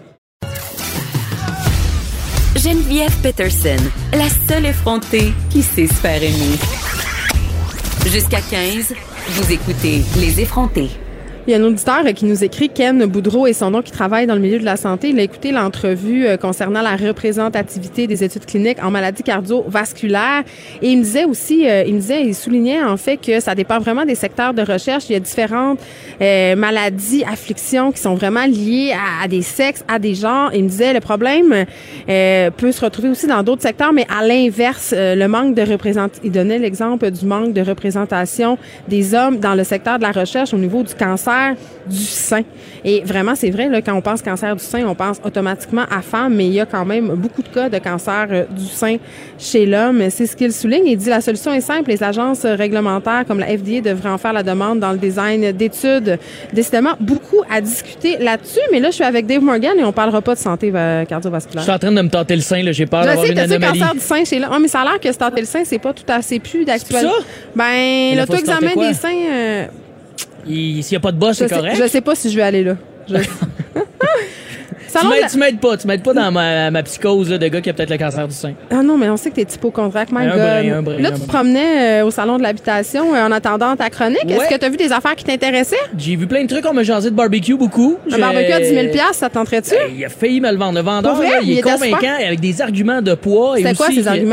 Geneviève Peterson, la seule effrontée qui sait se faire aimer. Jusqu'à quinze, vous écoutez Les Effrontés. Il y a un auditeur qui nous écrit, Ken Boudreau et son nom, qui travaille dans le milieu de la santé. Il a écouté l'entrevue concernant la représentativité des études cliniques en maladies cardiovasculaires. Et il me disait aussi, il me disait, il soulignait en fait que ça dépend vraiment des secteurs de recherche. Il y a différentes euh, maladies, afflictions qui sont vraiment liées à, à des sexes, à des genres. Il me disait, le problème euh, peut se retrouver aussi dans d'autres secteurs, mais à l'inverse, euh, le manque de représentation. Il donnait l'exemple du manque de représentation des hommes dans le secteur de la recherche au niveau du cancer du sein. Et vraiment, c'est vrai, là, quand on pense cancer du sein, on pense automatiquement à femme, mais il y a quand même beaucoup de cas de cancer euh, du sein chez l'homme. C'est ce qu'il souligne. Il dit la solution est simple. Les agences réglementaires comme la F D A devraient en faire la demande dans le design d'études. Décidément, beaucoup à discuter là-dessus, mais là, je suis avec Dave Morgan et on parlera pas de santé euh, cardiovasculaire. Je suis en train de me tenter le sein, là. J'ai peur je d'avoir sais, une anomalie. cancer du sein chez l'homme. Oh, mais ça a l'air que se tenter le sein, c'est pas tout assez plus d'actualité. C'est ça? Ben, l'auto-examen des seins... Euh, Il, s'il n'y a pas de bas, c'est je correct? Sais, je sais pas si je vais aller là. Je... tu, m'aides, la... tu m'aides pas. Tu m'aides pas dans ma, ma psychose là, de gars qui a peut-être le cancer du sein. Ah non, mais on sait que t'es hypochondriaque, my God. Brin, un brin, là, un tu brin. te promenais euh, au salon de l'habitation euh, en attendant ta chronique. Ouais. Est-ce que t'as vu des affaires qui t'intéressaient? J'ai vu plein de trucs. On m'a jasé de barbecue beaucoup. Un J'ai... barbecue à dix mille dollars, ça tenterait-tu? Ben, il a failli me le vendre. Le vendeur, vrai, là, il, il est était convaincant super. avec des arguments de poids. C'était et quoi aussi ces arguments?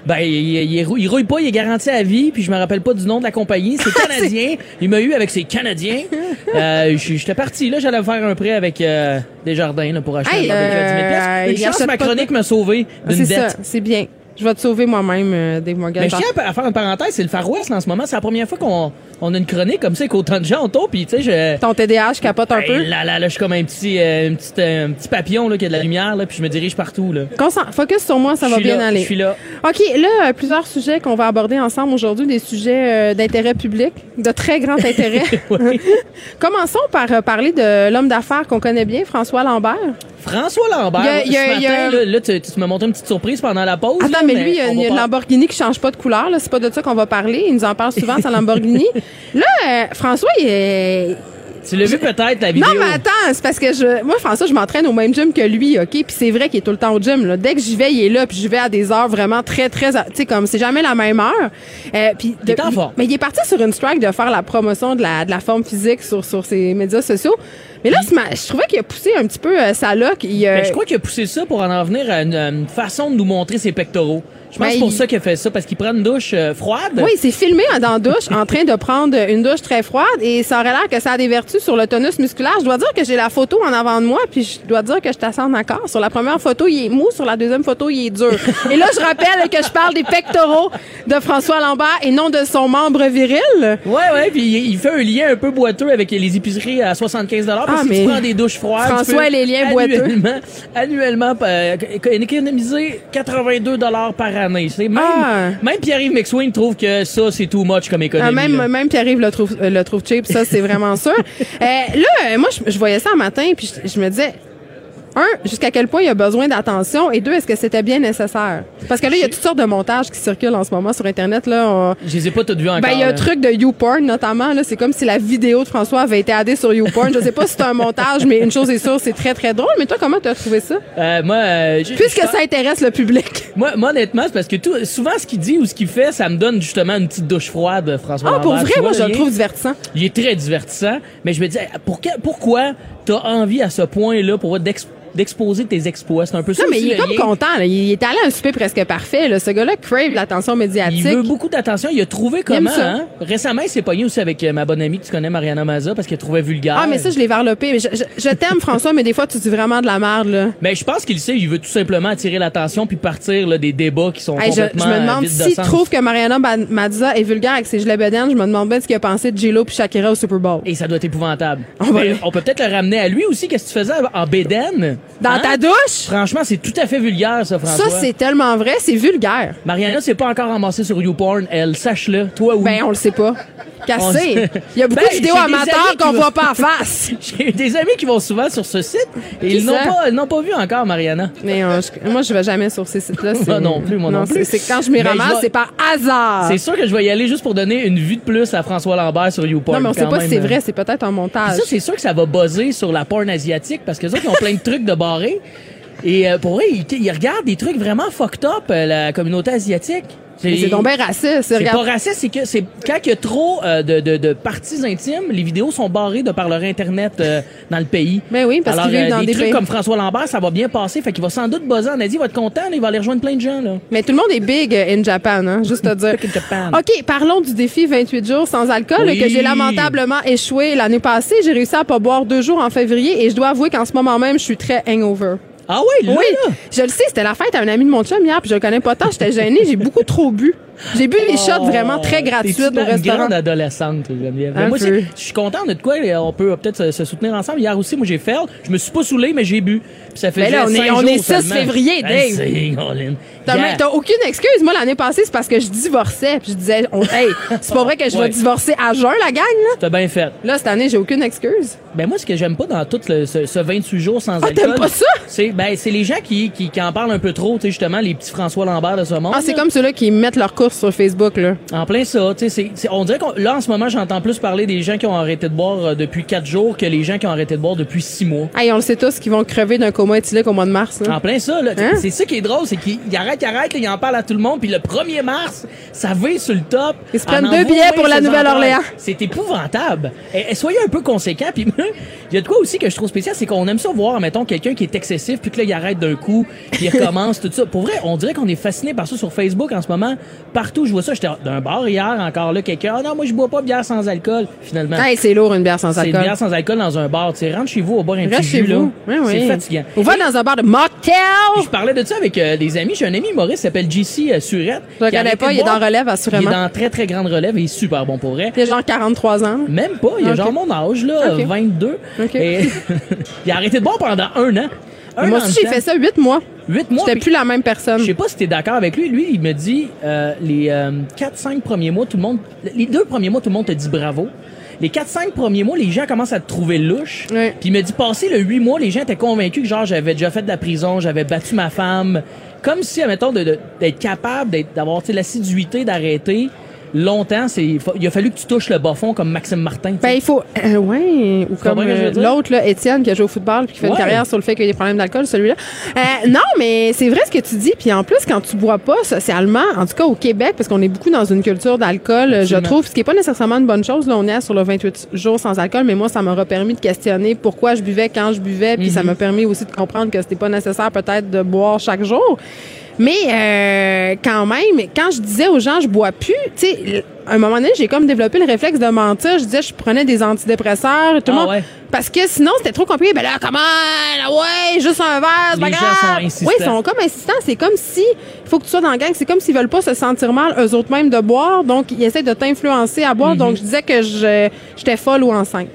Ben, il, il, il, il rouille pas, il est garanti à vie, puis je me rappelle pas du nom de la compagnie. C'est canadien. Il m'a eu avec ses Canadiens. Euh, J'étais parti, là, j'allais faire un prêt avec euh, Desjardins là, pour acheter hey, un barbecue à dix mille piastres. Une chance, ma chronique m'a sauvé d'une dette. C'est ça, c'est bien. Je vais te sauver moi-même, euh, Dave Morgan. Mais je tiens à faire une parenthèse, c'est le Far West en ce moment. C'est la première fois qu'on on a une chronique comme ça avec autant de gens autour. Puis tu sais, je. Ton T D A H capote un hey, peu. Là, là, là, je suis comme un petit, euh, un petit, euh, un petit papillon là qui a de la lumière là, puis je me dirige partout là. Concentre, focus sur moi, ça va bien là, aller. Je suis là. Ok, là, plusieurs sujets qu'on va aborder ensemble aujourd'hui, des sujets euh, d'intérêt public, de très grand intérêt. Commençons par euh, parler de l'homme d'affaires qu'on connaît bien, François Lambert. François Lambert, y a, y a, ce matin, y a... là, là, tu, tu m'as montré une petite surprise pendant la pause. Attends, là, mais, mais lui, il y a une pas... Lamborghini qui change pas de couleur. Là, c'est pas de ça qu'on va parler. Il nous en parle souvent, sa Lamborghini. Là, euh, François, il est... Tu l'as vu peut-être, la vidéo? Non, mais attends, c'est parce que je, moi, François, je m'entraîne au même gym que lui, OK? Puis c'est vrai qu'il est tout le temps au gym, là. Dès que j'y vais, il est là, puis je vais à des heures vraiment très, très, tu sais, comme c'est jamais la même heure. Euh, puis il est en forme. Mais il est parti sur une strike de faire la promotion de la, de la forme physique sur, sur ses médias sociaux. Mais là, il... je trouvais qu'il a poussé un petit peu euh, sa loc. Il, euh... Mais je crois qu'il a poussé ça pour en venir à une, une façon de nous montrer ses pectoraux. Je pense que c'est pour il... ça qu'il a fait ça, parce qu'il prend une douche euh, froide. Oui, il s'est filmé dans la douche, en train de prendre une douche très froide, et ça aurait l'air que ça a des vertus sur le tonus musculaire. Je dois dire que j'ai la photo en avant de moi, puis je dois dire que je t'assens d'accord. Sur la première photo, il est mou, sur la deuxième photo, il est dur. Et là, je rappelle que je parle des pectoraux de François Lambert et non de son membre viril. Ouais, ouais, puis il fait un lien un peu boiteux avec les épiceries à soixante-quinze dollars parce ah, que tu prends des douches froides. François et les liens boiteux. Annuellement, annuellement euh, économiser quatre-vingt-deux dollars par année. C'est même, ah. même Pierre-Yves McSween trouve que ça, c'est too much comme économie. Ah, même, même Pierre-Yves le trouve, le trouve cheap, ça, c'est vraiment sûr. euh, là, moi, je, je voyais ça un matin, puis je, je me disais... Un, jusqu'à quel point il y a besoin d'attention, et deux, est-ce que c'était bien nécessaire? Parce que là, il y a toutes sortes de montages qui circulent en ce moment sur Internet. Là, on... Je les ai pas toutes vues encore. Ben, il y a un truc de YouPorn, notamment. Là, c'est comme si la vidéo de François avait été addée sur YouPorn. Je sais pas si c'est un montage, mais une chose est sûre, c'est très, très drôle. Mais toi, comment tu as trouvé ça? Euh, moi, euh, Puisque ça intéresse le public. Moi, moi honnêtement, c'est parce que tout, souvent, ce qu'il dit ou ce qu'il fait, ça me donne justement une petite douche froide, François Ah, Lambert. pour vrai, tu moi, vois, je le trouve divertissant. Il est très divertissant, mais je me dis, pour que, pourquoi t'as envie à ce point-là pour d'exp d'exposer tes exploits? C'est un peu ça. Non, mais il est comme lien. content. Là. Il est allé à un souper presque parfait. Là. Ce gars-là crave l'attention médiatique. Il veut beaucoup d'attention. Il a trouvé comment. Hein? Récemment, il s'est pogné aussi avec ma bonne amie que tu connais, Mariana Maza, parce qu'il trouvait vulgaire. Ah, mais ça, je l'ai varlopé. Mais je, je, je t'aime, François, mais des fois, tu dis vraiment de la merde. Là. Mais je pense qu'il sait. Il veut tout simplement attirer l'attention puis partir là, des débats qui sont hey, complètement je, je me demande s'il de trouve que Mariana Maza est vulgaire avec ses gilets bedaines. Je me demande bien ce qu'il a pensé de J-Lo puis Shakira au Super Bowl. Et ça doit être épouvantable. On, va... on peut peut-être le ramener à lui aussi. Qu'est-ce que tu faisais en bédaine? Dans hein? ta douche? Franchement, c'est tout à fait vulgaire, ça, François. Ça, c'est tellement vrai, c'est vulgaire. Mariana s'est pas encore ramassée sur YouPorn, elle, sache-le. Toi, oui. Ben, on le sait pas. Cassé. Il y a beaucoup ben, de vidéos amateurs qu'on voit pas en face. J'ai des amis qui vont souvent sur ce site et ils n'ont pas, ils n'ont pas vu encore, Mariana. Mais euh, je, moi, je vais jamais sur ces sites-là. Moi non plus, moi non, non plus. C'est quand je m'y ben, ramasse, c'est par hasard. C'est sûr que je vais y aller juste pour donner une vue de plus à François Lambert sur YouPorn. Non, mais on sait pas même. si c'est vrai, c'est peut-être un montage. Puis ça, c'est sûr que ça va buzzer sur la porn asiatique parce que les autres, ils ont plein de trucs de barrés. Et euh, pour vrai, ils, ils regardent des trucs vraiment fucked up, euh, la communauté asiatique. C'est donc bien raciste. C'est regarde... pas raciste, c'est que c'est quand il y a trop euh, de, de, de parties intimes, les vidéos sont barrées de par leur Internet euh, dans le pays. Ben oui, parce qu'ils vivent euh, dans des, des trucs pays. comme François Lambert, ça va bien passer. Fait qu'il va sans doute buzzer en Asie, il va être content, là, il va aller rejoindre plein de gens. Là. Mais tout le monde est big in Japan, hein, juste à dire. OK, parlons du défi vingt-huit jours sans alcool oui. que j'ai lamentablement échoué l'année passée. J'ai réussi à pas boire deux jours en février et je dois avouer qu'en ce moment même, je suis très hangover. Ah oui, là, oui, là. Je le sais, c'était la fête à un ami de mon chum hier, puis je le connais pas tant, j'étais gênée, j'ai beaucoup trop bu. J'ai bu des shots oh, vraiment très gratuites au restaurant. Une grande adolescente, Geneviève. Moi aussi, je suis content de quoi, on peut peut-être se soutenir ensemble. Hier aussi, moi j'ai fait, je me suis pas saoulé, mais j'ai bu. Puis ça fait mais là, on est, on est six février, Dave. T'as yeah. T'as aucune excuse. Moi, l'année passée, c'est parce que je divorçais. Puis je disais, on, hey, c'est pas vrai que je ouais. vais divorcer à jeun, la gang, là. T'as bien fait. Là, cette année, j'ai aucune excuse. Ben, moi, ce que j'aime pas dans tout le, ce, ce vingt-huit jours sans ah, alcool. T'aimes pas ça? C'est, ben, c'est les gens qui, qui, qui en parlent un peu trop, tu sais, justement, les petits François Lambert de ce monde. Ah, c'est comme ceux-là qui mettent leur couche source sur Facebook, là. En plein ça, tu sais, c'est, c'est, on dirait que là, en ce moment, j'entends plus parler des gens qui ont arrêté de boire euh, depuis quatre jours que les gens qui ont arrêté de boire depuis six mois. Hey, on le sait tous qu'ils vont crever d'un coma éthylique au mois de mars, là. En plein ça, là. Hein? C'est ça qui est drôle, c'est qu'ils arrêtent, ils arrêtent, là, ils en parlent à tout le monde, puis le premier mars, ça va sur le top. Ils se prennent deux billets pour la Nouvelle-Orléans. C'est épouvantable. Et, et soyez un peu conséquents, puis il y a de quoi aussi que je trouve spécial, c'est qu'on aime ça voir, mettons, quelqu'un qui est excessif, puis que là, il arrête d'un coup, puis il recommence, tout ça. Pour vrai, on dirait qu'on est fasciné par ça sur Facebook en ce moment. Partout, je vois ça. J'étais d'un bar hier, encore là, quelqu'un, ah non, moi, je bois pas de bière sans alcool, finalement. Hey, c'est lourd, une bière sans alcool. C'est une bière sans alcool dans un bar. Tu sais, rentre chez vous, au boire un petit jus, là. Oui, oui. C'est fatigant. On va dans un bar de mocktail. Je parlais de ça avec euh, des amis. J'ai un ami humoriste qui s'appelle J C euh, Surette. Je le connais pas, il est dans relève, assurément. Il est dans très, très grande relève et il est super bon pour vrai. Il a genre quarante-trois ans. Même pas, il a okay. genre mon âge, là, okay. vingt-deux. Okay. Et il a arrêté de boire pendant un an. Un moi aussi, j'ai fait ça huit mois. Huit mois. J'étais plus la même personne. Je sais pas si t'es d'accord avec lui. Lui, il me dit, euh, les euh, quatre cinq premiers mois, tout le monde, les deux premiers mois, tout le monde te dit bravo. Les quatre cinq premiers mois, les gens commencent à te trouver louche. Ouais. Puis il me dit, passé le huit mois, les gens étaient convaincus que genre, j'avais déjà fait de la prison, j'avais battu ma femme. Comme si, admettons, de, de, d'être capable, d'être, d'avoir, tu sais, l'assiduité d'arrêter longtemps, c'est, il a fallu que tu touches le bas fond comme Maxime Martin. T'sais. Ben, il faut, euh, ouais, ou comme euh, l'autre, là, Étienne, qui a joué au football puis qui fait ouais. une carrière sur le fait qu'il y a des problèmes d'alcool, celui-là. Euh, non, mais c'est vrai ce que tu dis. Puis en plus, quand tu bois pas socialement, en tout cas au Québec, parce qu'on est beaucoup dans une culture d'alcool, absolument. Je trouve, ce qui est pas nécessairement une bonne chose. Là, on est sur le vingt-huit jours sans alcool, mais moi, ça m'aura permis de questionner pourquoi je buvais quand je buvais, puis mm-hmm. ça m'a permis aussi de comprendre que c'était pas nécessaire peut-être de boire chaque jour. Mais euh, quand même, quand je disais aux gens je bois plus, tu sais, à un moment donné, j'ai comme développé le réflexe de mentir. Je disais je prenais des antidépresseurs, tout le ah, monde, ouais. parce que sinon c'était trop compliqué. Ben là, comment, ouais, juste un verre, c'est pas grave. Oui, ils sont comme insistants. C'est comme si il faut que tu sois dans la gang. C'est comme s'ils veulent pas se sentir mal eux autres mêmes de boire, donc ils essaient de t'influencer à boire. Mm-hmm. Donc je disais que je j'étais folle ou enceinte.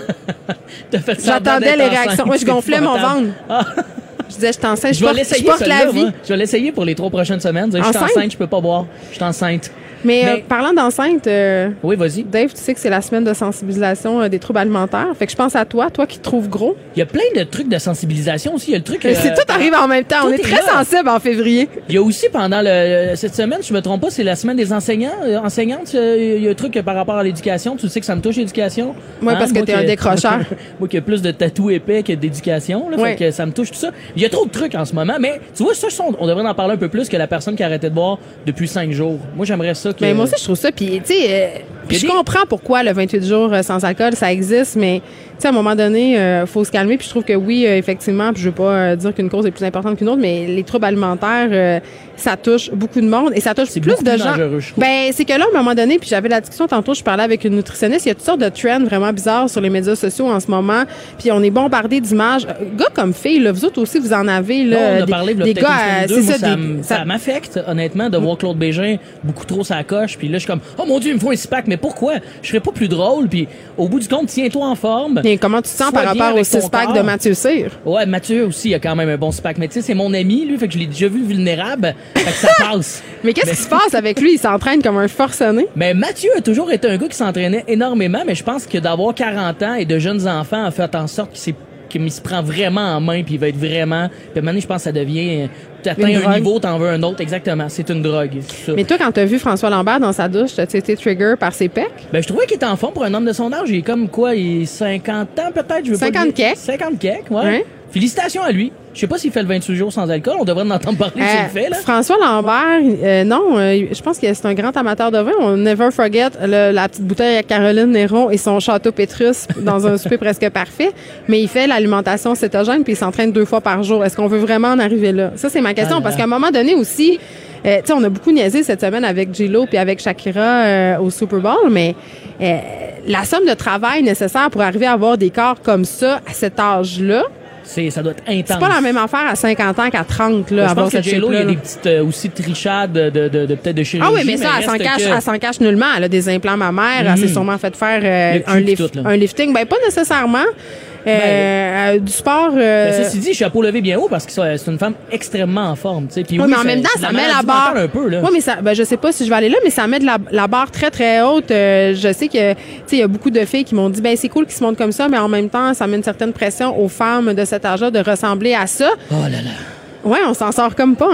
T'as fait J'attendais les réactions. Oui, je gonflais mon ventre. Ah. Je disais, je t'enseigne, je, je, porte, je porte la vie. Moi. Je vais l'essayer pour les trois prochaines semaines. Je suis enceinte, je peux pas boire. Je suis enceinte. Mais, Mais... Euh, parlant d'enceinte, euh, oui, vas-y. Dave, tu sais que c'est la semaine de sensibilisation euh, des troubles alimentaires. Fait que je pense à toi, toi qui te trouves gros. Il y a plein de trucs de sensibilisation aussi. Il y a le truc. Euh, c'est tout arrive en même temps. On est, est très là. sensible en février. Il y a aussi pendant le cette semaine, je me trompe pas, c'est la semaine des enseignants, euh, enseignantes. Il y a un truc par rapport à l'éducation. Tu sais que ça me touche l'éducation. Oui, hein? parce que moi t'es que, un décrocheur. Moi qui ai plus de tatous épais que d'éducation, là, ouais. fait que ça me touche tout ça. Il y a trop de trucs en ce moment, mais tu vois, ça, on devrait en parler un peu plus que la personne qui a arrêté de boire depuis cinq jours. Moi, j'aimerais ça que. Mais moi aussi, je trouve ça. Puis, tu sais, euh, je des... comprends pourquoi le vingt-huit jours sans alcool, ça existe, mais, tu sais, à un moment donné, euh, faut se calmer. Puis, je trouve que oui, euh, effectivement, puis je veux pas euh, dire qu'une cause est plus importante qu'une autre, mais les troubles alimentaires, euh, ça touche beaucoup de monde et ça touche c'est plus de plus gens. Ben, c'est que là, à un moment donné, puis j'avais la discussion tantôt, je parlais avec une nutritionniste, il y a toutes sortes de trends vraiment bizarres sur les médias sociaux en ce moment. Puis, on est bombardé d'images. Gars comme filles, là, vous autres aussi, vous en avez, là. Non, on a des, parlé, des gars, c'est ça, ça, des, ça, ça m'affecte, honnêtement, de voir Claude Bégin beaucoup trop sa coche. Puis là, je suis comme, oh mon Dieu, il me faut un six-pack, mais pourquoi? Je serais pas plus drôle. Puis au bout du compte, tiens-toi en forme. Et comment tu te sens par rapport au six-pack de Mathieu Cyr? Ouais, Mathieu aussi, il a quand même un bon six-pack. Mais tu sais, c'est mon ami, lui, fait que je l'ai déjà vu vulnérable. Fait que ça passe. Mais qu'est-ce mais... qui se passe avec lui? Il s'entraîne comme un forcené? Mais Mathieu a toujours été un gars qui s'entraînait énormément, mais je pense que d'avoir quarante ans et de jeunes enfants a fait en sorte qu'il s'est qu'il se prend vraiment en main puis il va être vraiment puis à un moment donné je pense que ça devient tu atteins un niveau t'en veux un autre exactement c'est une drogue c'est ça. Mais toi quand t'as vu François Lambert dans sa douche t'as été trigger par ses pecs? Ben je trouvais qu'il était en forme pour un homme de son âge il est comme quoi il est cinquante ans peut-être je veux cinquante pas kek cinquante kek ouais. ouais félicitations à lui. Je sais pas s'il fait le vingt-huit jours sans alcool. On devrait en entendre parler euh, s'il le fait, là. François Lambert, euh, non, euh, je pense que c'est un grand amateur de vin. On never forget le, la petite bouteille à Caroline Néron et son château Pétrus dans un souper presque parfait. Mais il fait l'alimentation cétogène puis il s'entraîne deux fois par jour. Est-ce qu'on veut vraiment en arriver là? Ça, c'est ma question. Ah, parce qu'à un moment donné aussi, euh, tu sais, on a beaucoup niaisé cette semaine avec J-Lo puis avec Shakira euh, au Super Bowl, mais euh, la somme de travail nécessaire pour arriver à avoir des corps comme ça à cet âge-là, C'est, ça doit être intense. C'est pas la même affaire à cinquante ans qu'à trente, là. Je pense que J-Lo, il y a des petites, euh, aussi trichades de, de, de, de, peut-être de chirurgie. Ah oui, mais, mais ça, elle s'en cache, que... elle s'en cache nullement. Elle a des implants mammaires. Mm-hmm. Elle s'est sûrement fait faire, euh, un, lift, tout, un lifting. Ben, pas nécessairement. Euh, ben, euh, du sport. Euh... Ben, ceci dit, chapeau levé bien haut parce que c'est une femme extrêmement en forme, tu sais. Puis oui, oui, mais en ça, même temps, ça met la barre. Un peu, là. Oui, mais ça, ben, je sais pas si je vais aller là, mais ça met de la, la barre très, très haute. Euh, je sais que, tu sais, il y a beaucoup de filles qui m'ont dit, ben, c'est cool qu'ils se montrent comme ça, mais en même temps, ça met une certaine pression aux femmes de cet âge-là de ressembler à ça. Oh là là. Ouais, on s'en sort comme pas, hein.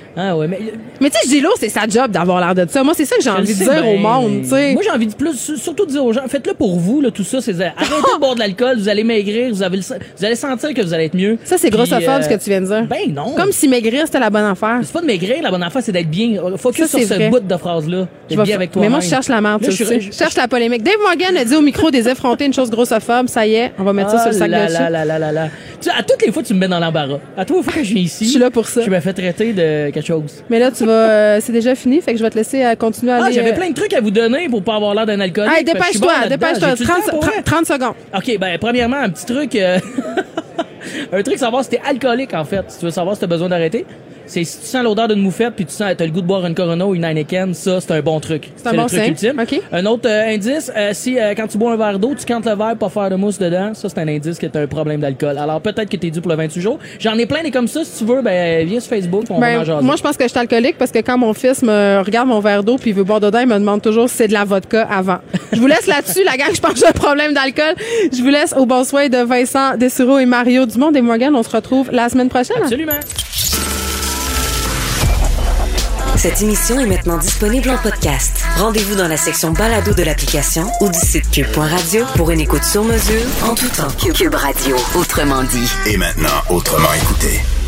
Ah ouais, mais... Mais tu sais, Gilo, c'est sa job d'avoir l'air de ça. Moi, c'est ça que j'ai Je envie de sais dire bien. au monde, tu sais. Moi, j'ai envie de plus, surtout de dire aux gens, faites-le pour vous, là, tout ça, c'est arrêtez de boire de l'alcool, vous allez maigrir, vous, avez le- vous allez sentir que vous allez être mieux. Ça, c'est Puis, grossophobe, euh, ce que tu viens de dire. Ben non. Comme si maigrir, c'était la bonne affaire. C'est pas de maigrir, la bonne affaire, c'est d'être bien. Focus Ça, sur c'est ce vrai. bout de phrase-là. Je D'être vais bien fa- avec toi. Mais moi, je cherche la merde, Là, tu je sais. suis- Je cherche la polémique. Dave Morgan a dit au micro des effrontés une chose grossophobe. Ça y est, on va mettre ça sur le sac Ah là de là chips. là là là là. Tu sais, à toutes les fois, tu me mets dans l'embarras. À toutes les fois que je viens ici. Je suis là pour ça. Je me fais traiter de quelque chose. Mais là, tu vas, euh, c'est déjà fini, fait que je vais te laisser euh, continuer à Ah, aller. j'avais euh, plein de trucs à vous donner pour pas avoir l'air d'un alcoolique. Hey, parce que je suis dépêche-toi, bon là-dedans. dépêche-toi. J'ai-tu le temps trente, pour vrai? trente secondes. OK, ben, premièrement, un petit truc. euh, un truc, savoir si t'es alcoolique, en fait. Si tu veux savoir si t'as besoin d'arrêter. C'est si tu sens l'odeur d'une moufette puis tu sens t'as le goût de boire une Corona ou une Heineken, ça c'est un bon truc. C'est un le bon truc signe. ultime. OK. Un autre euh, indice, euh, si euh, quand tu bois un verre d'eau, tu cantes le verre pas faire de mousse dedans, ça c'est un indice que t'as un problème d'alcool. Alors peut-être que t'es dû pour le vingt-huit jours. J'en ai plein des comme ça, si tu veux, ben viens sur Facebook, on va en Ben, jaser. moi, je pense que je suis alcoolique parce que quand mon fils me regarde mon verre d'eau puis il veut boire dedans, il me demande toujours si c'est de la vodka avant. Je vous laisse là-dessus, la gang. Je pense que j'ai un problème d'alcool. Je vous laisse au bon soin de Vincent Dessureau et Mario Dumont. Des Morgan, on se retrouve la semaine prochaine. Absolument. Cette émission est maintenant disponible en podcast. Rendez-vous dans la section balado de l'application ou du site cube point radio pour une écoute sur mesure en tout temps. Cube Radio, autrement dit. Et maintenant, autrement écouté.